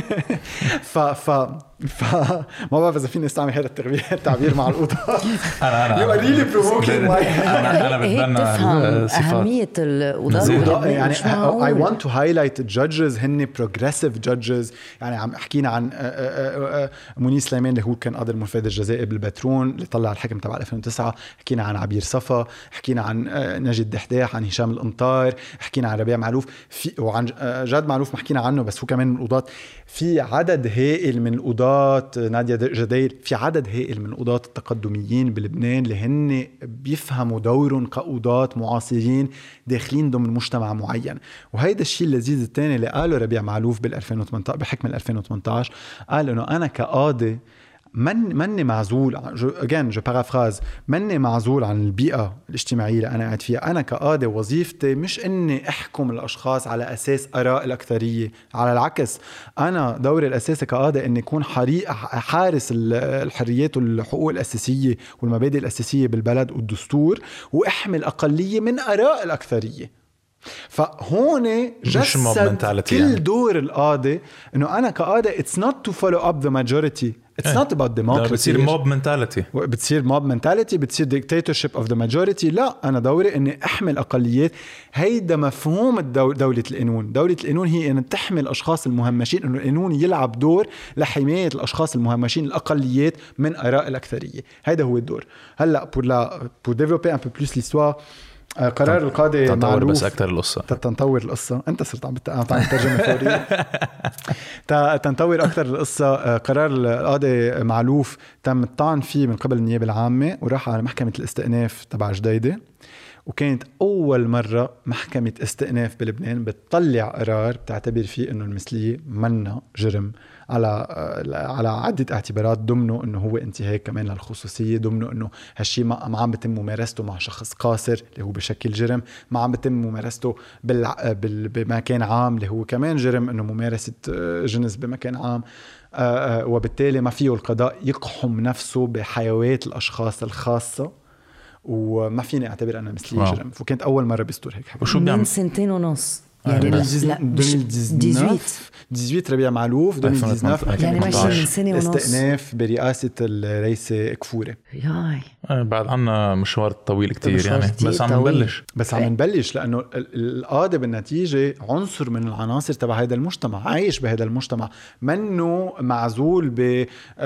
ف ف ف ما بعرف اذا فيني استعمل هذا التعبير التعبير مع القطط. انا انا يو ار ريلي بروفوكينج انا انا بتبنى اهميه القضاء. يعني I want to highlight judges هن progressive judges. يعني عم حكينا عن منيس سليمان اللي هو كان قاضي المنفذ الجزائي بالبترون اللي طلع الحكم تبع ألفين وتسعة، حكينا عن عبير صفا، حكينا عن نجي الدحداح، عن هشام الأمطار، حكينا عن ربيع معلوف في وعن جاد معلوف ما حكينا عنه بس هو كمان من القضاة. في عدد هائل من القضاة، نادية جديل، في عدد هائل من القضاة التقدميين بلبنان اللي هن بيفهموا دورهم كقضاة معاصرين داخلين ضمن مجتمع معين. وهيدا الشيء اللذيذ الثاني اللي قاله ربيع معلوف بال2018 بحكم ألفين وثمانية عشر، قال انه انا كقاضي من مني معزول again جو بارافراز مني معزول عن البيئة الاجتماعية اللي أنا قاعد فيها. أنا كقاضي وظيفتي مش إني أحكم الأشخاص على أساس آراء الأكثرية، على العكس أنا دوري الأساسي كقاضي إني يكون حارس الحريات والحقوق الأساسية والمبادئ الأساسية بالبلد والدستور، وأحمي الأقلية من آراء الأكثرية. فهون جسد كل يعني. دور القاضي إنه أنا كقاضي it's not to follow up the majority, it's not about democracy. بتصير mob mentality بتصير mob mentality بتصير dictatorship of the majority. لا، أنا دوري إني أحمي الأقليات. هيدا مفهوم الدول دولة القانون. دولة القانون هي أن تحمي الأشخاص المهمشين، إنه القانون يلعب دور لحماية الأشخاص المهمشين الأقليات من آراء الأكثرية. هيدا هو الدور. هلا pour la pour développer un peu plus l'histoire، قرار القاضي معلوف بس أكتر القصة تنطور القصة. أنت صرت عم تعمل ترجمة فورية تنطور أكتر القصة. قرار القاضي معلوف تم الطعن فيه من قبل النيابة العامة وراح على محكمة الاستئناف تبع جديدة، وكانت أول مرة محكمة استئناف بلبنان بتطلع قرار بتعتبر فيه إنه المثلية منا جرم على على عدة اعتبارات، ضمنه إنه هو انتهاك كمان للخصوصية، ضمنه إنه هالشي ما عم بتم ممارسته مع شخص قاصر اللي هو بشكل جرم، ما عم بتم ممارسته بال... بال... بمكان عام اللي هو كمان جرم، إنه ممارسة جنس بمكان عام. آآ آآ وبالتالي ما فيه القضاء يقحم نفسه بحيويات الأشخاص الخاصة، وما فيني اعتبر أنا مثلي جرم. فكانت أول مرة بيصدر هيك حكم. وشو من سنتين ونص يعني لا ثمانية ربيع معلوف ألفين وتسعطعش يعني ماشي من سنة ونص استئناف برئاسة الرئيسة كفورة. ياي بعد عنا مشوار طويل كتير يعني، بس عم نبلش بس عم نبلش لأنه القاضي بالنتيجة عنصر من العناصر تبع هذا المجتمع، عايش بهذا المجتمع، منه معزول ب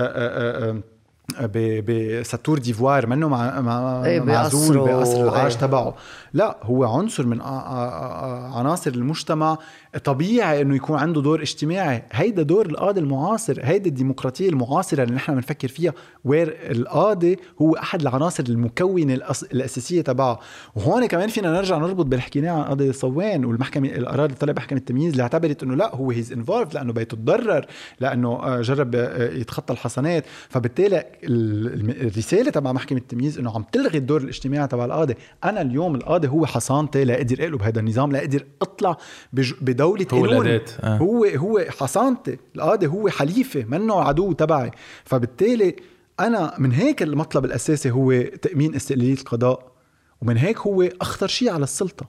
بساتور ديفوار، منه مع مع إيه معزول بقصر العاش إيه. تبعه، لا هو عنصر من عناصر المجتمع. طبيعي انه يكون عنده دور اجتماعي. هيدا دور القاضي المعاصر، هيدا الديمقراطية المعاصرة اللي نحن بنفكر فيها، وير القاضي هو احد العناصر المكونة الاساسية تبعه. وهون كمان فينا نرجع نربط بالحكينا عن قاضي صوان والمحكمة القرار اللي طلع بحكمة التمييز اللي اعتبرت انه لا هو هيز انفولف لانه بيته تضرر، لانه جرب يتخطى الحصانات. فبالتالي الرسالة تبع محكمة التمييز انه عم تلغي الدور الاجتماعي تبع القاضي. انا اليوم القاضي هو حصانتي لا اقدر اقلب هذا النظام، لا اقدر اطلع بدولة هو قانون. آه. هو هو حصانتي، القاضي هو حليفة منه عدو تبعي. فبالتالي انا من هيك المطلب الاساسي هو تأمين استقلالية القضاء، ومن هيك هو اخطر شيء على السلطة.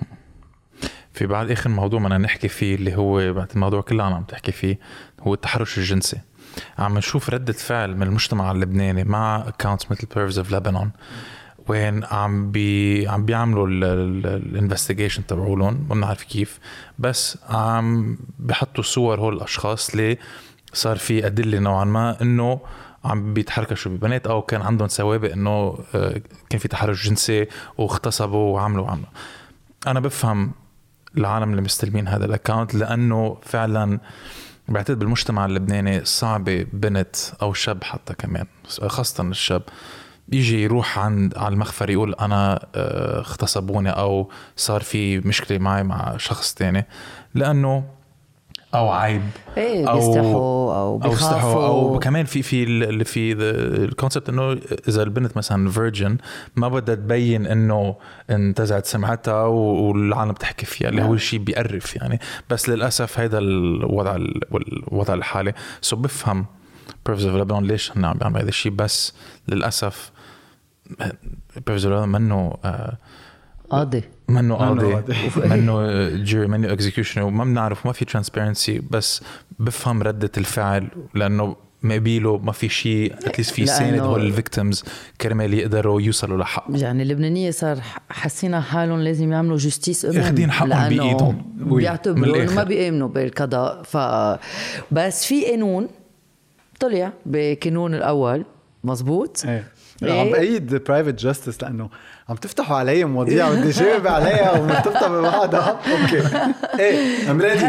في بعد اخر موضوع بدنا نحكي فيه اللي هو بعد الموضوع كله عم تحكي فيه هو التحرش الجنسي. عم نشوف ردة فعل من المجتمع اللبناني مع accounts مثل Pervs of Lebanon، وين عم بي عم بيعملوا الانفستيجيشن تبعولهم، ما بنعرف كيف، بس عم بيحطوا صور هول الاشخاص اللي صار في ادله نوعا ما انه عم بيتحركشوا ببنات او كان عندهم سوابق انه كان في تحرش جنسي واغتصبوا وعملوا وعملوا. انا بفهم العالم اللي مستلمين هذا الاكاونت، لانه فعلا بعتقد بالمجتمع اللبناني صعبة بنت أو شاب حتى كمان خاصة الشاب يجي يروح عند على المخفر يقول أنا اغتصبوني أو صار في مشكلة معي مع شخص تاني، لأنه أو عيب إيه أو بيستحوا أو بيخافوا أو, أو كمان في في اللي في الكونسبت إنه إذا البنت مثلا فيرجن ما بدها تبين إنه انتزعت سمعتها والعالم بتحكي فيها، اللي هو شيء بيقرف يعني. بس للأسف هذا الوضع الوضع الحالي. سو بفهم Pervs of Lebanon ليش هن عم بيعملوا هذا الشيء، بس للأسف Pervs of Lebanon منه آه قاضي منه قاضي منه جيري منه اكزيكيوشن، وما بنعرف ما في ترانسبيرنسي. بس بفهم ردة الفعل لأنه ما بيلو ما في شيء اتليست في ساند هول الفيكتيمز كرمال يقدروا يوصلوا لحق. يعني اللبنانية صار حسينا حالهم لازم يعملوا جستيس أمم اخدين حقهم بإيدهم، بيعتبروا إنه ما بيأمنوا بالقضاء. ف بس في قانون طلع بقانون الأول مزبوط ايه. إيه؟ عم بأيد برايفت جاستس لأنه عم تفتحوا علي مواضيع بدي جاوب عليها ومرتبطة ببعضها. أوكي إيه أمريدي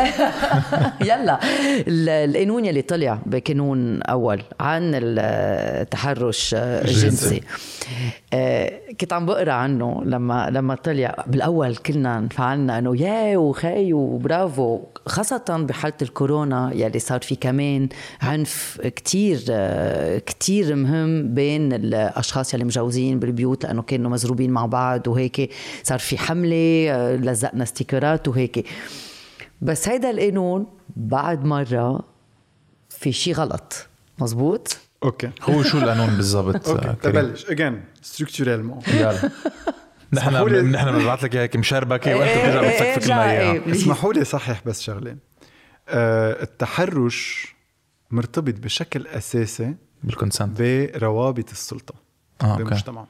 يلا. القانون اللي طلع بقانون أول عن التحرش الجنسي كنت عم بقرأ عنه لما لما طلع بالأول كلنا انفعلنا إنه يا وخي وبرافو، خاصة بحالة الكورونا يلي صار في كمان عنف كتير كتير مهم بين الأشخاص يلي مجوزين بالبيوت لأنه كانوا مزروبين مع بعض، وهيك صار في حملة لزقنا ستيكرات وهيك. بس هيدا القانون بعد مرة في شي غلط. مزبوط. اوكي هو شو القانون بالضبط؟ اوكي تبلش اجين ستركتورالمون. يلا نحن نحن بنبعث لك هيك مشربكه وانت بترجع بتفكفك لنا اياها. اسمحوا لي صحح بس شغله. أه التحرش مرتبط بشكل اساسي بالكونسنت بروابط السلطه آه، بالمجتمع.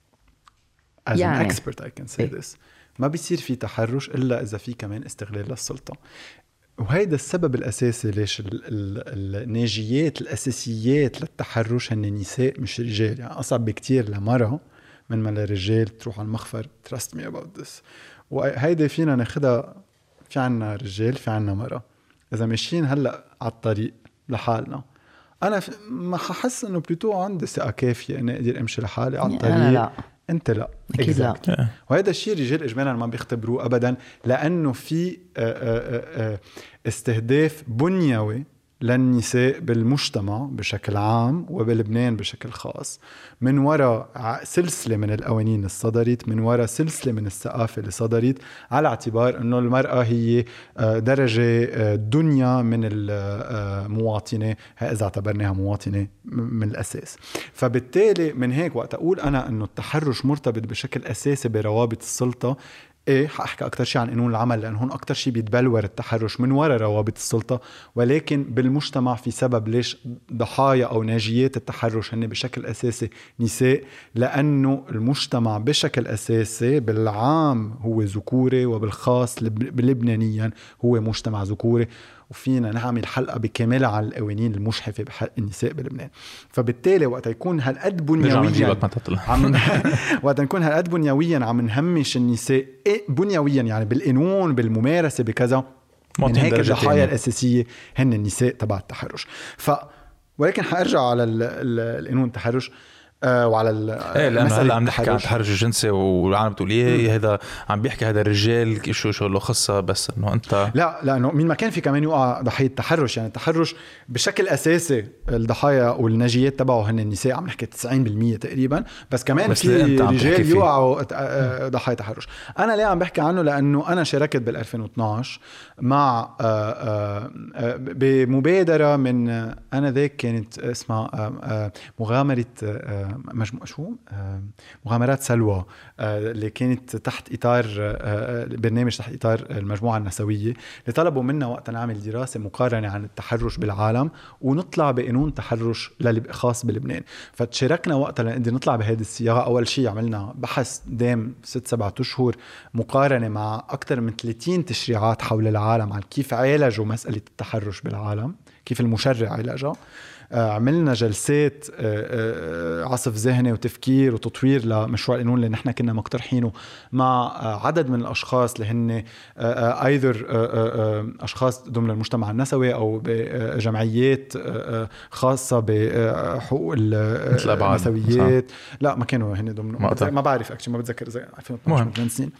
As يعني. an expert I can say this. ما بيصير في تحرش إلا إذا في كمان استغلال للسلطة. وهيدا السبب الأساسي ليش الناجيات الأساسيات للتحرش هن نساء مش رجال. يعني أصعب بكتير لمرة من ما للرجال تروح على المخفر. Trust me about this. وهيدا فينا ناخدها، في عنا رجال في عنا مرة. إذا ماشيين هلأ على الطريق لحالنا، أنا ما ححس إنه بلوتو عندي ثقة كافية إني أقدر أمشي لحالي على الطريق انت لا اكيد لا. وهذا الشيء الرجال اجمالا ما بيختبروه ابدا لانه في استهداف بنيوي للنساء بالمجتمع بشكل عام وبلبنان بشكل خاص من وراء سلسلة من القوانين اللي صدرت، من وراء سلسلة من الثقافة اللي صدرت، على اعتبار أنه المرأة هي درجة دنيا من المواطنة إذا اعتبرناها مواطنة من الأساس. فبالتالي من هيك وقت أقول أنا أنه التحرش مرتبط بشكل أساسي بروابط السلطة، ايه حاحكي اكتر شيء عن قانون العمل لان هون اكتر شيء بيتبلور التحرش من وراء روابط السلطه، ولكن بالمجتمع في سبب ليش ضحايا او ناجيات التحرش هن بشكل اساسي نساء، لانه المجتمع بشكل اساسي بالعام هو ذكوري وبالخاص بلبنانيا هو مجتمع ذكوري، وفينا نعمل حلقة بكاملة على القوانين المجحفة بحق النساء بلبنان. فبالتالي وقت يكون هالقد بنيويا عم وقت يكون هالقد بنيويا عم نهمش النساء بنيويا يعني بالقانون بالممارسة بكذا، من هيك الضحايا الأساسية هن النساء تبع التحرش. ف ولكن حأرجع على القانون التحرش آه وعلى ايه لانه هلا عم نحكي عن التحرش الجنسي والعالم بتقول ايه هذا عم بيحكي هذا الرجال شو شو له خصه، بس انه انت لا لانه مين ما كان في كمان يوقع ضحيه تحرش. يعني التحرش بشكل اساسي الضحايا والناجيات تبعه هن النساء، عم نحكي تسعين بالمية تقريبا، بس كمان بس في رجال يوقعوا ضحايا تحرش. انا ليه عم بحكي عنه؟ لانه انا شاركت بال ألفين واثناشر مع بمبادره من انا ذاك كانت اسمها مغامره مجموعة شو مغامرات سلوى اللي كانت تحت إطار برنامج تحت إطار المجموعة النسوية، اللي طلبوا منا وقت نعمل دراسة مقارنة عن التحرش بالعالم ونطلع بقانون تحرش خاص بلبنان. فتشاركنا وقتها لنقدر نطلع بهذه الصياغة. أول شيء عملنا بحث دام ست سبعة أشهر مقارنة مع أكثر من ثلاثين تشريعات حول العالم عن كيف عالجوا مسألة التحرش بالعالم، كيف المشرع عالجها. عملنا جلسات عصف ذهني وتفكير وتطوير لمشروع القانون اللي نحن كنا مقترحينه مع عدد من الأشخاص اللي هن ايذر أشخاص ضمن المجتمع النسوي أو بجمعيات خاصة بحقوق النسويات. لا ما كانوا هن ضمن ما, ما بعرف أكشن ما بتذكر إذا ألفين واثناشر سنين.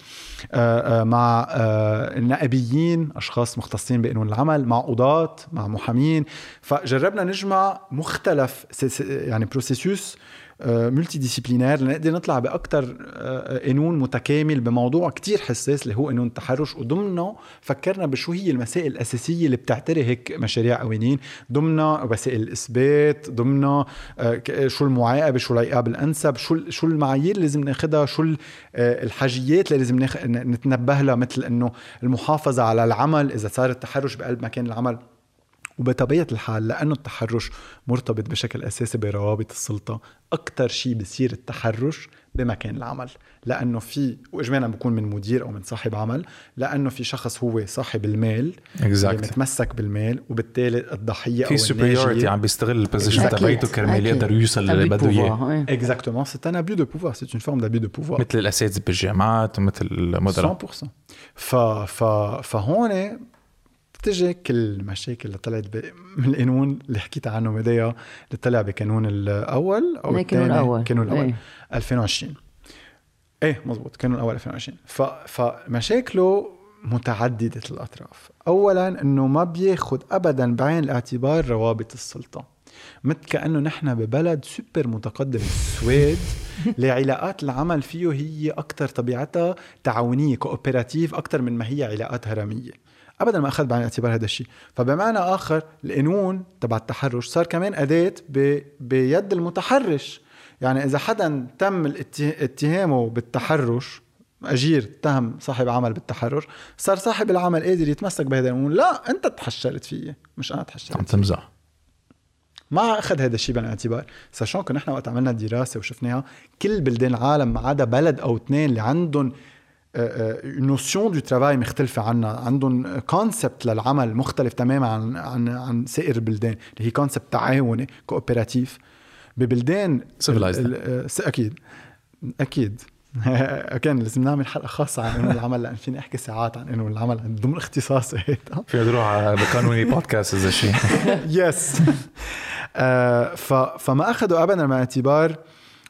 مع النائبيين أشخاص مختصين بقانون العمل، مع قضاة، مع محامين. فجربنا نجمع مختلف يعني بروسيسوس ملتي ديسيبلينير لنقدر نطلع بأكتر قانون متكامل بموضوع كتير حساس اللي هو قانون التحرش. وضمنه فكرنا بشو هي المسائل الأساسية اللي بتعتري هيك مشاريع قوانين، ضمنه وسائل الإثبات، ضمنه شو المعاقبة، شو العقاب الأنسب، شو شو المعايير اللي لازم ناخدها، شو الحاجيات اللي لازم نتنبه لها، مثل إنه المحافظة على العمل إذا صار التحرش بقلب مكان العمل. وبطبيعة الحال لأنه التحرش مرتبط بشكل أساسي بروابط السلطة، أكتر شيء بصير التحرش بمكان العمل، لأنه في وإجمالا بيكون من مدير أو من صاحب عمل، لأنه في شخص هو صاحب المال exactly. متمسك بالمال، وبالتالي الضحية في superiority عم بيستغل البوزيشن تبعته كرمال يقدر يوصل للي بده إياه. Exactement, c'est un abus de pouvoir, c'est une forme d'abus de pouvoir. مثل الأساتذة بالجامعات ومثل المدراء. مية بالمية. ف ف فهون تجي كل المشاكل اللي طلعت من القانون اللي حكيت عنه مديا اللي طلع بقانون الأول أو الثاني الأول كانون الأول ايه. ألفين وعشرين ايه مزبوط كانون الأول ألفين وعشرين. ف فمشاكله متعددة الأطراف. أولا إنه ما بياخد أبدا بعين الاعتبار روابط السلطة، مثل كأنه نحن ببلد سوبر متقدم السويد لعلاقات العمل فيه هي أكتر طبيعتها تعاونية كوبراتيف أكتر من ما هي علاقات هرمية. أبداً ما أخذ بعين الاعتبار هذا الشيء. فبمعنى آخر القانون تبع التحرش صار كمان أداة بيد المتحرش. يعني إذا حدا تم اتهامه بالتحرش، أجير اتهم صاحب عمل بالتحرش، صار صاحب العمل قادر يتمسك بهذا القانون. لا أنت تحشرت فيه مش أنا تحشرت. عم تمزح. ما أخذ هذا الشيء بعين الاعتبار. ساشون كنا نحن وقت عملنا دراسة وشفناها كل بلدان العالم ما عدا بلد أو اثنين اللي عندهم نوسيون دو ترافاي مختلفة عنا، عندهم كونسبت للعمل مختلف تماما عن عن عن سائر البلدان اللي هي كونسبت تعاوني كوبراتيف. ببلدان أكيد أكيد كان لازم نعمل حلقة خاصة عن قانون العمل لأن فيني أحكي ساعات عن قانون العمل ضمن اختصاصي هيدا. في نروح على قانوني بودكاست إذا شيء. يس. فما أخذوا أبدا مع اعتبار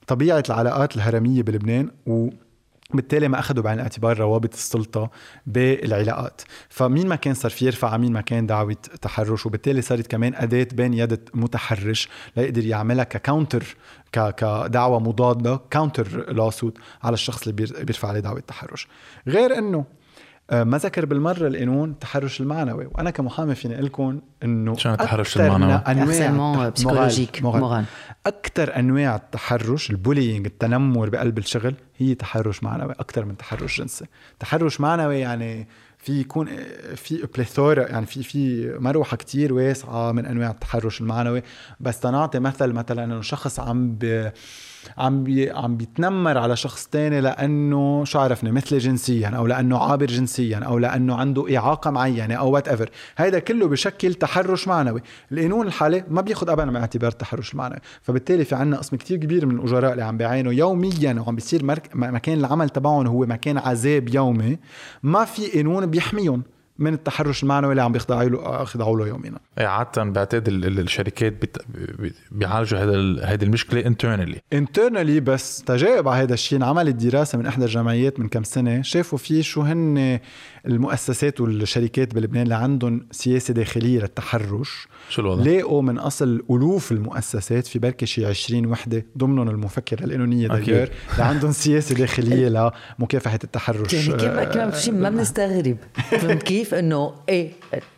طبيعة العلاقات الهرمية بلبنان، و بالتالي ما أخذوا بعين الاعتبار روابط السلطة بالعلاقات. فمين ما كان صار في يرفع مين ما كان دعوة تحرش، وبالتالي صارت كمان أداة بين يد متحرش لا يقدر يعملها ككاونتر، كدعوة مضادة، كاونتر لاسوت على الشخص اللي بيرفع عليه دعوة تحرش. غير أنه ما ذكر بالمرة القانون التحرش المعنوي، وأنا كمحامي فيني أقول لكم إنه شو التحرش المعنوي؟ أنواع بسيكولوجيك مغان. أكتر أنواع التحرش، البولينج، التنمر بقلب الشغل، هي تحرش معنوي أكتر من تحرش جنسي. تحرش معنوي يعني في يكون في بليثورا، يعني في في مروحة كتير واسعة من أنواع التحرش المعنوي. بس تنعطي مثل مثلا إنه شخص عم ب عم بي عم بيتنمر على شخص تاني لأنه شو عرفنا مثل جنسيا، أو لأنه عابر جنسيا، أو لأنه عنده إعاقة معينة، أو وات ايفر، هيدا كله بشكل تحرش معنوي. القانون الحالي ما بياخد أبدا مع اعتبار التحرش المعنوي. فبالتالي في عنا قسم كتير كبير من الأجراء اللي عم بيعينوا يوميا وعم بيصير مرك... مكان العمل تبعهم هو مكان عذاب يومي، ما في قانون بيحميهم من التحرش المعنوي اللي عم بيخضعوا له خضعوا له يوميا. عادة بعتقد الشركات بيعالجوا هذا هذه المشكلة internally internally بس تجاوب على هذا الشيء. عملت دراسة من إحدى الجمعيات من كم سنة، شافوا فيه شو هن المؤسسات والشركات بلبنان اللي عندهم سياسة داخلية للتحرش. شو الوضع؟ لاقوا من أصل ألوف المؤسسات في بركة شي عشرين وحدة ضمنهم المفكرة القانونية داير اللي عندهم سياسة داخلية لمكافحة التحرش. يعني كيف كمان شيء ما بنستغرب فهمت كيف إنه إيه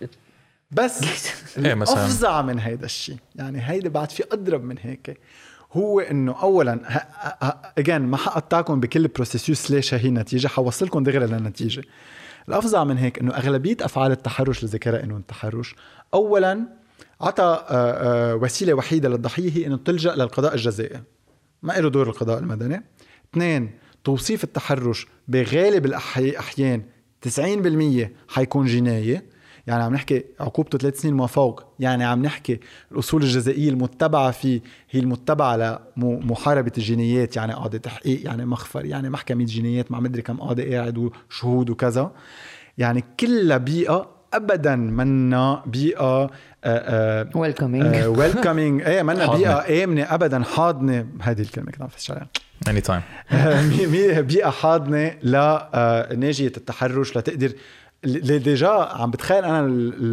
بس الأفظع من هيدا الشيء، يعني هيدا بعد في أضرب من هيك، هو إنه أولاً أجان ما حقطعكم بكل بروسيسوس ليش هي نتيجة، حوصلكم دغري للنتيجة. الأفظع من هيك إنه أغلبية أفعال التحرش اللي ذكرها إنه التحرش أولاً عطى وسيلة وحيدة للضحية هي إنه تلجأ للقضاء الجزائي، ما إله دور القضاء المدني. اثنين، توصيف التحرش بغالب الأحيان تسعين بالمية حيكون جناية، يعني عم نحكي عقوبته ثلاث سنين ما فوق. يعني عم نحكي الأصول الجزائية المتبعة فيه هي المتبعة لمحاربة الجنايات، يعني قاضي تحقيق، يعني مخفر، يعني محكمة جنايات مع مدري كم قاضي قاعد وشهود وكذا. يعني كل بيئة أبداً منا بيئة welcoming welcoming ايه منا بيئة آمنة أبداً، حاضنة، هذه الكلمة كده نفس عليها anytime بيئة حاضنة لناجية التحرش، لتقدر ديجا عم بتخيل أنا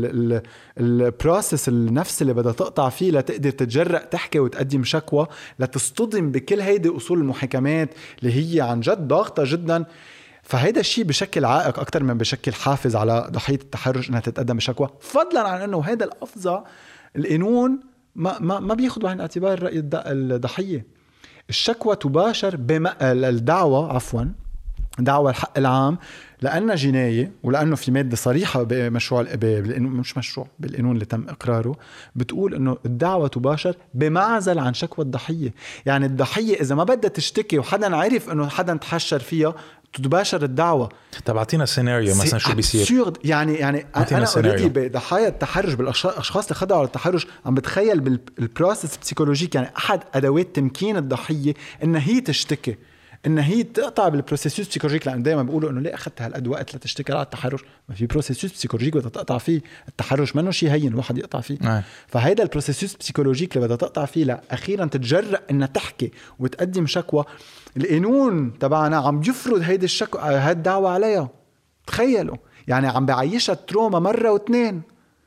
البروسس النفس اللي بدها تقطع فيه لتقدر تتجرأ تحكي وتقدم شكوى، لتصطدم بكل هيدي أصول المحاكمات اللي هي عن جد ضاغطة جدا. فهيدا الشيء بشكل عائق أكتر من بشكل حافز على ضحية التحرش أنها تتقدم بشكوى، فضلا عن أنه هيدا الأفظع القانون ما, ما, ما بياخد بعين اعتبار رأي الضحية. الشكوى تباشر بما الدعوة عفوا دعوة الحق العام لأنها جناية، ولأنه في مادة صريحة بمشروع بالقانون، مش مشروع بالقانون اللي تم إقراره، بتقول إنه الدعوة تباشر بمعزل عن شكوى الضحية. يعني الضحية إذا ما بدها تشتكي وحدا عرف إنه حدا تحشر فيها تباشر الدعوة. طب اعطينا سيناريو مثلا شو بيصير. يعني يعني أنا أريد بضحايا التحرش بالأشخاص اللي خضعوا للتحرش عم بتخيل بالبروسس بسيكولوجيك، يعني أحد أدوات تمكين الضحية إن هي تشتكي، إن هي تقطع بالبروسيسوس بسيكولوجيك. لأن دائما بيقولوا إنه ليه أخذت هالقد وقت لتشتكي على التحرش؟ ما في بروسيسوس بسيكولوجيك بدها تقطع فيه. التحرش منه شيء هين الواحد يقطع فيه. آه. فهيدا البروسيسوس بسيكولوجيك اللي بدها تقطع فيه لأخيرا تتجرأ إنها تحكي وتقدم شكوى. القانون تبعنا عم يفرض هيدي الشكوى هاد الدعوة عليها. تخيلوا يعني عم بعيشها تروما مرة واثنين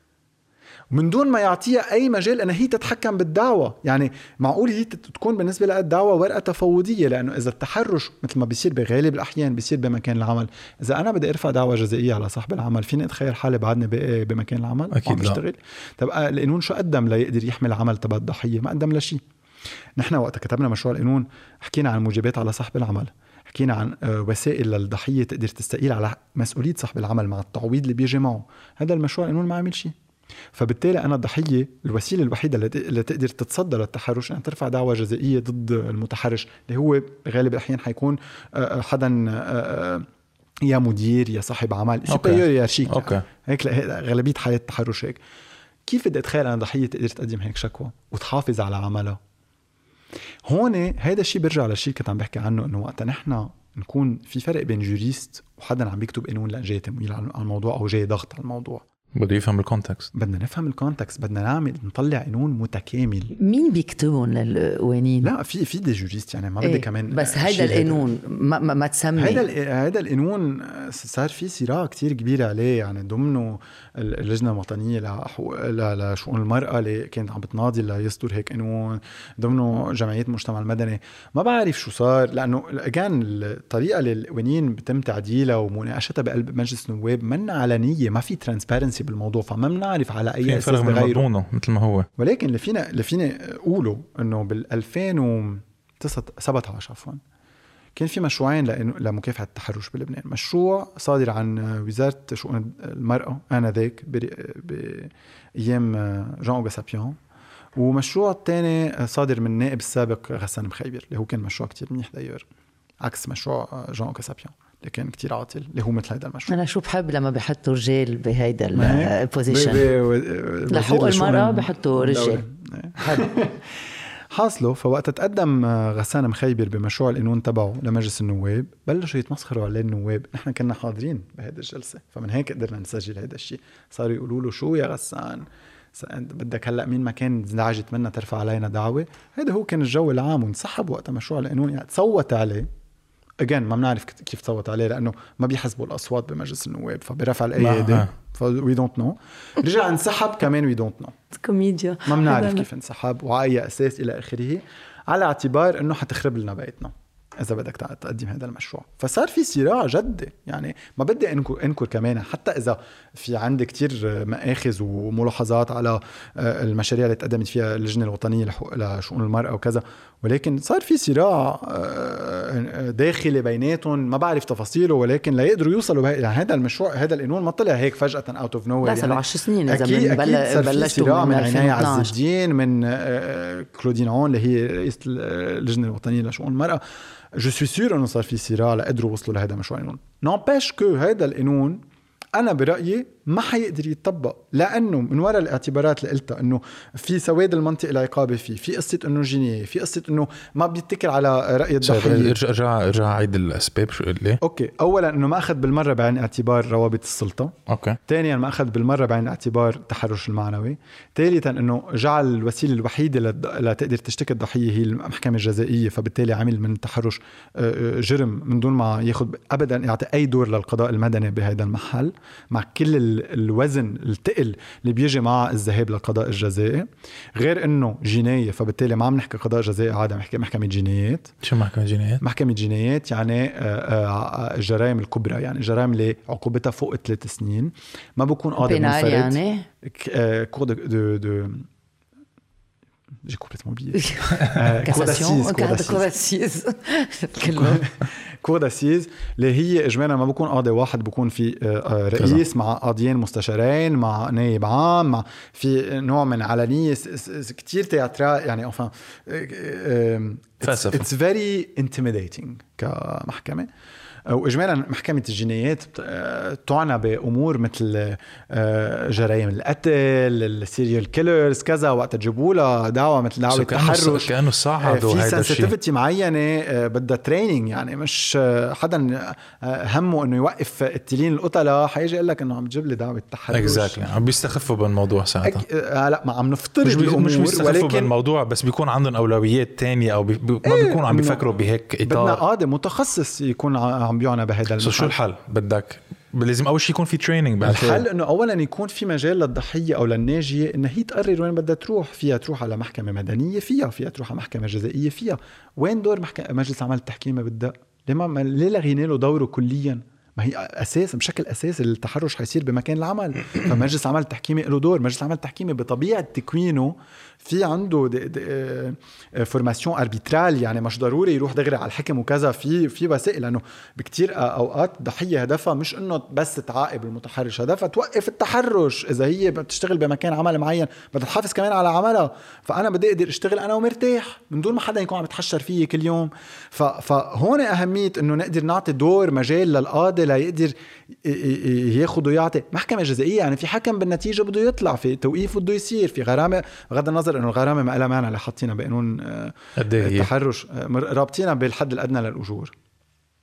من دون ما يعطيها أي مجال أن هي تتحكم بالدعوة. يعني معقول هي تكون بالنسبة لها الدعوة ورقة تفاوضية، لأنه إذا التحرش مثل ما بيصير بغالب الأحيان بيصير بمكان العمل، إذا أنا بدي أرفع دعوة جزائية على صاحب العمل فيني أتخيل حالي بعدني بمكان العمل أكيد لا. بشتغل. طب القانون شو قدم ليقدر يحمي العمل تبع الضحية؟ ما قدم لشي. نحن وقت كتبنا مشروع القانون حكينا عن موجبات على صاحب العمل، حكينا عن وسائل للضحية تقدر تستقيل على مسؤولية صاحب العمل مع التعويض اللي بيجي معه. هذا المشروع القانون ما عمل شيء. فبالتالي أنا الضحية الوسيلة الوحيدة اللي تقدر تتصدى للتحرش أن ترفع دعوة جزائية ضد المتحرش، اللي هو غالب الأحيان حيكون حدا يا مدير يا صاحب عمل سوبريور يا شيك. هيك غالبية حالات التحرش هيك. كيف بدي أتخيل أن ضحية تقدر تقدم هيك شكوى وتحافظ على عملها؟ هون هيدا الشيء برجع للشيء كنت عم بحكي عنه، إنه وقت نحن نكون في فرق بين جوريست وحدا عم بيكتب قانون لأن جاي تمويل على الموضوع أو جاي ضغط على الموضوع. بده يفهم الكونتكست. بدنا نفهم الكونتكست، بدنا نعمل نطلع قانون متكامل. مين بيكتبون للقوانين؟ لا في في دي جوريست يعني ما بدي ايه كمان بس هيدا القانون ما, ما, ما تسمي هيدا هيدا القانون صار في صراع كتير كبير عليه، يعني ضمنه اللجنه الوطنيه لحقوق لشؤون المراه اللي كانت عم بتناضل ليصدر هيك قانون، ضمنه جمعيات المجتمع المدني. ما بعرف شو صار، لانه كان الطريقه اللي القوانين بتم تعديلها ومناقشتها بقلب مجلس النواب منا علنيه، ما في ترانسبيرنسي بالموضوع، فما بنعرف على اي اساس بغيره مثل ما هو. ولكن اللي فينا اللي فينا اقوله انه بال ألفين وسبعة عشر عفوا كان في مشروعين لمكافحه التحرش بلبنان. مشروع صادر عن وزاره شؤون المراه انذاك بايام جان اوغا سابيون، ومشروع الثاني صادر من النائب السابق غسان مخيبر اللي هو كان مشروع كتير منيح داير، عكس مشروع جان اوغا سابيون اللي كان كتير عاطل اللي هو مثل هذا المشروع. أنا شو بحب لما بحطوا رجال بهيدا البوزيشن لحقوق المرأة، بحطوا رجال حاصله. فوقت تقدم غسان مخيبر بمشروع القانون تبعه لمجلس النواب بلشوا يتمسخروا عليه النواب. نحن كنا حاضرين بهذه الجلسة، فمن هيك قدرنا نسجل هذا الشيء. صاروا يقولوا له شو يا غسان بدك هلأ مين ما كان زعجت منا ترفع علينا دعوة. هذا هو كان الجو العام، ونسحب وقت مشروع القانون، يعني تصوت عليه أجان ما بنعرف كيف تصوت عليه لأنه ما بيحسبوا الأصوات بمجلس النواب، فبرفع الأيادي فوي دونت نو. رجع انسحب كمان وي دونت نو، كوميديا ما بنعرف كيف انسحب وعلى أي أساس إلى آخره، على اعتبار إنه حتخرب لنا بيتنا إذا بدك تقدم هذا المشروع. فصار في صراع جدي، يعني ما بدي أنكر, أنكر كمان حتى إذا في عندي كتير مآخذ وملاحظات على المشاريع اللي تقدمت فيها اللجنة الوطنية لشؤون المرأة وكذا، ولكن صار في صراع داخلي بيناتهم ما بعرف تفاصيله، ولكن لا يقدروا يوصلوا يعني هذا المشروع هذا القانون ما طلع هيك فجأة اوت اوف نو. لا صار عشر سنين إذا أكيد من بل بلشتوا من عناية عز الدين، من كلودين عون اللي هي رئيسة اللجنة الوطنية لشؤون المرأة. Je suis sûr إنه صار في صراع لقدروا وصلوا لهذا المشروع القانون. n'empêche que هذا القانون أنا برأيي ما حيقدر يتطبق، لأنه من وراء الاعتبارات اللي قلتها إنه في سواد المنطق العقابي فيه، في قصة إنه جنائي، في قصة إنه ما بيتكل على رأي الضحية. ارجع ارجع عيد الأسباب شو ليه؟ أوكي، أولا إنه ما أخذ بالمرة بعين اعتبار روابط السلطة. أوكي. ثانيا ما أخذ بالمرة بعين اعتبار التحرش المعنوي. ثالثا إنه جعل الوسيلة الوحيدة لتقدر تشتكي الضحية هي المحكمة الجزائية، فبالتالي عمل من التحرش جرم من دون ما ياخذ أبدا يعطي أي دور للقضاء المدني بهذا المحل، مع كل الوزن الثقل اللي بيجي مع الذهاب للقضاء الجزائي. غير انه جنايه، فبالتالي ما عم نحكي قضاء جزائي عادي، نحكي محكمه جنايات. شو محكمه جنايات؟ محكمه جنايات يعني الجرائم الكبرى، يعني الجرائم اللي عقوبتها فوق ثلاث سنين. ما بكون قاضي منفرد يعني كور دو دو j'ai complètement oublié. Cassation, cour d'assises. كور داسيز اللي هي اجمالا ما بكون قاضي واحد، بكون في رئيس مع قاضيين مستشارين مع نائب عام، مع في نوع من علنيه كتير تياترال يعني. enfin it's very intimidating كمحكمه. وإجمالا محكمة الجنايات تعنى بأمور مثل جرائم القتل، السيريال كيلرز كذا، وقت تجيبوا لها دعوة مثل دعوة التحرش كأنه صعدوا في سنسيتيفيتي معينة بدها تريننج، يعني مش حدا همه انه يوقف التلين القتلة حيجي يقول لك انه عم تجيب لي دعوة تحرش. exactly. عم بيستخفوا بالموضوع ساعتها. أك... لا ما عم نفترض الامور، مش بيستخفوا بالموضوع، بس بيكون عندهم اولويات تانية او بي... ما بيكونوا عم بيفكروا بهيك اطار. بدنا قاضي متخصص يكون عم بيعنى بهذا المحل. شو الحل؟ بدك لازم اول شيء يكون في تريننج. الحل انه اولا يكون في مجال للضحيه او للناجيه انها هي تقرر وين بدها تروح. فيها تروح على محكمه مدنيه، فيها فيها تروح على محكمه جزائيه، فيها وين دور محكمه مجلس عمل التحكيمي بالدق. ليه ما ليه لغينا له دوره كليا؟ ما هي اساس بشكل اساسي التحرش حيصير بمكان العمل، فمجلس عمل التحكيمي له دور. مجلس عمل التحكيمي بطبيعه تكوينه في عنده فورماسيون اربيترال، يعني مش ضروري يروح دغري على الحكم وكذا. في في وسائل، لانه بكتير اوقات ضحيه هدفها مش انه بس تعاقب المتحرش، هدفها توقف التحرش. اذا هي بتشتغل بمكان عمل معين بدها تحافظ كمان على عملها. فانا بدي اقدر اشتغل انا ومرتاح من دون ما حدا يكون عم يتحشر فيي كل يوم. فهون اهميه انه نقدر نعطي دور مجال للقاضي ليقدر ياخذ ويعطي. محكمه جزائيه يعني في حكم بالنتيجه بده يطلع، في توقيف بده يصير، في غرامه، بغض النظر انه الغرامه ما لها معنى اللي حاطينها بقانون التحرش، رابطينها بالحد الادنى للاجور.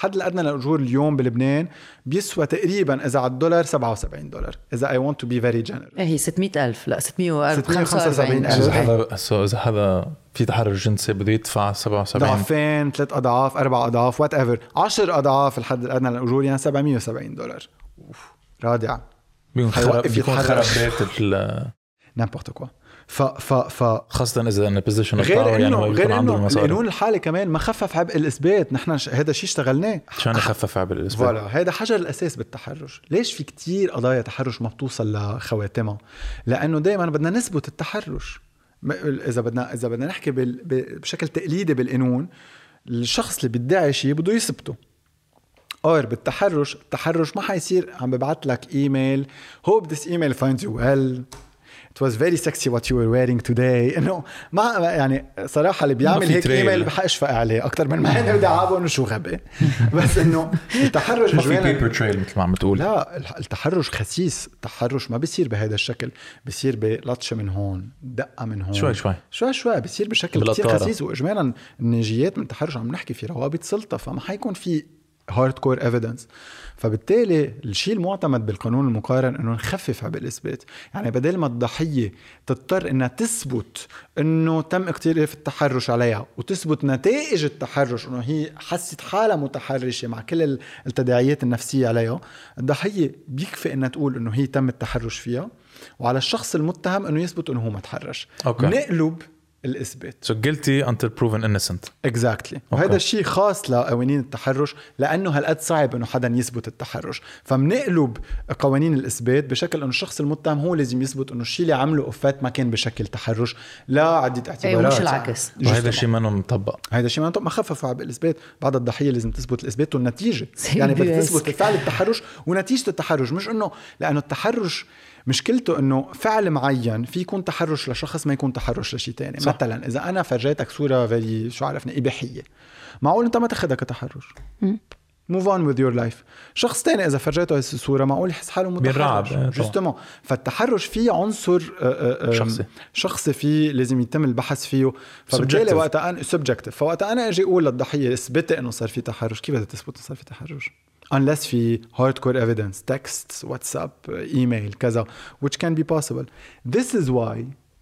الحد الأدنى للأجور اليوم بلبنان بيسوى تقريبا إذا على الدولار سبعة وسبعين دولار إذا I want to be very generous. هي ستمية ألف لا ستمية وخمسة وسبعين ألف. إذا هذا إذا هذا في تحرش جنسي بده يدفع سبعة وسبعين ضعفين ثلاث أضعاف أربع أضعاف وات ايفر عشر أضعاف الحد الأدنى للأجور يعني سبعمية وسبعين دولار. أوف رادع. بيكون خرب بيكون خرب بيت ال نامبورت كوا. ف ف ف خاصة إذا أنا بوزيشن أوف غير باور إنه يعني هو غير يكون عنده إنه المصاري. القانون الحالي كمان ما خفف عبء الإثبات. نحن ش... هذا الشيء اشتغلناه عشان يخفف عبء الإثبات. فوالا هذا حجر الأساس بالتحرش. ليش في كتير قضايا تحرش ما بتوصل لخواتمها؟ لأنه دائما بدنا نثبت التحرش. إذا بدنا إذا بدنا نحكي بال... بشكل تقليدي بالقانون الشخص اللي بيدعي شيء بده يثبته. اور بالتحرش التحرش ما حيصير عم ببعت لك ايميل hope this email finds you well it was very sexy what you were wearing today انه ما يعني صراحه اللي بيعمل هيك ايميل بحق اشفق عليه اكثر من ما انا بدي اعابه انه شو غبي. بس انه التحرش ما في بيبر تريل مثل ما عم بتقول. لا التحرش خسيس. التحرش ما بيصير بهذا الشكل. بيصير بلطشه من هون دقه من هون شوي شوي شوي شوي بيصير بشكل كثير خسيس. واجمالا الناجيات من التحرش عم نحكي في روابط سلطه فما حيكون في hardcore evidence. فبالتالي الشيء المعتمد بالقانون المقارن انه نخفف عبء الاثبات. يعني بدل ما الضحيه تضطر انها تثبت انه تم اقتراف التحرش عليها وتثبت نتائج التحرش انه هي حست حالها متحرشه مع كل التداعيات النفسيه عليها، الضحيه بيكفي انها تقول انه هي تم التحرش فيها وعلى الشخص المتهم انه يثبت انه هو ما تحرش. نقلب الإثبات. So guilty until proven innocent. Exactly. وهذا الشيء خاص لقوانين التحرش لأنه هالقد صعب إنه حدا يثبت التحرش. فمنقلب قوانين الإثبات بشكل إنه الشخص المتهم هو لازم يثبت إنه الشيء اللي عمله أوفات ما كان بشكل تحرش. لا عدة اعتبارات. أي مش العكس. وهذا الشيء ما مطبق. هذا الشيء ما مطبق. ما خففوا عبء الإثبات. بعد الضحية لازم تثبت الإثبات والنتيجة. يعني بدك تثبت فعل التحرش ونتيجة التحرش. مش إنه لأنه التحرش مشكلته انه فعل معين في يكون تحرش لشخص ما يكون تحرش لشيء تاني. صح. مثلا اذا انا فرجيتك صوره فيري شو عرفنا اباحيه معقول انت ما تاخذها كتحرش. move on with your life. شخص تاني اذا فرجيته الصوره معقول يحس حاله متحرش جستمو. فالتحرش فيه عنصر شخصي شخصي فيه لازم يتم البحث فيه. فبالتالي وقت انا subjective فوقت انا اجي اقول للضحيه اثبت انه صار في تحرش كيف بدها تثبت صار في تحرش unless في hardcore evidence text WhatsApp email كذا which can be possible. This is why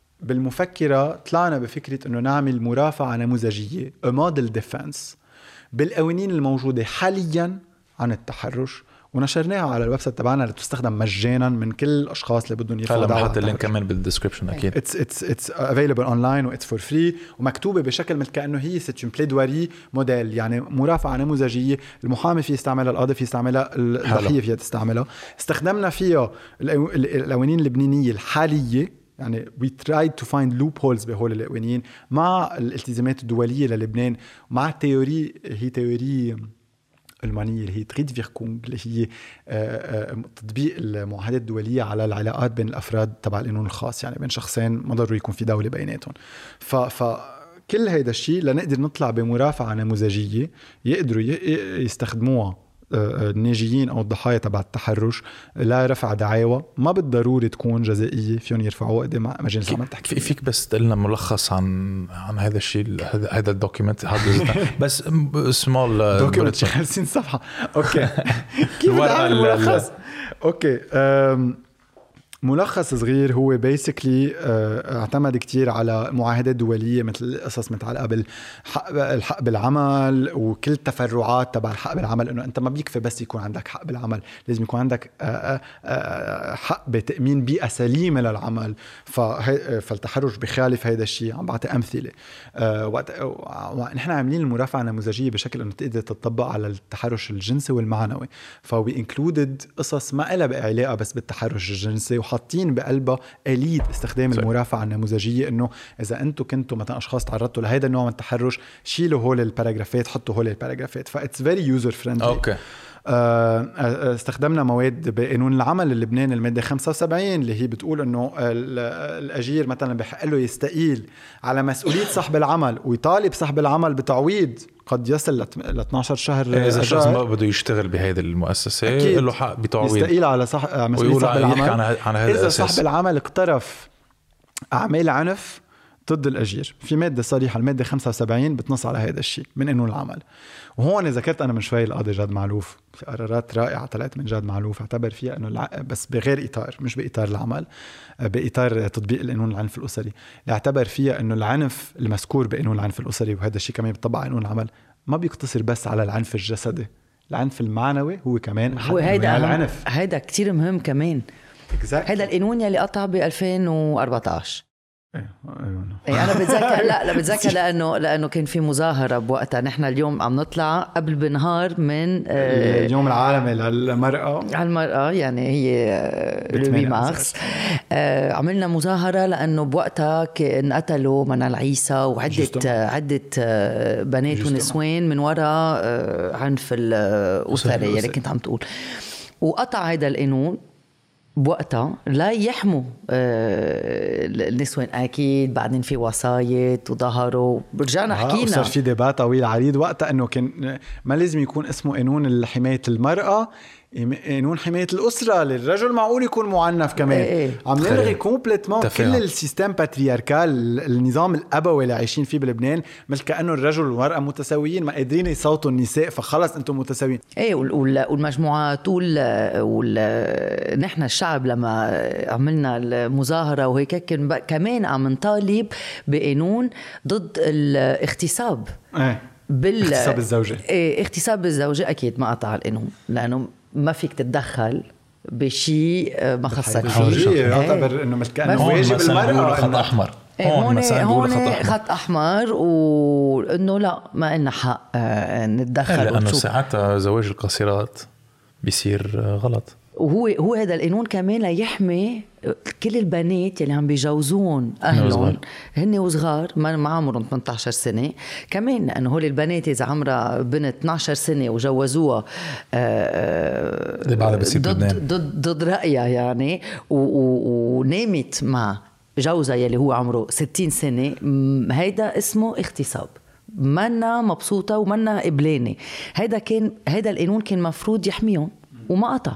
بالمفكرة طلعنا بفكرة انه نعمل مرافعة نموذجية a model defense بالقوانين الموجودة حاليا عن التحرش ونشرناها على الويب سايت تبعنا لتستخدم مجانا من كل الاشخاص اللي بدهم يفوتوا. هلا بحط اللينك كمان بالديسكربشن اكيد. اتس اتس اتس افيلبل اونلاين واتس فور فري ومكتوبه بشكل مثل كانه هي سيت اون بليدواري موديل يعني مرافعه نموذجيه. المحامي فيه يستعملها القاضي فيه يستعملها الضحيه فيها تستعملها. استخدمنا فيها القوانين اللبنانيه الحاليه يعني we tried to find loopholes بهول القوانين مع الالتزامات الدوليه للبنان مع تيوري هي تيوري المانية اللي هي تريد فيركونغ اللي هي تطبيق المعاهدات الدولية على العلاقات بين الأفراد تبع القانون الخاص يعني بين شخصين ما ضروري يكون في دولة بيناتهم. ف كل هيدا الشيء لنقدر نطلع بمرافعة نموذجية يقدروا يستخدموها الناجيين أو الضحايا تبع التحرش لا رفع دعاوى ما بالضروري تكون جزائية فيهم يرفعوها قدام مجلس العمل تحكي. فيك بس تقلنا ملخص عن عن هذا الشيء هذا هذا الدوكيمنت هذا بس سمول دوكيمنت خمسين صفحة. أوكي كيف نعمل ملخص؟ أوكي ملخص صغير هو بيسكلي اعتمد كتير على معاهدات دولية مثل قصص متعلقة بالحق الحق بالعمل وكل تفرعات تبع الحق بالعمل انه انت ما بيكفي بس يكون عندك حق بالعمل لازم يكون عندك حق بتأمين بيئة سليمة للعمل. فالتحرش بخالف هذا الشيء. عم بعطي أمثلة وقت نحن عاملين المرافعة النموذجية بشكل انه تقدر تطبق على التحرش الجنسي والمعنوي. فوي انكلودد قصص ما لها علاقة بس بالتحرش الجنسي حاطين بقلبها آلية استخدام صحيح. المرافعة النموذجية انه اذا انتم كنتوا مثلا اشخاص تعرضتوا لهذا النوع من التحرش شيلوا هول الباراجرافات حطوا هول الباراجرافات. فإتس فيري يوزر فريندلي. اوكي استخدمنا مواد بقانون العمل اللبناني المادة خمسة وسبعين اللي هي بتقول انه الاجير مثلا بحق له يستقيل على مسؤولية صاحب العمل ويطالب صاحب العمل بتعويض قد يصل ل اثنا عشر شهر. إذا الشخص ما بده يشتغل بهذه المؤسسة له حق بتعويض يستقيل على صح... مسؤولية صاحب العمل. عن... عن هذا إذا الأساس. صاحب العمل اقترف أعمال عنف ضد الأجير. في مادة صريحة المادة خمسة وسبعين بتنص على هذا الشيء من قانون العمل. وهون ذكرت أنا من شوي القاضي جاد معلوف في قرارات رائعة طلعت من جاد معلوف اعتبر فيها أنه الع... بس بغير إطار، مش بإطار العمل، بإطار تطبيق القانون العنف الأسري، اعتبر فيها أنه العنف المذكور بقانون العنف الأسري، وهذا الشيء كمان بيطبق قانون العمل، ما بيقتصر بس على العنف الجسدي، العنف المعنوي هو كمان أحد أنواع العنف. هيدا كتير مهم كمان. exactly. هيدا القانون يلي قطع ب ألفين وأربعتاش. ايه ايه انا بتذكر لا لا بتذكر لانه لانه كان في مظاهره بوقتها. نحن اليوم عم نطلع قبل بنهار من آه اليوم العالمي للمراه على المراه، يعني هي لوي مارس. آه عملنا مظاهره لانه بوقتها انقتلوا منال عيسى وعده جستم. عده بنات جستم. ونسوان من وراء آه عنف الاسري اللي كنت عم تقول. وقطع هذا القانون بوقتها لا يحموا آه النسوان. أكيد بعدين في وصايت وظهروا برجعنا حكينا صار في ديبات طويل عريض وقتها أنه كان ما لازم يكون اسمه قانون حماية المرأة، قانون حماية الأسرة للرجل معقول يكون معنف كمان. إيه إيه. عم نلغي كومبليتمون كل السيستم باترياركال، النظام الأبوي اللي عايشين فيه بلبنان، مثل كأنه الرجل والمرأة متساويين، ما قادرين يصوتوا النساء فخلص أنتم متساويين. إيه والمجموعات وال نحن الشعب لما عملنا المظاهرة وهيك كان كمان عم نطالب بقانون ضد الاغتصاب. إيه بال... اغتصاب الزوجة. إيه اغتصاب الزوجة أكيد ما قطع القانون، لأنه ما فيك تتدخل بشيء ما خصك فيه. يعتبر إنه مثل كأنه واجب المرأة خط أحمر. هون هون خط أحمر، وإنه لا ما إلنا حق نتدخل. لأنه ساعات زواج القاصرات بيصير غلط. وهو هو هذا القانون كمان ليحمي كل البنات اللي عم بيجوزون أهلهم هن وصغار ما عمرهم ثمانية عشر سنة كمان، لأنه هول البنات إذا عمرها بنت اثني عشر سنة وجوزوها ضد ضد ضد رأيها يعني، ونامت مع جوزها يلي هو عمره ستين سنة، هيدا اسمه اغتصاب. منا مبسوطة ومنا قبلانة. هيدا كان هيدا القانون كان مفروض يحميهم وما قطع.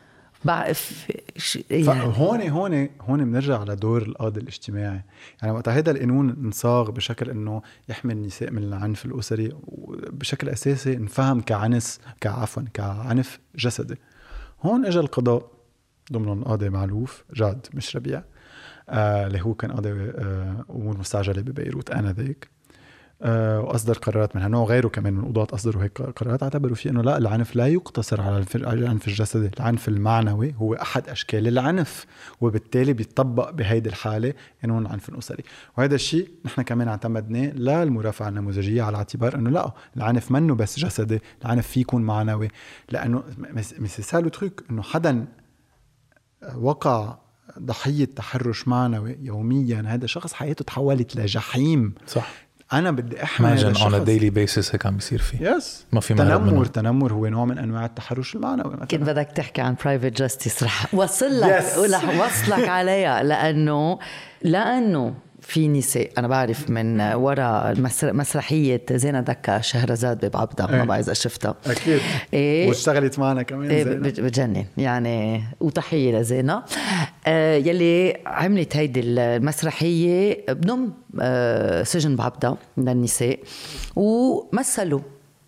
يعني هون هون هون بنرجع على دور القاضي الاجتماعي. يعني وقت هذا القانون انصاغ بشكل انه يحمي النساء من العنف الاسري، وبشكل اساسي انفهم كعنف كعفوا كعنف جسدي. هون اجى القضاء ضمن القاضي معلوف جاد مش ربيع، آه اللي هو كان قاضي آه امور مستعجله ببيروت انذاك، آه وأصدر قرارات منها نوع غيره كمان من القضاة أصدروا هيك قرارات اعتبروا فيه أنه لا، العنف لا يقتصر على العنف الجسدي، العنف المعنوي هو أحد أشكال العنف، وبالتالي بيطبق بهيدي الحالة قانون العنف الأسري. وهذا الشيء نحن كمان اعتمدناه لا المرافعة النموذجية على اعتبار أنه لا، العنف منه بس جسدي، العنف فيه يكون معنوي، لأنه مسيسالو تروك أنه حدا وقع ضحية تحرش معنوي يوميا، هذا شخص حياته تحولت لجحيم. صح. أنا بدي أحمل هذا الشخص. on a daily basis هيك عم بيصير فيه. yes. ما في تنمر تنمر هو نوع من أنواع التحرش المعنوي. كنت بدك تحكي عن private justice رح وصل لك yes. ورح وصلك عليها، لأنه لأنه في نساء أنا بعرف من وراء مسرحية زينة دكا شهرزاد ببعبدة، ما بعرف إذا شفتها أكيد إيه واشتغلت معنا كمان إيه زينة بتجنن يعني، وتحية لزينة آه يلي عملت هيدي المسرحية بنم آه سجن بعبدة للنساء، ومثلوا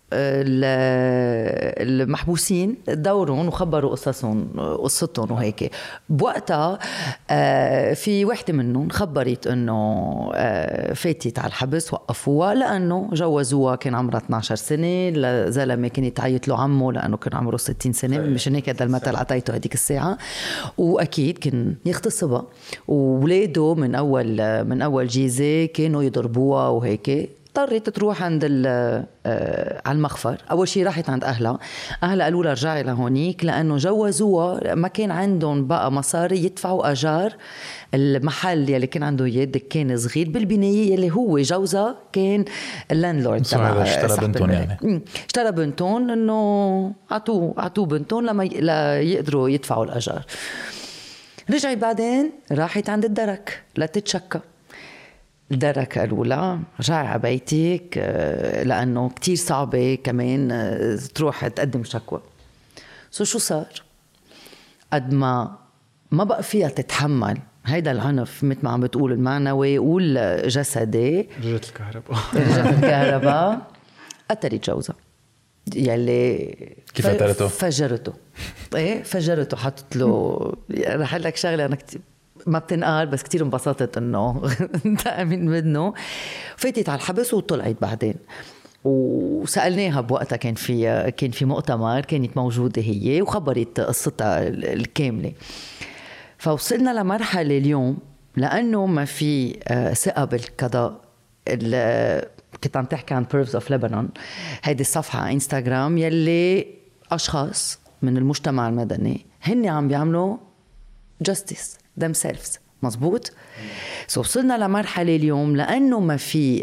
المحبوسين دورهم وخبروا قصصهم قصتهم وهيك. بوقتها في وحدة منهم خبرت انه فاتت على الحبس، وقفوها لانه جوزوها كان عمرها اثني عشر سنة، لزلمة كان يتعيط له عمه لانه كان عمره ستين سنة، مش هيك هذا المثل عطيته هديك الساعة، واكيد كان يغتصبها، وولاده من اول من اول جيزة كانوا يضربوها وهيك. اضطرت تروح عند على المخفر. أول شيء راحت عند أهلها، أهلها قالوا لها رجعي لهونيك، لأنه جوزوها ما كان عندهم بقى مصاري يدفعوا أجار المحل يلي كان عنده يد كان صغير بالبناية يلي هو جوزها كان اللاندلورد تبع. اشترى بنتون يعني اشترى بنتون إنه عطوه عطوه بنتون لما لا يقدروا يدفعوا الأجار. رجعت بعدين راحت عند الدرك لتتشكى. الدرك قالوا لا رجعي على بيتك لأنه كتير صعبة كمان تروح تقدم شكوى. سو شو صار؟ قد ما ما بقى فيها تتحمل هيدا العنف مثل ما عم بتقول المعنوي والجسدي رجعت الكهرباء رجعت الكهرباء قتلت جوزها يلي كيف قتلته؟ فجرته ايه فجرته حطت له رح اقول لك شغله انا كتير ما بتنقال بس كتير انبسطت انه انتقمت منه. فاتت على الحبس وطلعت بعدين وسالناها بوقتها كان في كان في مؤتمر كانت موجوده هي وخبرت قصتها الكامله. فوصلنا لمرحله اليوم لانه ما في ثقه بالقضاء. كنت عم تحكي عن Pervs of Lebanon هيدي الصفحه على انستغرام يلي اشخاص من المجتمع المدني هن عم بيعملوا justice themselves مزبوط. سو وصلنا لمرحله اليوم لانه ما في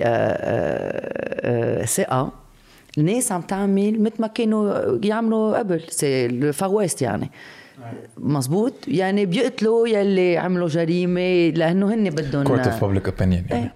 ثقه الناس عم تعمل مثل ما كانوا يعملوا قبل سي الفاوست يعني مزبوط يعني بيقتلوا يلي عملوا جريمه لانه هن بدهم court of public opinion يعني.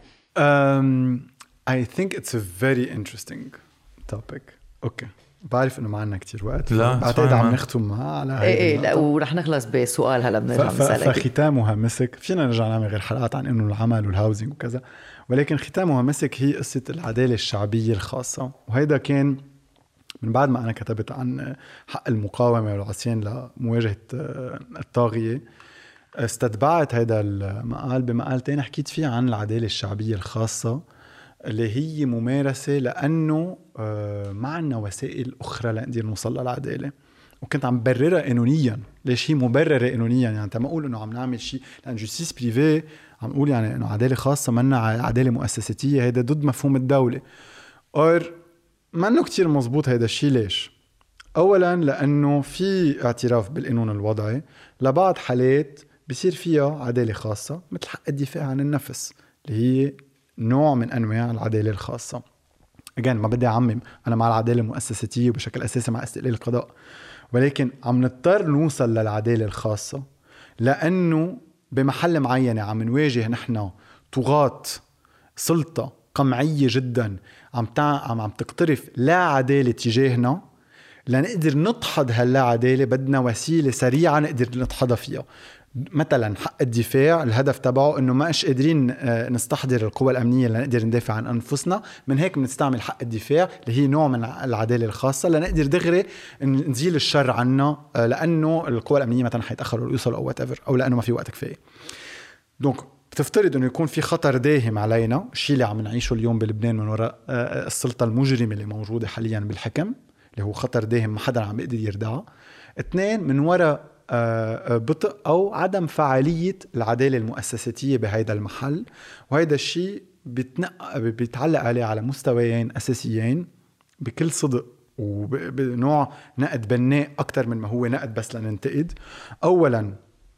um, I think it's a very interesting topic. اوكي بعرف انه ما عنا كتير وقت لا بعتقد عم نختم معها على ايه ايه لا ورح نخلص بسؤال هلا بنرجع نسالك. فختامها مسك فينا نرجع نعمل غير حلقات عن انه العمل والهاوزنج وكذا ولكن ختامها مسك هي قصة العدالة الشعبية الخاصة. وهيدا كان من بعد ما أنا كتبت عن حق المقاومة والعصيان لمواجهة الطاغية استتبعت هيدا المقال بمقال تاني حكيت فيه عن العدالة الشعبية الخاصة اللي هي ممارسة لأنه ما عنا وسائل أخرى لنقدر نوصل للعدالة. وكنت عم بررها قانونيا ليش هي مبررة قانونيا يعني تما أقول إنه عم نعمل شيء لأن جوستيس بريفي عم نقول يعني إنه عدالة خاصة منا عدالة مؤسساتية هيدا ضد مفهوم الدولة. أور ما إنه كتير مزبوط هيدا الشيء. ليش؟ أولا لأنه في اعتراف بالقانون الوضعي لبعض حالات بيصير فيها عدالة خاصة مثل حق الدفاع عن النفس اللي هي نوع من أنواع العدالة الخاصة. أجان ما بدي أعمم أنا مع العدالة المؤسساتية وبشكل أساسي مع استقلال القضاء ولكن عم نضطر نوصل للعدالة الخاصة لأنه بمحل معين عم نواجه نحن طغاة سلطة قمعية جدا عم تع... عم عم تقترف لا عدالة تجاهنا. لنقدر نضحض هاللا عدالة بدنا وسيلة سريعة نقدر نضحضها فيها. مثلا حق الدفاع الهدف تبعه انه ما اش قادرين نستحضر القوى الامنيه لنقدر ندافع عن انفسنا من هيك بنستعمل حق الدفاع اللي هي نوع من العداله الخاصه لنقدر دغري نزيل الشر عنا لانه القوى الامنيه مثلا حيتاخروا يوصلوا او وات ايفر او لانه ما في وقت كفايه. دونك بتفترض انه يكون في خطر داهم علينا الشيء اللي عم نعيشه اليوم بلبنان من وراء السلطه المجرمه اللي موجوده حاليا بالحكم اللي هو خطر داهم ما حدا عم بيقدر يردعه. اثنين من وراء بطء أو عدم فعالية العدالة المؤسساتية بهيدا المحل. وهيدا الشيء بيتعلق عليه على مستويين أساسيين بكل صدق وبنوع نقد بناء أكتر من ما هو نقد بس لننتقد. أولا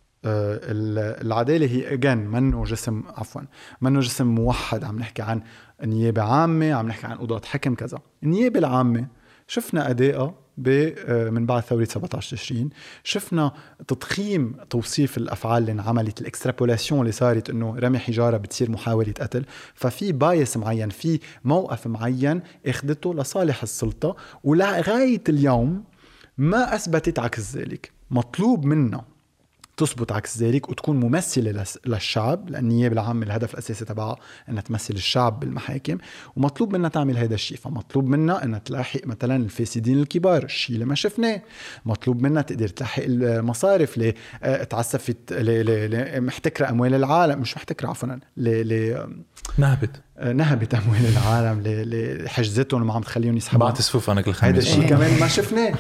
العدالة هي أجان منه جسم عفوا منه جسم موحد. عم نحكي عن نيابة عامة عم نحكي عن قضاة حكم كذا. النيابة العامة شفنا أداءها من بعد ثورة سبعة عشر تشرين شفنا تضخيم توصيف الأفعال اللي انعملت الاكسترابولاسيون اللي صارت انه رمي حجارة بتصير محاولة قتل. ففي بايس معين في موقف معين اخدته لصالح السلطة ولغاية اليوم ما أثبتت عكس ذلك. مطلوب منا تثبت عكس ذلك وتكون ممثلة للشعب لأن النيابة العامة الهدف الأساسي تبعها أنها تمثل الشعب بالمحاكم ومطلوب منا تعمل هذا الشيء. فمطلوب منا أنها تلاحق مثلا الفاسدين الكبار الشيء اللي ما شفناه. مطلوب منا تقدر تلاحق المصارف اللي تعسفت اللي محتكرة أموال العالم مش محتكرة عفوا اللي نهبت نهبت أموال العالم اللي حجزتهم وما عم تخليهم يسحبوا بعد صفوف أنا كل خميس. هذا الشيء كمان ما شفناه.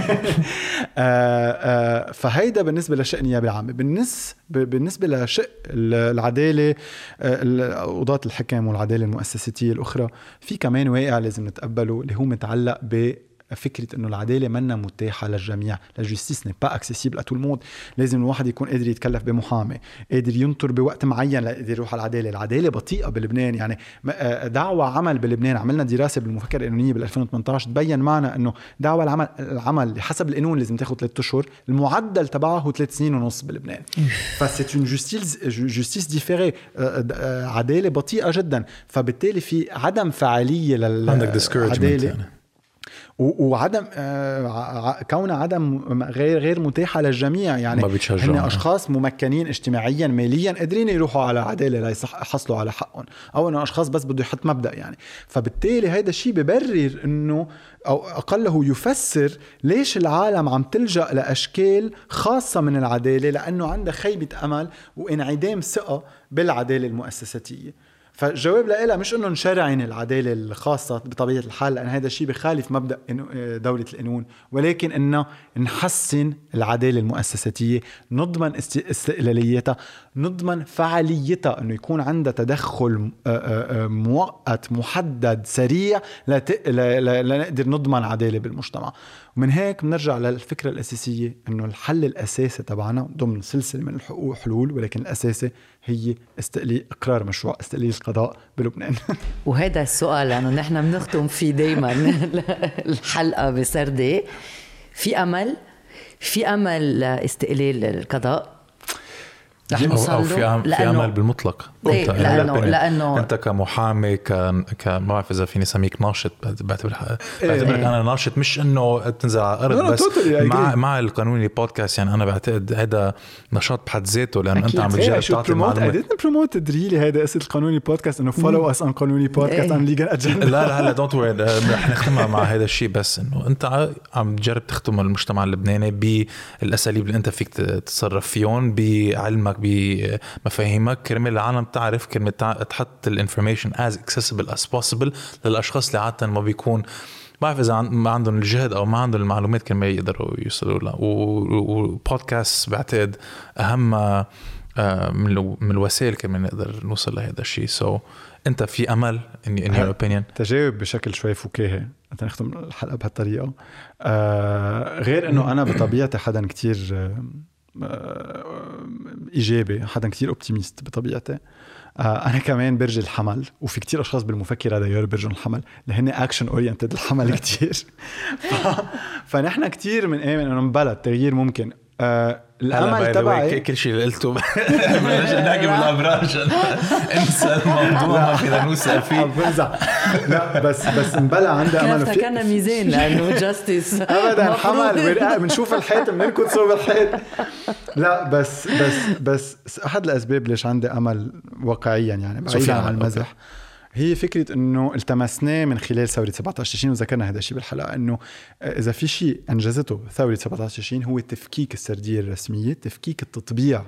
فهيدا بالنسبة لشأن النيابة العامة. بالنسبة بالنسبة لشأن العدالة قضاة الحكم والعدالة المؤسساتية الأخرى في كمان واقع لازم نتقبله اللي هو متعلق ب فكرة إنه العدالة منا متاحة للجميع. الجستيس n'est pas accessible à tout le monde. لازم الواحد يكون قادر يتكلف بمحامي قادر ينطر بوقت معين لقدر يروح على العدالة. العدالة بطيئة بلبنان يعني دعوة عمل بلبنان عملنا دراسة بالمفكرة القانونية بال ألفين وثمانية عشر تبين معنا إنه دعوة العمل العمل حسب القانون لازم تاخد ثلاثة أشهر. المعدل تبعه هو ثلاث سنين ونص بلبنان. فسيت une justice justice différée عدالة بطيئة جدا. فبالتالي في عدم فعالية للعدالة وعدم آه كونها عدم غير غير متاحه للجميع. يعني هن اشخاص ممكنين اجتماعيا ماليا قادرين يروحوا على عداله ليحصلوا على حقهم، او انه اشخاص بس بده يحط مبدا. يعني فبالتالي هيدا الشيء ببرر انه او اقله يفسر ليش العالم عم تلجأ لاشكال خاصه من العداله، لانه عندها خيبه امل وانعدام ثقه بالعداله المؤسساتيه. فالجواب لها مش انه نشرعن العداله الخاصه بطبيعه الحال، لان هذا الشيء بخالف مبدا دوله القانون، ولكن انه نحسن العداله المؤسساتيه، نضمن استقلاليتها، نضمن فعاليتها، انه يكون عندها تدخل مؤقت محدد سريع لنقدر نضمن عداله بالمجتمع. ومن هيك بنرجع للفكره الاساسيه انه الحل الاساسي تبعنا ضمن سلسله من الحلول، ولكن الاساسي هي استقلال اقرار مشروع استقلال القضاء بلبنان. وهذا السؤال لانه يعني نحن بنختم فيه دائما الحلقه بسردة. في امل في امل لاستقلال القضاء رح نوصل له، في امل بالمطلق. إيه لانه لانه انت كمحامي ك ما بعرف اذا فيني اسميك ناشط، بعتبر بعتبرك انا ناشط، مش انه تنزل على الارض بس مع مع القانوني بودكاست. يعني انا بعتقد هذا نشاط بحد ذاته، لانه انت عم تجرب تعطي معلومات. قدرت بروموت دريلي هذا اسم القانوني بودكاست، انه فولو اس ان قانوني بودكاست ان ليجل اجندا. لا لا هلا دونت وري، رح نختمها مع هذا الشيء، بس انه انت عم تجرب تختم المجتمع اللبناني بالاساليب اللي انت فيك تتصرف فيهم، بعلمك بمفاهيمك، كرمال العالم تعرف كلمة تحط الانفورميشن as accessible as possible للأشخاص اللي عادة ما بيكون بعرف إذا ما عندهم الجهد أو ما عندهم المعلومات كلمة يقدروا يوصلوا لها. وبودكاست بعتقد أهم من الوسائل كمان نقدر نوصل لهذا الشيء. so أنت في أمل in, in your opinion؟ تجاوب بشكل شوي فكاهي أنت نختم الحلقة بهالطريقة. آه غير أنه أنا بطبيعتي حدا كتير إيجابي، حدا كتير أوبتيميست بطبيعتي. أنا كمان برجي الحمل، وفي كتير أشخاص بالمفكرة داير برجوا الحمل لهن أكشن أورينتد الحمل كتير. فنحن كتير من آمن أنه مبلد تغيير ممكن. آه الأمل تبعي كل شيء اللي قلته بلاش نحكي بالأبراج، انسى الموضوع ما فينا نوصل فيه. لا بس بس مبلع عنده أمل. كان ميزان لأنه جاستيس أبدا حمل بنشوف الحيط بنركض صوب الحيط. لا بس بس بس أحد الأسباب ليش عندي أمل واقعيا يعني بعيدا عن المزح هي فكرة إنه التمسناه من خلال ثورة سبعة عشر تشرين، وذكرنا هذا الشيء بالحلقة، إنه إذا في شيء أنجزته ثورة سبعة عشر تشرين هو تفكيك السردية الرسمية، تفكيك التطبيع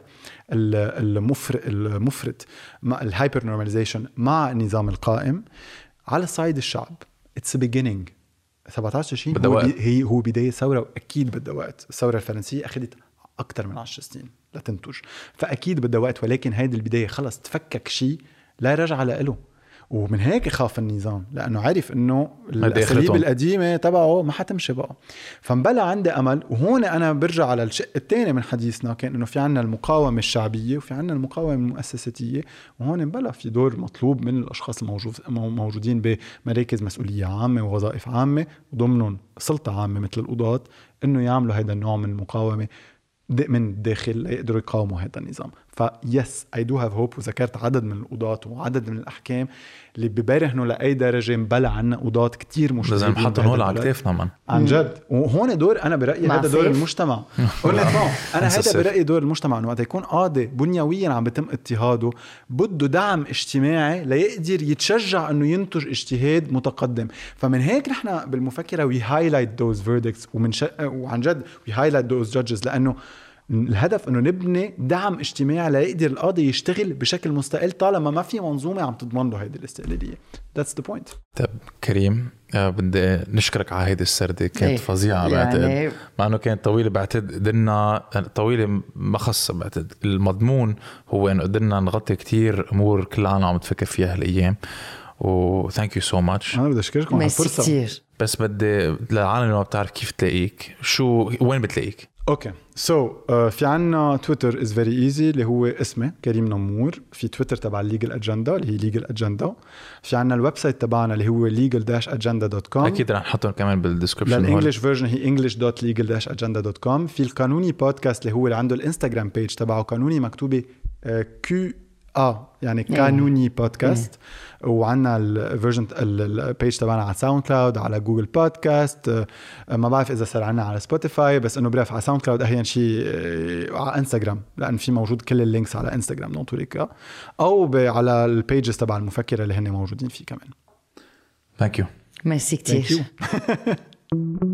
المفرط المفرط مع الهايبر نورماليزيشن مع النظام القائم على صعيد الشعب. It's a beginning. سبعة عشر تشرين هو, هي هو بداية ثورة، وأكيد بدها وقت. الثورة الفرنسية أخذت أكثر من عشر سنين لتنتج، فأكيد بدها وقت، ولكن هيدي البداية خلص تفكك شيء لا رجع له. ومن هيك خاف النظام، لأنه عارف إنه الأساليب القديمة تبعه ما حتمشي بقى. فمبلع عندي أمل. وهون أنا برجع على الشق الثاني من حديثنا، كان إنه في عنا المقاومة الشعبية وفي عنا المقاومة المؤسساتية، وهون مبلع في دور مطلوب من الأشخاص الموجودين بمراكز مسؤولية عامة ووظائف عامة وضمنهم سلطة عامة مثل القضاة، إنه يعملوا هذا النوع من المقاومة من الداخل ليقدروا يقاوموا هذا النظام. فيس I do have hope. وذكرت عدد من القضاة وعدد من الأحكام اللي ببرهنوا لأي درجة مبلع عنا قضاة كتير مش لازم نحطهم هول على كتافنا من عن جد. وهون دور أنا برأيي هذا دور المجتمع. قلنا أنا هذا برأيي دور المجتمع، إنه وقت يكون قاضي بنيويا عم بتم اضطهاده بده دعم اجتماعي ليقدر يتشجع إنه ينتج اجتهاد متقدم. فمن هيك نحن بالمفكرة we highlight those verdicts ومن ش... وعن جد we highlight those judges، لأنه الهدف انه نبني دعم اجتماعي ليقدر القاضي يشتغل بشكل مستقل طالما ما في منظومه عم تضمن له هذه الاستقلاليه. That's the point. طيب كريم، بدي نشكرك على هيدي السردة، كانت ايه فظيعة بعتقد يعني، مع انه كانت طويلة بعتقد قدرنا طويلة ما خاصة بعتقد المضمون هو انه قدرنا نغطي كتير امور كل العالم عم تفكر فيها هالايام. و thank you so much. انا بدي اشكركم على الفرصة كتير. بس بدي للعالم اللي ما بتعرف كيف تلاقيك، شو وين بتلاقيك؟ اوكي سو so, uh, في عنا تويتر is very easy اللي هو اسمه كريم نمور. في تويتر تبع الليجل اجندا اللي هي ليجل اجندا. في عنا الويب سايت تبعنا اللي هو legal dash agenda dot com. اكيد رح نحطهم كمان بالديسكربشن. الانجليش فيرجن هي english dot legal dash agenda dot com. في القانوني بودكاست اللي هو اللي عنده الانستغرام بيج تبعه قانوني مكتوبه كيو اه يعني قانوني بودكاست. وعنا الفيرجن البيج تبعنا على ساوند كلاود، على جوجل بودكاست، ما بعرف اذا صار عنا على سبوتيفاي، بس انه بعرف على ساوند كلاود احيانا شيء على انستغرام، لان في موجود كل اللينكس على انستغرام دون توريكا، او على البيجز تبع المفكره اللي هن موجودين فيه كمان. ثانك يو. ميرسي كتير.